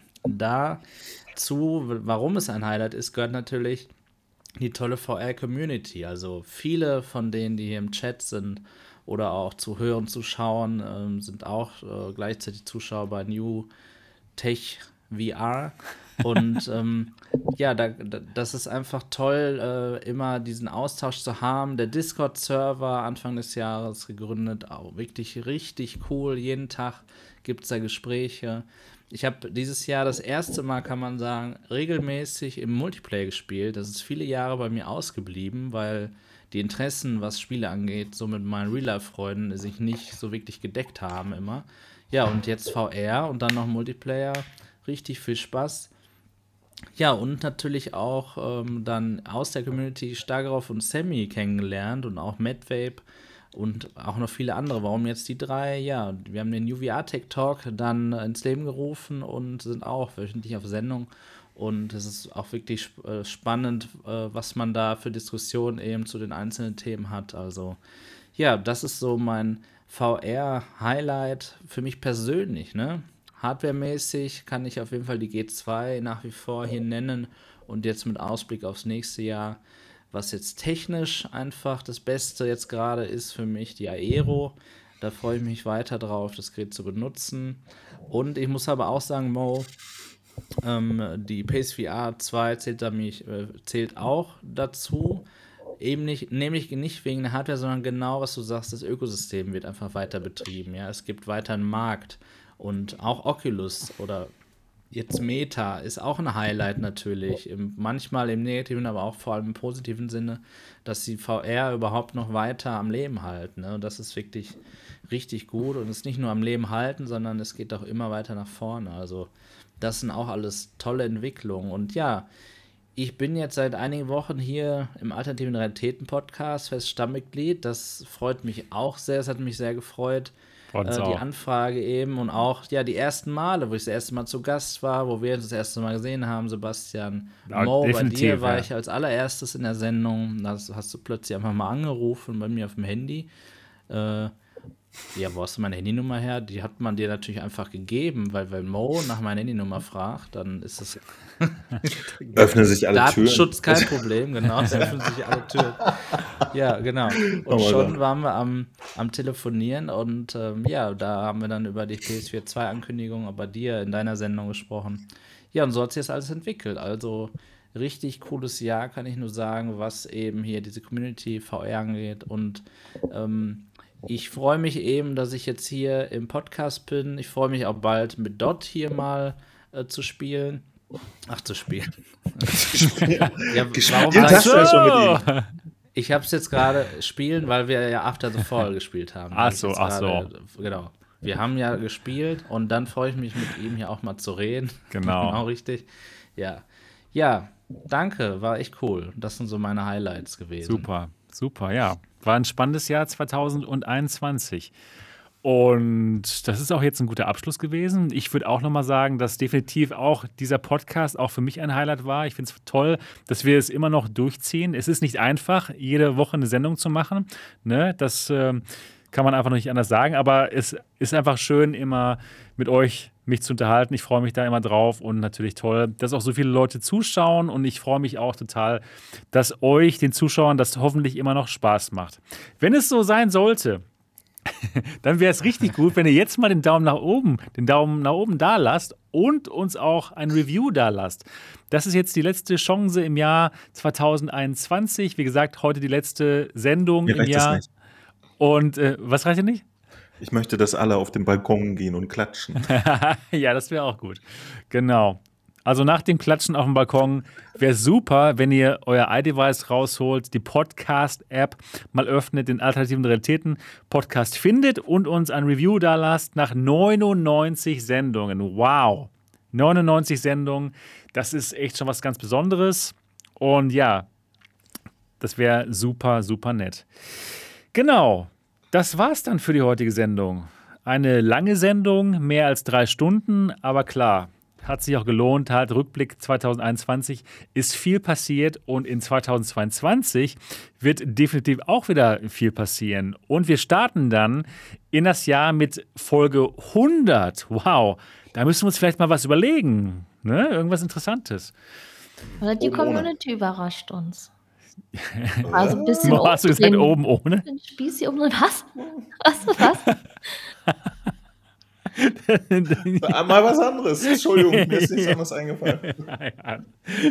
dazu, warum es ein Highlight ist, gehört natürlich die tolle VR-Community. Also viele von denen, die hier im Chat sind oder auch zu hören, zu schauen, sind auch gleichzeitig Zuschauer bei New Tech VR. Und ja, das ist einfach toll, immer diesen Austausch zu haben. Der Discord-Server Anfang des Jahres gegründet, auch wirklich richtig cool. Jeden Tag gibt es da Gespräche. Ich habe dieses Jahr das erste Mal, kann man sagen, regelmäßig im Multiplayer gespielt. Das ist viele Jahre bei mir ausgeblieben, weil die Interessen, was Spiele angeht, so mit meinen Real-Life-Freunden sich nicht so wirklich gedeckt haben immer. Ja, und jetzt VR und dann noch Multiplayer. Richtig viel Spaß. Ja, und natürlich auch dann aus der Community Stagroff und Sammy kennengelernt und auch Madvape und auch noch viele andere. Warum jetzt die drei? Ja, wir haben den New VR Tech Talk dann ins Leben gerufen und sind auch wöchentlich auf Sendung. Und es ist auch wirklich spannend, was man da für Diskussionen eben zu den einzelnen Themen hat. Also ja, das ist so mein VR-Highlight für mich persönlich, ne? Hardwaremäßig kann ich auf jeden Fall die G2 nach wie vor hier nennen und jetzt mit Ausblick aufs nächste Jahr, was jetzt technisch einfach das Beste jetzt gerade ist für mich, die Aero. Da freue ich mich weiter drauf, das Gerät zu benutzen. Und ich muss aber auch sagen, Mo, die PSVR 2 zählt auch dazu. Eben nämlich nicht wegen der Hardware, sondern genau, was du sagst, das Ökosystem wird einfach weiter betrieben. Ja? Es gibt weiter einen Markt. Und auch Oculus oder jetzt Meta ist auch ein Highlight natürlich. Manchmal im negativen, aber auch vor allem im positiven Sinne, dass sie VR überhaupt noch weiter am Leben halten. Ne? Und das ist wirklich richtig gut. Und es ist nicht nur am Leben halten, sondern es geht auch immer weiter nach vorne. Also das sind auch alles tolle Entwicklungen. Und ja, ich bin jetzt seit einigen Wochen hier im Alternativen Realitäten Podcast fest Stammmitglied. Das freut mich auch sehr. Es hat mich sehr gefreut. Die Anfrage eben und auch ja die ersten Male, wo ich das erste Mal zu Gast war, wo wir uns das erste Mal gesehen haben, Sebastian. Ja, Mo, bei dir war ich als allererstes in der Sendung, da hast du plötzlich einfach mal angerufen bei mir auf dem Handy. Ja, wo hast du meine Handynummer her? Die hat man dir natürlich einfach gegeben, weil wenn Mo nach meiner Handynummer fragt, dann ist es öffnen sich alle Datenschutz Türen. Kein Problem, genau, es öffnen sich alle Türen. Ja, genau. Und schon waren wir am Telefonieren und ja, da haben wir dann über die PS4 2-Ankündigung bei dir in deiner Sendung gesprochen. Ja, und so hat sich das alles entwickelt. Also richtig cooles Jahr, kann ich nur sagen, was eben hier diese Community VR angeht und ich freue mich eben, dass ich jetzt hier im Podcast bin. Ich freue mich auch bald mit Dot hier mal zu spielen. Ach, zu spielen. Ja, warum schon mit ihm? Ich habe es jetzt gerade spielen, weil wir ja After the Fall gespielt haben. Ach so. Genau. Wir haben ja gespielt und dann freue ich mich mit ihm hier auch mal zu reden. Genau. Genau, richtig. Ja. Ja, danke, war echt cool. Das sind so meine Highlights gewesen. Super, ja. War ein spannendes Jahr 2021. Und das ist auch jetzt ein guter Abschluss gewesen. Ich würde auch nochmal sagen, dass definitiv auch dieser Podcast auch für mich ein Highlight war. Ich finde es toll, dass wir es immer noch durchziehen. Es ist nicht einfach, jede Woche eine Sendung zu machen. Ne? Das kann man einfach noch nicht anders sagen. Aber es ist einfach schön, immer mit euch mich zu unterhalten. Ich freue mich da immer drauf und natürlich toll, dass auch so viele Leute zuschauen. Und ich freue mich auch total, dass euch, den Zuschauern, das hoffentlich immer noch Spaß macht. Wenn es so sein sollte, dann wäre es richtig gut, wenn ihr jetzt mal den Daumen nach oben da lasst und uns auch ein Review da lasst. Das ist jetzt die letzte Chance im Jahr 2021. Wie gesagt, heute die letzte Sendung Mir im reicht das Jahr. nicht. Und was reicht dir nicht? Ich möchte, dass alle auf den Balkon gehen und klatschen. Ja, das wäre auch gut. Genau. Also nach dem Klatschen auf dem Balkon wäre super, wenn ihr euer iDevice rausholt, die Podcast-App mal öffnet, den Alternativen Realitäten Podcast findet und uns ein Review da lasst nach 99 Sendungen. Wow. 99 Sendungen, das ist echt schon was ganz Besonderes. Und ja, das wäre super, super nett. Genau, das war's dann für die heutige Sendung. Eine lange Sendung, mehr als 3 Stunden, aber klar, hat sich auch gelohnt. Halt, Rückblick 2021 ist viel passiert und in 2022 wird definitiv auch wieder viel passieren. Und wir starten dann in das Jahr mit Folge 100. Wow, da müssen wir uns vielleicht mal was überlegen. Ne? Irgendwas Interessantes. Oder die Oben ohne. Community überrascht uns. Also ein bisschen Hast du gesagt, oben ohne? Ein Spieß hier oben drin. Was? Mal was anderes. Entschuldigung, mir ist nichts anderes eingefallen. Ja.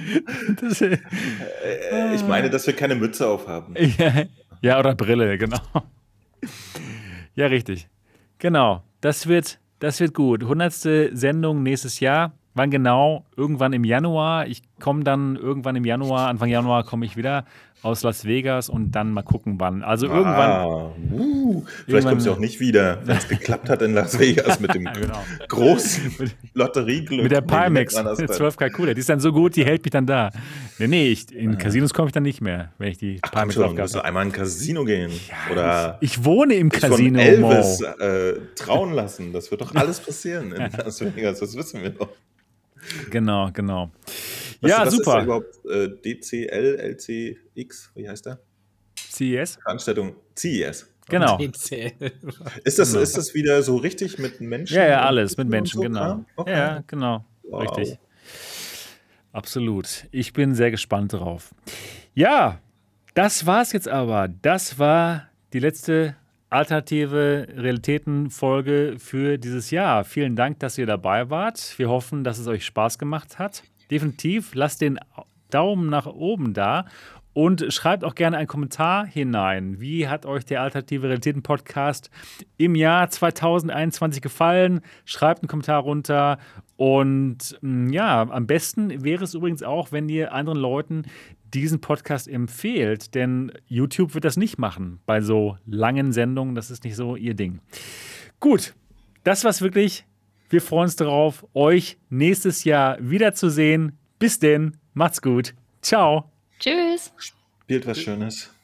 Ich meine, dass wir keine Mütze aufhaben. Ja, oder Brille, genau. Ja, richtig. Genau, das wird gut. 100. Sendung nächstes Jahr. Wann genau? Irgendwann im Januar. Ich komme dann irgendwann im Januar, Anfang Januar komme ich wieder aus Las Vegas und dann mal gucken, wann. Also irgendwann. Vielleicht kommst du auch nicht wieder, wenn es geklappt hat in Las Vegas mit dem Genau. großen Lotterieglück. Mit der Pimax, Nee, wie nennt man das denn? 12 Kalkula. Die ist dann so gut, die hält mich dann da. Nee, in Casinos komme ich dann nicht mehr, wenn ich die Ach, komm Pimax schon, aufgehabt musst du habe. einmal in ein Casino gehen. Oder Ich wohne im dich Casino, von Mo. Elvis trauen lassen. Das wird doch alles passieren in Las Vegas. Das wissen wir doch. Genau. Weißt Ja, du, was super. ist überhaupt DCL, LCX? Wie heißt der? CES? Veranstaltung CES. Genau. Ist das wieder so richtig mit Menschen? Ja, und alles mit und Menschen, so genau. Kram? Okay. Ja, genau. Wow. Richtig. Absolut. Ich bin sehr gespannt drauf. Ja, das war's jetzt aber. Das war die letzte alternative Realitäten-Folge für dieses Jahr. Vielen Dank, dass ihr dabei wart. Wir hoffen, dass es euch Spaß gemacht hat. Definitiv lasst den Daumen nach oben da und schreibt auch gerne einen Kommentar hinein. Wie hat euch der Alternative Realitäten Podcast im Jahr 2021 gefallen? Schreibt einen Kommentar runter. Und ja, am besten wäre es übrigens auch, wenn ihr anderen Leuten diesen Podcast empfehlt, denn YouTube wird das nicht machen bei so langen Sendungen. Das ist nicht so ihr Ding. Gut, das war's wirklich. Wir freuen uns darauf, euch nächstes Jahr wiederzusehen. Bis denn, macht's gut. Ciao. Tschüss. Spielt was Schönes.